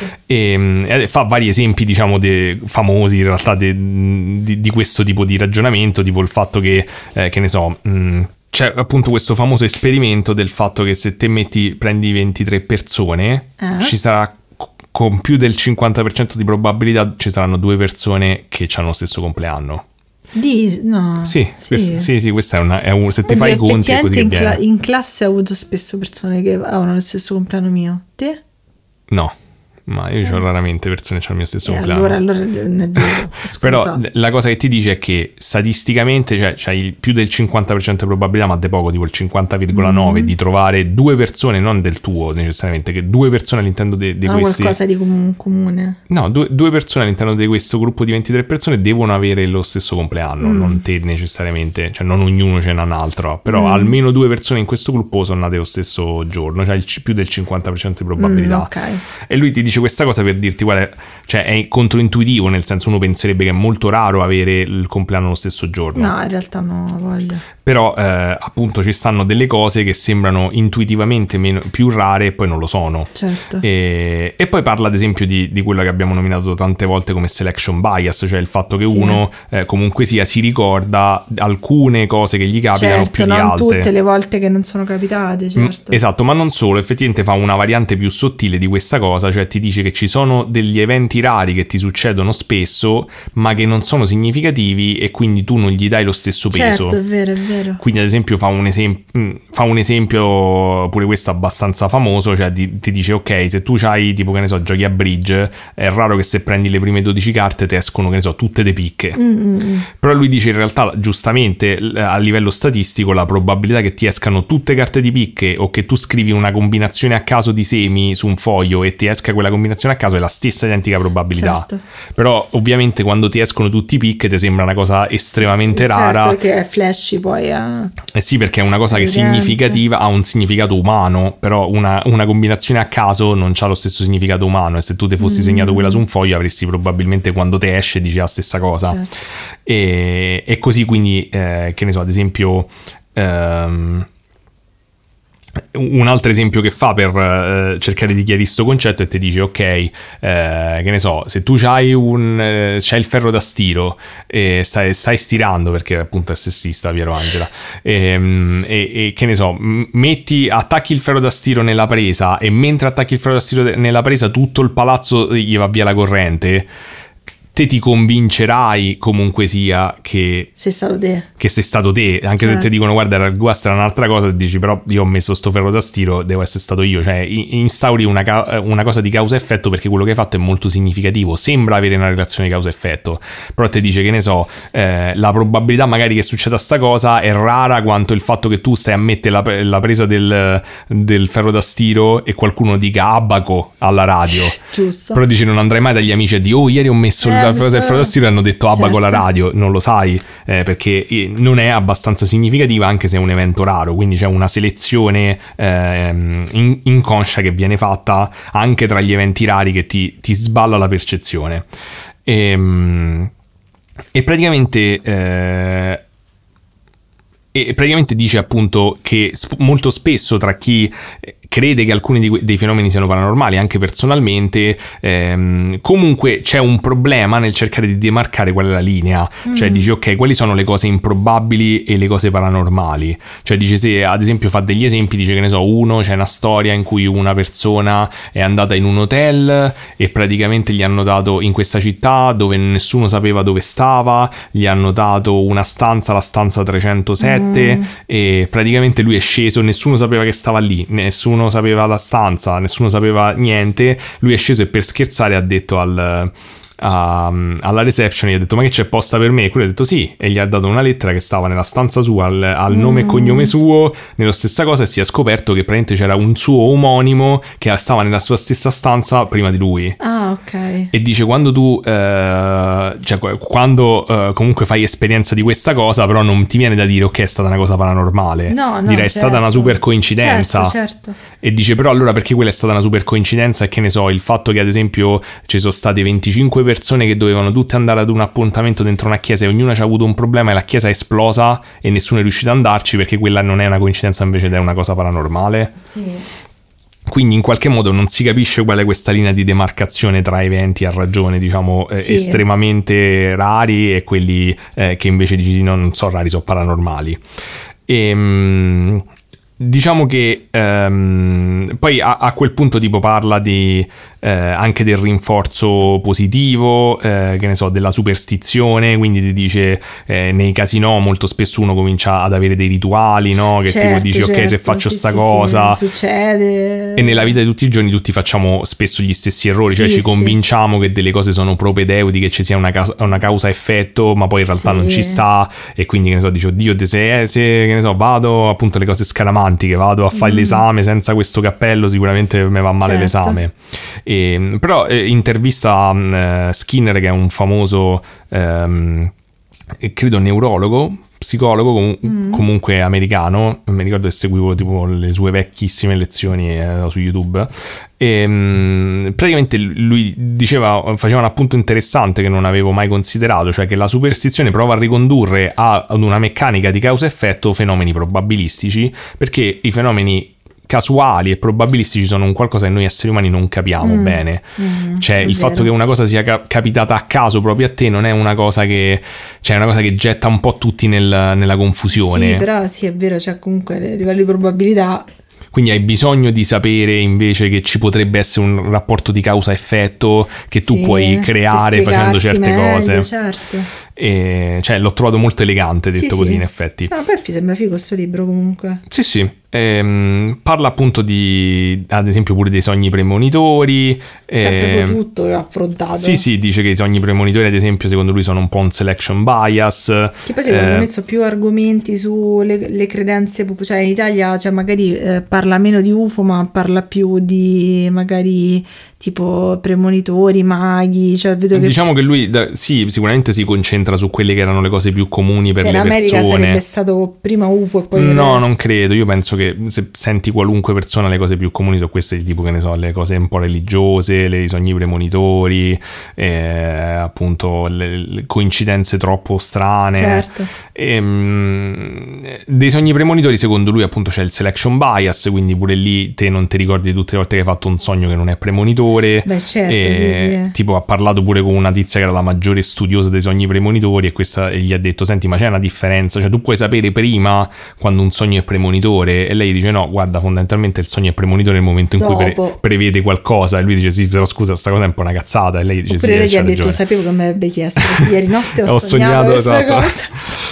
E fa vari esempi, diciamo, famosi in realtà di questo tipo di ragionamento, tipo il fatto che ne so, c'è appunto questo famoso esperimento del fatto che se te prendi 23 persone, ci sarà con più del 50% di probabilità ci saranno 2 persone che hanno lo stesso compleanno. No. Sì, questa è se ti fai i conti è così che viene. In classe ho avuto spesso persone che avevano lo stesso compleanno mio. Te? No. Ma io ho raramente persone che hanno il mio stesso compleanno. Allora però la cosa che ti dice è che statisticamente, cioè, c'hai più del 50% di probabilità, ma di poco, tipo il 50,9 di trovare 2 persone, non del tuo necessariamente, che 2 persone all'interno di questi... qualcosa di comune. No, 2 persone all'interno di questo gruppo di 23 persone devono avere lo stesso compleanno, non te necessariamente, cioè non ognuno ce n'ha un altro, però almeno 2 persone in questo gruppo sono nate lo stesso giorno, cioè più del 50% di probabilità. Okay. E lui ti dice questa cosa per dirti, guarda, cioè è controintuitivo, nel senso uno penserebbe che è molto raro avere il compleanno lo stesso giorno. No, in realtà no, voglio. Però appunto ci stanno delle cose che sembrano intuitivamente più rare e poi non lo sono. Certo. E poi parla ad esempio di quello che abbiamo nominato tante volte come selection bias, cioè il fatto che uno comunque sia si ricorda alcune cose che gli capitano più di altre. Non tutte le volte che non sono capitate, certo. Esatto, ma non solo, effettivamente fa una variante più sottile di questa cosa, cioè ti dice che ci sono degli eventi rari che ti succedono spesso ma che non sono significativi e quindi tu non gli dai lo stesso peso. Certo, è vero. Quindi ad esempio fa un esempio pure questo abbastanza famoso, cioè ti dice: ok, se tu c'hai tipo, che ne so, giochi a bridge, è raro che se prendi le prime 12 carte ti escono, che ne so, tutte le picche. Però lui dice in realtà giustamente a livello statistico la probabilità che ti escano tutte carte di picche o che tu scrivi una combinazione a caso di semi su un foglio e ti esca quella combinazione a caso è la stessa identica probabilità. Certo. Però ovviamente quando ti escono tutti i pick ti sembra una cosa estremamente rara. Certo, che è flashy poi Sì, perché è una cosa che è evidente. significativa, ha un significato umano, però una combinazione a caso non ha lo stesso significato umano, e se tu ti fossi segnato quella su un foglio avresti probabilmente, quando te esce, dice la stessa cosa. Certo. E così, quindi che ne so, ad esempio un altro esempio che fa per cercare di chiarire questo concetto, e ti dice ok, che ne so, se tu c'hai il ferro da stiro e stai stirando, perché appunto è sessista Piero Angela, e che ne so, attacchi il ferro da stiro nella presa, e mentre attacchi il ferro da stiro nella presa tutto il palazzo gli va via la corrente, te ti convincerai comunque sia che sei stato te, anche certo. se ti dicono guarda il guasto era un'altra cosa, e dici però io ho messo sto ferro da stiro, devo essere stato io, cioè instauri una cosa di causa-effetto, perché quello che hai fatto è molto significativo, sembra avere una relazione causa-effetto, però te dice che ne so, la probabilità magari che succeda sta cosa è rara quanto il fatto che tu stai a mettere la presa del ferro da stiro e qualcuno dica abaco alla radio. Giusto. Però dice non andrai mai dagli amici a dire oh ieri ho messo la frase del ferro da stiro e hanno detto abaco la radio, non lo sai, perché non è abbastanza significativa, anche se è un evento raro, quindi c'è una selezione inconscia che viene fatta anche tra gli eventi rari che ti sballa la percezione. E praticamente dice appunto che molto spesso tra chi crede che alcuni dei fenomeni siano paranormali, anche personalmente, comunque c'è un problema nel cercare di demarcare qual è la linea. Cioè dice ok, quali sono le cose improbabili e le cose paranormali. Cioè dice, se ad esempio fa degli esempi, dice che ne so, c'è una storia in cui una persona è andata in un hotel e praticamente gli hanno dato, in questa città dove nessuno sapeva dove stava, gli hanno dato una stanza, la stanza 307, e praticamente lui è sceso, nessuno sapeva che stava lì, nessuno sapeva la stanza, nessuno sapeva niente, lui è sceso e per scherzare ha detto alla reception, gli ha detto ma che c'è posta per me, e quello ha detto sì, e gli ha dato una lettera che stava nella stanza sua al nome e cognome suo, nella stessa cosa, e si è scoperto che praticamente c'era un suo omonimo che stava nella sua stessa stanza prima di lui. Ok. E dice quando tu comunque fai esperienza di questa cosa, però non ti viene da dire ok è stata una cosa paranormale, no, direi è stata una super coincidenza, certo. E dice però allora perché quella è stata una super coincidenza, e che ne so, il fatto che ad esempio ci sono state 25 persone che dovevano tutte andare ad un appuntamento dentro una chiesa e ognuna ci ha avuto un problema e la chiesa è esplosa e nessuno è riuscito ad andarci, perché quella non è una coincidenza invece è una cosa paranormale. Sì. Quindi in qualche modo non si capisce qual è questa linea di demarcazione tra eventi a ragione, diciamo, sì, estremamente rari e quelli che invece dici non sono rari, sono paranormali. Diciamo che poi a quel punto tipo parla di anche del rinforzo positivo, che ne so, della superstizione, quindi ti dice nei casinò molto spesso uno comincia ad avere dei rituali, no? Che tipo dici ok, se faccio sta cosa succede. E nella vita di tutti i giorni tutti facciamo spesso gli stessi errori, cioè ci convinciamo che delle cose sono propedeutiche, che ci sia una causa-effetto, ma poi in realtà non ci sta, e quindi che ne so, dici oddio, se che ne so, vado appunto le cose scaramantiche, vado a fare l'esame senza questo cappello, sicuramente mi va male l'esame. Però intervista Skinner, che è un famoso credo neurologo, psicologo comunque americano, mi ricordo che seguivo tipo le sue vecchissime lezioni su YouTube, e praticamente lui faceva un appunto interessante che non avevo mai considerato, cioè che la superstizione prova a ricondurre ad una meccanica di causa-effetto fenomeni probabilistici, perché i fenomeni casuali e probabilistici sono un qualcosa che noi esseri umani non capiamo bene, cioè il fatto che una cosa sia capitata a caso proprio a te non è una cosa che, cioè è una cosa che getta un po' tutti nella confusione. Sì, però sì, è vero, cioè comunque a livello di probabilità. Quindi hai bisogno di sapere invece che ci potrebbe essere un rapporto di causa-effetto che tu puoi creare facendo certe cose. Certo. E, cioè l'ho trovato molto elegante, detto così, in effetti. No, poi mi sembra figo questo libro comunque. Sì. Parla appunto ad esempio pure dei sogni premonitori. Cioè proprio tutto affrontato. Sì, dice che i sogni premonitori ad esempio secondo lui sono un po' un selection bias. Che poi secondo me sono più argomenti sulle credenze, cioè in Italia cioè magari parlano parla meno di UFO, ma parla più di magari tipo premonitori, maghi, cioè vedo che... Diciamo che lui sì, sicuramente si concentra su quelle che erano le cose più comuni per cioè, le in America persone. sarebbe stato prima UFO e poi il No, resto. non credo. Io penso che se senti qualunque persona, le cose più comuni sono queste, tipo, che ne so, le cose un po' religiose, i sogni premonitori, appunto le coincidenze troppo strane. Certo. Dei sogni premonitori, secondo lui, appunto, c'è il selection bias, quindi pure lì te non ti ricordi tutte le volte che hai fatto un sogno che non è premonitore. Beh, certo, sì. Tipo ha parlato pure con una tizia che era la maggiore studiosa dei sogni premonitori, e gli ha detto: senti, ma c'è una differenza, cioè tu puoi sapere prima quando un sogno è premonitore? E lei dice: no, guarda, fondamentalmente il sogno è premonitore nel momento in cui prevede qualcosa. E lui dice: sì, però scusa, sta cosa è un po' una cazzata. E lei dice: oppure sì, lei gli ha detto: ragione. sapevo che mi avrebbe chiesto, ieri notte ho sognato questa esatto. cosa.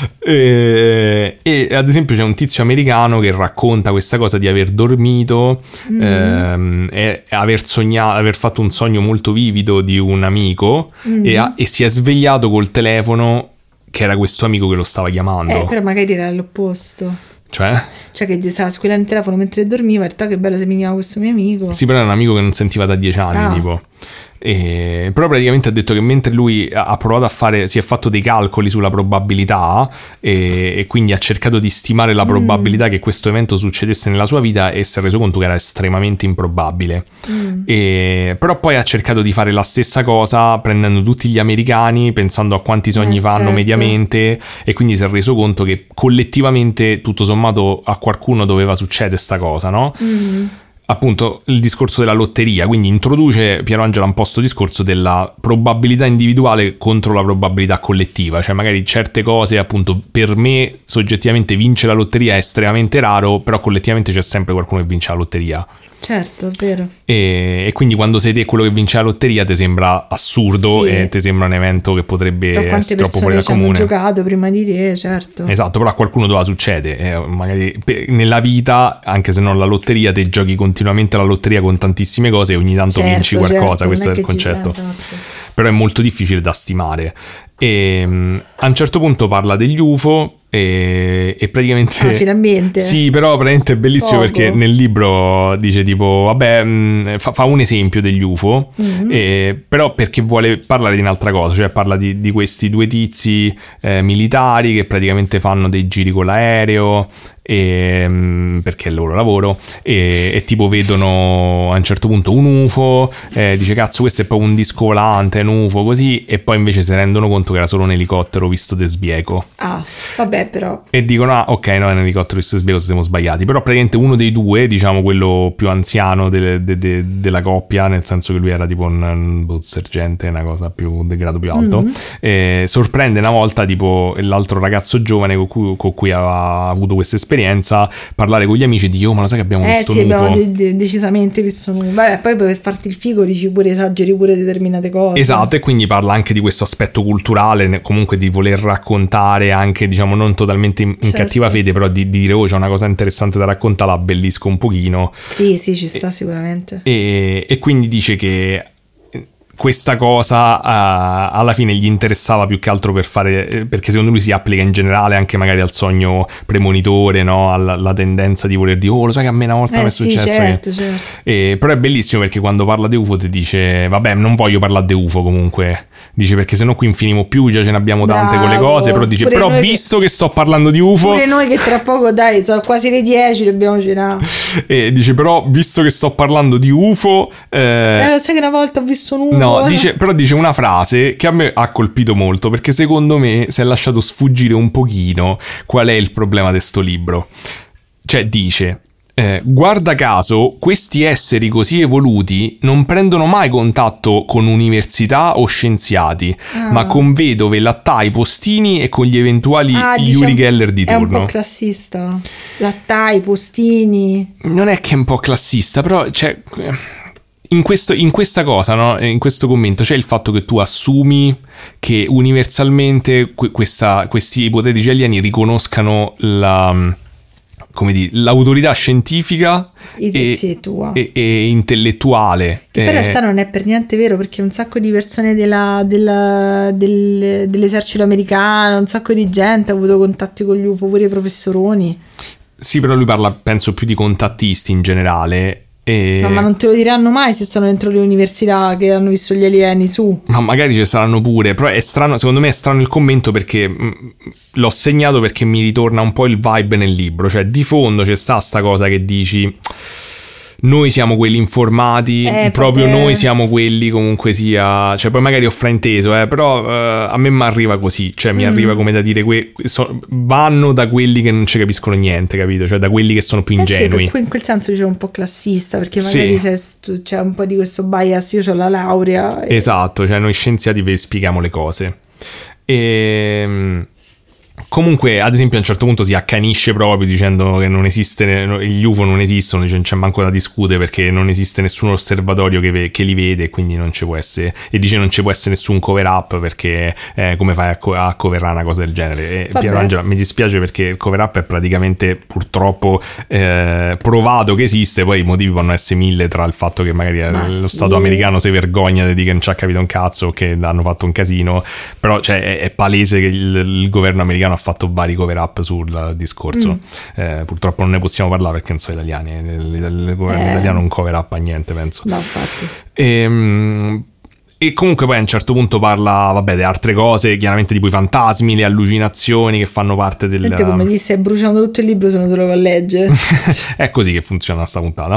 E ad esempio c'è un tizio americano che racconta questa cosa di aver dormito e aver fatto un sogno molto vivido di un amico e si è svegliato col telefono che era questo amico che lo stava chiamando. Però magari era l'opposto. Cioè che stava squillando il telefono mentre dormiva, in realtà che bello se mi chiama questo mio amico. Sì, però era un amico che non sentiva da 10 anni, tipo. Però praticamente ha detto che mentre lui ha provato a fare, si è fatto dei calcoli sulla probabilità e quindi ha cercato di stimare la probabilità che questo evento succedesse nella sua vita, e si è reso conto che era estremamente improbabile. Però poi ha cercato di fare la stessa cosa prendendo tutti gli americani, pensando a quanti sogni fanno mediamente, e quindi si è reso conto che collettivamente tutto sommato a qualcuno doveva succedere sta cosa, no? Appunto il discorso della lotteria, quindi introduce Piero Angela un po' sto discorso della probabilità individuale contro la probabilità collettiva, cioè magari certe cose, appunto, per me soggettivamente vince la lotteria è estremamente raro, però collettivamente c'è sempre qualcuno che vince la lotteria. Certo, è vero. E quindi quando sei te quello che vince la lotteria ti sembra assurdo, e ti sembra un evento che potrebbe essere troppo fuori dal comune. Hanno giocato prima di te, certo. Esatto, però a qualcuno dove succede. Magari nella vita, anche se non la lotteria, te giochi continuamente la lotteria con tantissime cose e ogni tanto vinci qualcosa, questo è il concetto. Esatto. Però è molto difficile da stimare. E a un certo punto parla degli UFO e praticamente finalmente sì, però praticamente è bellissimo perché nel libro dice tipo vabbè, fa un esempio degli UFO, però perché vuole parlare di un'altra cosa, cioè parla di questi due tizi militari che praticamente fanno dei giri con l'aereo perché è il loro lavoro, e tipo vedono a un certo punto un UFO, dice cazzo questo è proprio un disco volante, un UFO così, e poi invece si rendono conto che era solo un elicottero visto de sbieco. Vabbè, però e dicono ok, no, è un elicottero visto de sbieco, siamo sbagliati. Però praticamente uno dei due, diciamo quello più anziano della coppia, nel senso che lui era tipo un sergente, una cosa più del grado più alto, sorprende una volta tipo l'altro ragazzo giovane con cui aveva avuto questa esperienza parlare con gli amici di ma lo sai che abbiamo visto un UFO? Abbiamo decisamente visto un UFO. Vabbè, poi per farti il figo dici pure, esageri pure determinate cose. Esatto, e quindi parla anche di questo aspetto culturale, comunque di voler raccontare anche, diciamo, non totalmente in cattiva fede, però di dire c'è una cosa interessante da raccontare, la abbellisco un pochino. Sì, ci sta sicuramente. E quindi dice che questa cosa alla fine gli interessava più che altro perché secondo lui si applica in generale anche magari al sogno premonitore, no? Alla tendenza di voler dire lo sai che a me una volta mi è successo, certo. Però è bellissimo perché quando parla di UFO ti dice vabbè, non voglio parlare di UFO comunque, dice, perché sennò qui infinimo più, già ce ne abbiamo tante con le cose, però dice però visto che sto parlando di UFO, pure noi che tra poco dai sono quasi le 10 dobbiamo cenare, e dice però visto che sto parlando di UFO lo sai che una volta ho visto un UFO. No, dice una frase che a me ha colpito molto, perché secondo me si è lasciato sfuggire un pochino qual è il problema di sto libro. Cioè dice guarda caso questi esseri così evoluti non prendono mai contatto con università o scienziati, ma con vedove, lattai, postini e con gli eventuali Yuri Geller di turno. È un po' classista. Lattai, postini. Non è che è un po' classista, però cioè in questa cosa, no? In questo commento c'è il fatto che tu assumi che universalmente questi ipotetici alieni riconoscano l'autorità scientifica e intellettuale. Che poi in realtà non è per niente vero, perché un sacco di persone dell'esercito americano, un sacco di gente ha avuto contatti con gli UFO, pure i professoroni. Sì, però lui parla, penso, più di contattisti in generale. No, ma non te lo diranno mai se stanno dentro le università che hanno visto gli alieni su. Ma magari ci saranno pure, però è strano, secondo me è strano il commento perché l'ho segnato perché mi ritorna un po' il vibe nel libro, cioè di fondo c'è sta cosa che dici noi siamo quelli informati, proprio noi siamo quelli comunque sia, cioè poi magari ho frainteso, però a me mi arriva così, cioè mi arriva come da dire vanno da quelli che non ci capiscono niente, capito? Cioè da quelli che sono più ingenui. Sì, in quel senso dicevo un po' classista, perché magari se c'è un po' di questo bias, io ho la laurea. Esatto, cioè noi scienziati vi spieghiamo le cose. Comunque, ad esempio, a un certo punto si accanisce proprio dicendo che non esiste, gli UFO non esistono, dice non c'è manco da discutere perché non esiste nessun osservatorio che li vede, e quindi non ci può essere, e dice non ci può essere nessun cover up perché come fai a coverare una cosa del genere? E Piero Angela, mi dispiace perché il cover up è praticamente purtroppo provato che esiste, poi i motivi possono essere mille, tra il fatto che magari lo Stato americano si vergogna di dire che non ci ha capito un cazzo, che hanno fatto un casino, però cioè, è palese che il governo americano ha fatto vari cover up sul discorso. Purtroppo non ne possiamo parlare perché non sono italiani, il governo italiano non cover up a niente, penso. No, infatti. E comunque poi a un certo punto parla, vabbè, di altre cose, chiaramente tipo i fantasmi, le allucinazioni che fanno parte del... Senti, come gli stai bruciando tutto il libro se non te lo va a leggere. È così che funziona sta puntata.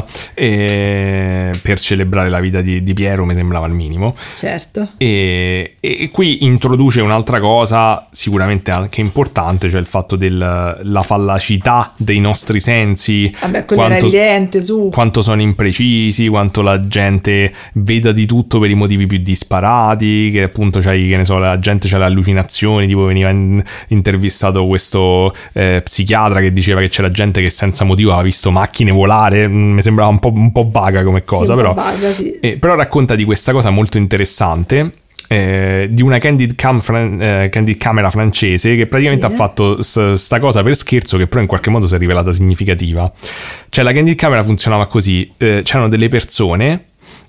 Per celebrare la vita di Piero mi sembrava il minimo. Certo. E qui introduce un'altra cosa sicuramente anche importante, cioè il fatto della fallacità dei nostri sensi. Vabbè, quello era evidente, su. Quanto sono imprecisi, quanto la gente veda di tutto per i motivi più disparati, che appunto c'hai, che ne so, la gente c'ha le allucinazioni, tipo veniva intervistato questo psichiatra che diceva che c'era gente che senza motivo aveva visto macchine volare. Mi sembrava un po' vaga come cosa, sì, però vaga, sì. Però racconta di questa cosa molto interessante, di una candid camera francese che praticamente ha fatto sta cosa per scherzo, che però in qualche modo si è rivelata significativa. Cioè la candid camera funzionava così: c'erano delle persone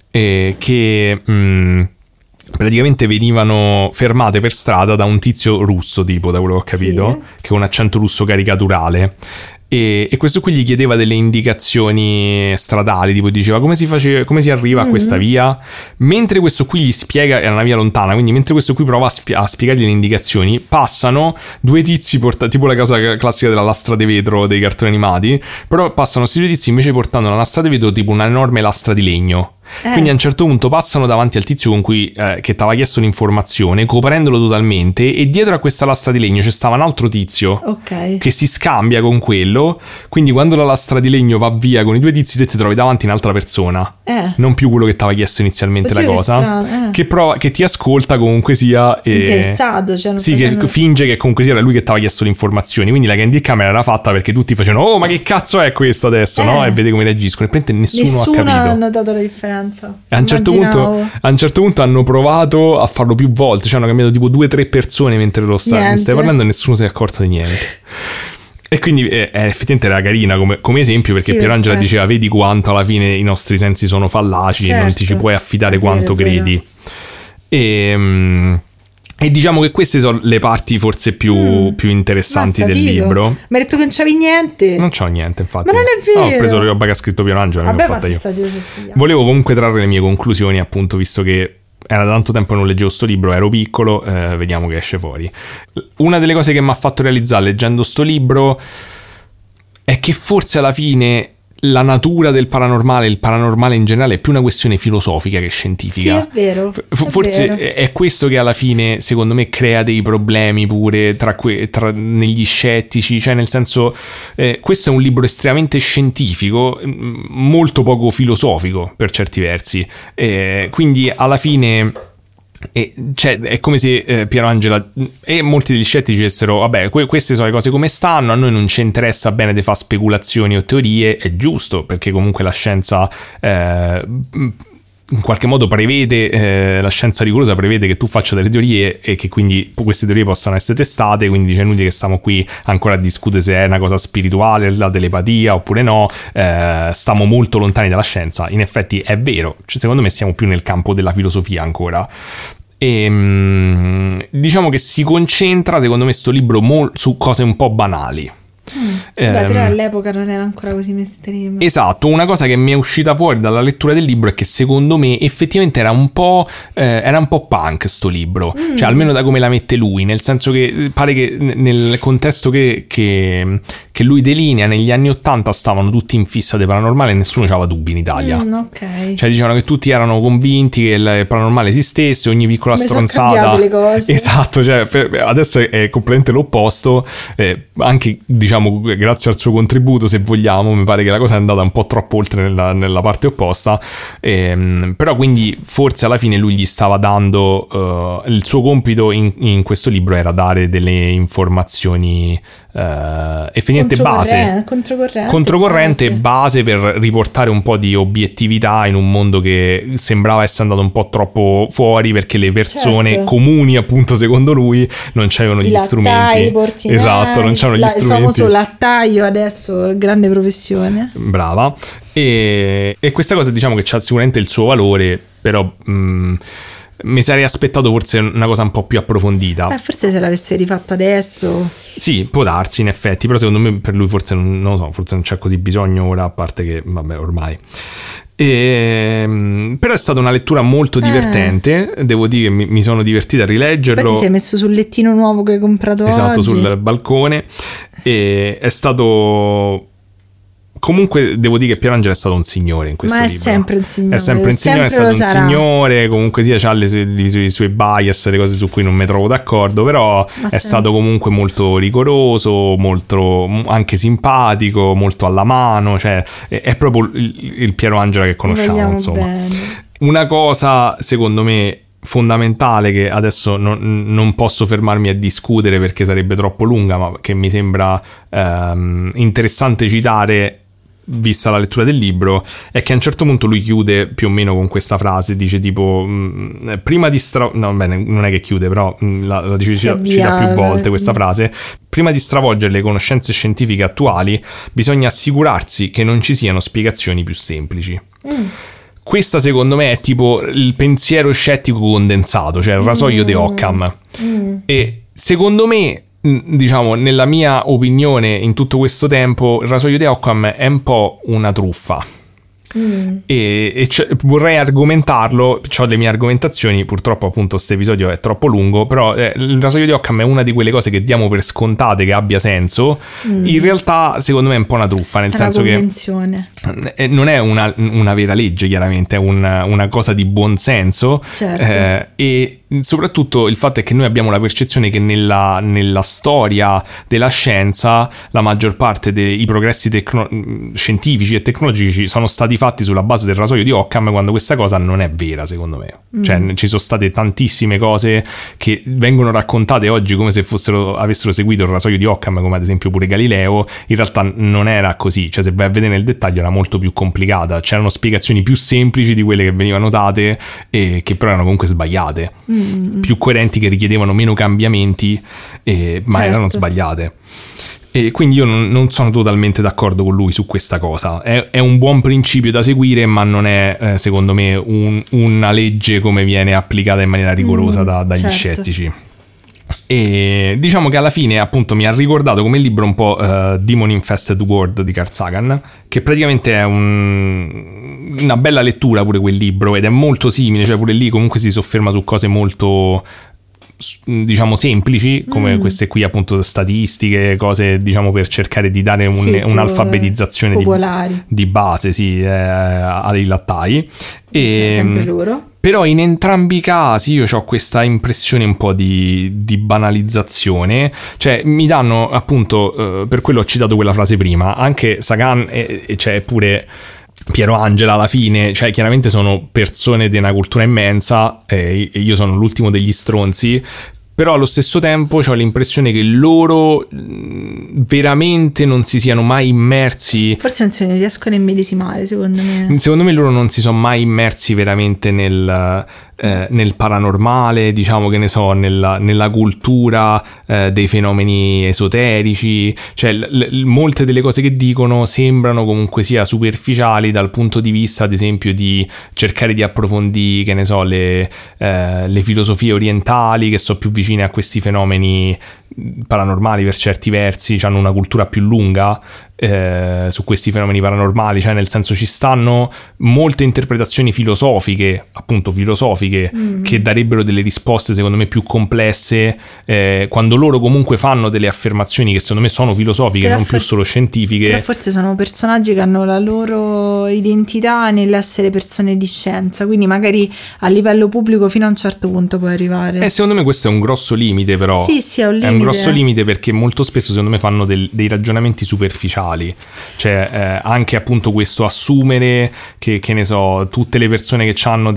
che praticamente venivano fermate per strada da un tizio russo, tipo, da quello che ho capito, che con un accento russo caricaturale. E questo qui gli chiedeva delle indicazioni stradali, tipo diceva come si arriva a questa via, mentre questo qui gli spiega, era una via lontana, quindi mentre questo qui prova a spiegargli le indicazioni, passano due tizi tipo la cosa classica della lastra di vetro dei cartoni animati, però passano questi due tizi invece portando una lastra di vetro tipo un'enorme lastra di legno. Quindi a un certo punto passano davanti al tizio con cui che ti aveva chiesto l'informazione, coprendolo totalmente, e dietro a questa lastra di legno c'è stava un altro tizio che si scambia con quello. Quindi quando la lastra di legno va via con i due tizi, te ti trovi davanti un'altra persona, non più quello che ti aveva chiesto inizialmente. Oddio, la cosa che ti ascolta comunque sia interessato, cioè che finge che comunque sia lui che ti aveva chiesto le informazioni. Quindi la candid camera era fatta perché tutti facevano oh ma che cazzo è questo adesso, no? E vede come reagiscono, e nessuno ha capito, ha notato la differenza. A un certo punto hanno provato a farlo più volte, cioè hanno cambiato tipo 2 o 3 persone mentre lo stai parlando e nessuno si è accorto di niente. E quindi effettivamente era carina come esempio, perché Piero Angela diceva vedi quanto alla fine i nostri sensi sono fallaci, e non ti ci puoi affidare quanto credi. E diciamo che queste sono le parti forse più interessanti del libro. Ma hai detto che non c'avevi niente? Non c'ho niente, infatti. Ma non è vero. Ho preso le roba che ha scritto Piero Angela. Vabbè, ma io. Volevo comunque trarre le mie conclusioni, appunto, visto che era da tanto tempo che non leggevo sto libro, ero piccolo, vediamo che esce fuori. Una delle cose che mi ha fatto realizzare leggendo sto libro è che forse alla fine la natura del paranormale, il paranormale in generale, è più una questione filosofica che scientifica. Sì, è vero. Forse è vero. È questo che alla fine, secondo me, crea dei problemi pure negli scettici. Cioè, nel senso, questo è un libro estremamente scientifico, molto poco filosofico per certi versi. Quindi, alla fine, cioè, è come se Piero Angela e molti degli scettici dicessero vabbè, queste sono le cose come stanno, a noi non ci interessa bene di fare speculazioni o teorie. È giusto, perché comunque la scienza in qualche modo prevede, la scienza rigorosa prevede che tu faccia delle teorie e che quindi queste teorie possano essere testate, quindi c'è inutile che stiamo qui ancora a discutere se è una cosa spirituale, la telepatia oppure no. Stiamo molto lontani dalla scienza, in effetti è vero, cioè, secondo me stiamo più nel campo della filosofia ancora. E diciamo che si concentra, secondo me, sto libro su cose un po' banali. Beh, però all'epoca non era ancora così mainstream. Esatto, una cosa che mi è uscita fuori dalla lettura del libro è che secondo me effettivamente era un po' punk sto libro, cioè almeno da come la mette lui, nel senso che pare che nel contesto che lui delinea, negli anni '80 stavano tutti in fissa del paranormale e nessuno aveva dubbi in Italia. Ok. Cioè dicevano che tutti erano convinti che il paranormale esistesse, ogni piccola Come stronzata. sono cambiate le cose. Esatto, cioè adesso è completamente l'opposto, anche diciamo grazie al suo contributo, se vogliamo, mi pare che la cosa è andata un po' troppo oltre nella parte opposta, però quindi forse alla fine lui gli stava dando il suo compito in questo libro era dare delle informazioni effettivamente controcorrente base per riportare un po' di obiettività in un mondo che sembrava essere andato un po' troppo fuori, perché le persone comuni, appunto secondo lui, non c'avevano gli strumenti. Esatto, non c'erano gli strumenti. Il famoso lattaio adesso, grande professione. Brava. E questa cosa diciamo che c'ha sicuramente il suo valore, però mi sarei aspettato forse una cosa un po' più approfondita. Forse se l'avesse rifatto adesso. Sì, può darsi in effetti, però secondo me per lui forse non lo so, forse non c'è così bisogno ora, a parte che vabbè ormai. Però è stata una lettura molto divertente, devo dire che mi sono divertito a rileggerlo. Poi ti sei messo sul lettino nuovo che hai comprato esatto, oggi. sul balcone, e è stato... Comunque devo dire che Pierangelo è stato un signore in questo libro. Ma è sempre un signore. È sempre un signore, è stato un signore. Comunque sia, c'ha i suoi bias, le cose su cui non mi trovo d'accordo, però è stato comunque molto rigoroso, molto anche simpatico, molto alla mano, cioè è proprio il Piero Angela che conosciamo, insomma. Bene. Una cosa secondo me fondamentale che adesso non posso fermarmi a discutere perché sarebbe troppo lunga, ma che mi sembra interessante citare vista la lettura del libro, è che a un certo punto lui chiude più o meno con questa frase, dice tipo prima di no bene, non è che chiude, però la cita più volte questa frase: prima di stravolgere le conoscenze scientifiche attuali bisogna assicurarsi che non ci siano spiegazioni più semplici. Questa secondo me è tipo il pensiero scettico condensato, cioè il rasoio di Occam. E secondo me, diciamo, nella mia opinione, in tutto questo tempo, il rasoio di Occam è un po' una truffa. E vorrei argomentarlo, ho le mie argomentazioni, purtroppo appunto questo episodio è troppo lungo, però il rasoio di Occam è una di quelle cose che diamo per scontate che abbia senso, in realtà secondo me è un po' una truffa, nel senso che non è una vera legge, chiaramente è una cosa di buon senso, certo. E soprattutto il fatto è che noi abbiamo la percezione che nella storia della scienza la maggior parte dei progressi scientifici e tecnologici sono stati fatti sulla base del rasoio di Occam, quando questa cosa non è vera, secondo me. Cioè ci sono state tantissime cose che vengono raccontate oggi come se avessero seguito il rasoio di Occam, come ad esempio pure Galileo. In realtà non era così, cioè se vai a vedere nel dettaglio era molto più complicata, c'erano spiegazioni più semplici di quelle che venivano date e che però erano comunque sbagliate, più coerenti, che richiedevano meno cambiamenti, ma erano sbagliate. E quindi io non sono totalmente d'accordo con lui su questa cosa. È un buon principio da seguire, ma non è secondo me una legge come viene applicata in maniera rigorosa dagli scettici. E diciamo che alla fine appunto mi ha ricordato come libro un po' Demon Infested World di Carl Sagan, che praticamente è una bella lettura pure quel libro, ed è molto simile, cioè pure lì comunque si sofferma su cose molto, diciamo, semplici, come queste qui appunto statistiche, cose diciamo per cercare di dare un'alfabetizzazione di base ai lattai, e sempre loro. Però in entrambi i casi io ho questa impressione un po' di banalizzazione, cioè mi danno appunto, per quello ho citato quella frase prima, anche Sagan e cioè pure Piero Angela alla fine, cioè chiaramente sono persone di una cultura immensa, e io sono l'ultimo degli stronzi, però allo stesso tempo ho l'impressione che loro veramente non si siano mai immersi. Forse non se ne riescono a immedesimare, secondo me. Secondo me loro non si sono mai immersi veramente nel paranormale, diciamo, che ne so, nella cultura dei fenomeni esoterici, cioè molte delle cose che dicono sembrano comunque sia superficiali dal punto di vista, ad esempio, di cercare di approfondire, che ne so, le filosofie orientali che sono più vicine vicine a questi fenomeni paranormali per certi versi, hanno una cultura più lunga su questi fenomeni paranormali, cioè nel senso ci stanno molte interpretazioni filosofiche, appunto filosofiche, che darebbero delle risposte secondo me più complesse, quando loro comunque fanno delle affermazioni che secondo me sono filosofiche, non più solo scientifiche. Però forse sono personaggi che hanno la loro identità nell'essere persone di scienza, quindi magari a livello pubblico fino a un certo punto può arrivare. Secondo me questo è un grosso limite, però sì, è un limite. È un grosso limite, perché molto spesso secondo me fanno dei ragionamenti superficiali, cioè anche appunto questo assumere che ne so, tutte le persone che hanno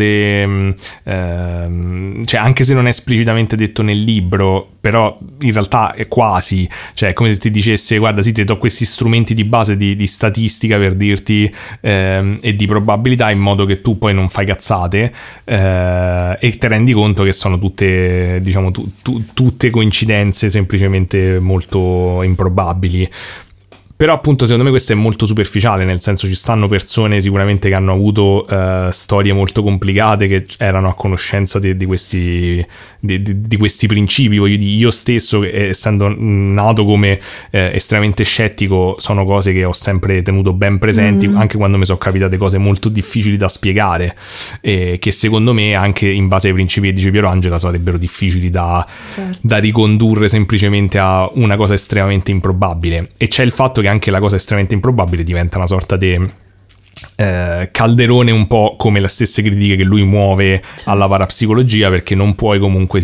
cioè anche se non è esplicitamente detto nel libro, però in realtà è quasi, cioè è come se ti dicesse guarda sì, ti do questi strumenti di base di statistica per dirti e di probabilità, in modo che tu poi non fai cazzate e ti rendi conto che sono tutte, diciamo, tutte coincidenze semplicemente molto improbabili. Però appunto secondo me questo è molto superficiale, nel senso ci stanno persone sicuramente che hanno avuto storie molto complicate, che erano a conoscenza di questi principi. Voglio dire, io stesso, essendo nato come estremamente scettico, sono cose che ho sempre tenuto ben presenti, anche quando mi sono capitate cose molto difficili da spiegare, che secondo me anche in base ai principi che dice Piero Angela sarebbero difficili da ricondurre semplicemente a una cosa estremamente improbabile. E c'è il fatto che anche la cosa estremamente improbabile diventa una sorta di calderone, un po' come le stesse critiche che lui muove alla parapsicologia, perché non puoi comunque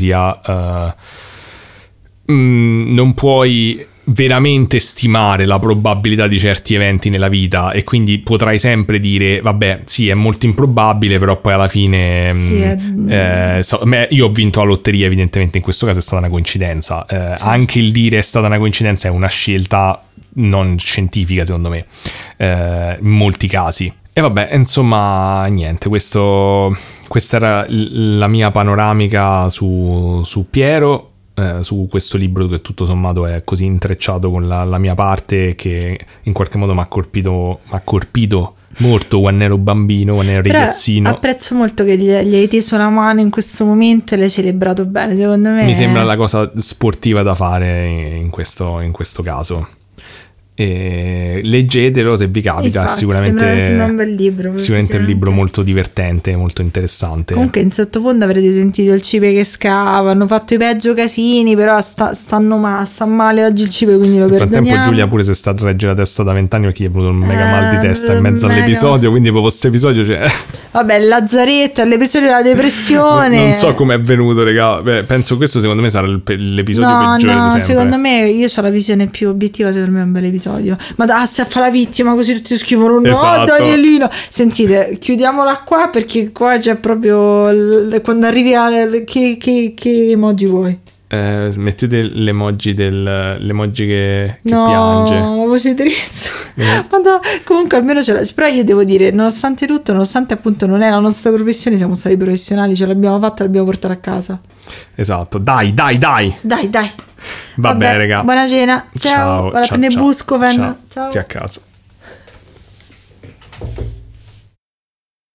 non puoi veramente stimare la probabilità di certi eventi nella vita, e quindi potrai sempre dire vabbè sì, è molto improbabile, però poi alla fine io ho vinto la lotteria. Evidentemente in questo caso è stata una coincidenza, anche il dire è stata una coincidenza è una scelta non scientifica secondo me, in molti casi. E vabbè, insomma, niente, questa era la mia panoramica su Piero, su questo libro che tutto sommato è così intrecciato con la mia parte, che in qualche modo mi ha colpito molto quando ero bambino, quando ero ragazzino. Apprezzo molto che gli hai teso la mano in questo momento e l'hai celebrato bene, secondo me. Mi sembra la cosa sportiva da fare in questo caso. E leggetelo se vi capita. Infatti, sicuramente sembra un bel libro, sicuramente è un libro molto divertente, molto interessante. Comunque in sottofondo avrete sentito il cipe che scava, hanno fatto i peggio casini, però sta male oggi il cipe, quindi lo perdoniamo. Nel frattempo Giulia pure si è stata a leggere la testa da 20 anni perché gli è venuto un mega mal di testa in mezzo all'episodio, quindi proprio questo episodio vabbè, il lazzaretto, l'episodio della depressione. Non so come è venuto, raga. Penso questo secondo me sarà l'episodio peggiore di sempre. Secondo me, io ho la visione più obiettiva, secondo me è un bel episodio. Ma se fa la vittima così tutti scrivono no, esatto. Danielino. Sentite, chiudiamola qua, perché qua c'è proprio quando arrivi che emoji vuoi? Mettete l'emoji che piange. No, così triste. Comunque almeno ce l'ha. Però io devo dire, nonostante tutto, nonostante appunto non è la nostra professione, siamo stati professionali, ce l'abbiamo fatta, l'abbiamo portata a casa. Esatto, dai. Vabbè, Vabbè, raga. Buona cena. Ciao. Ciao. Ciao. Buscoven. Ciao. Ti a casa.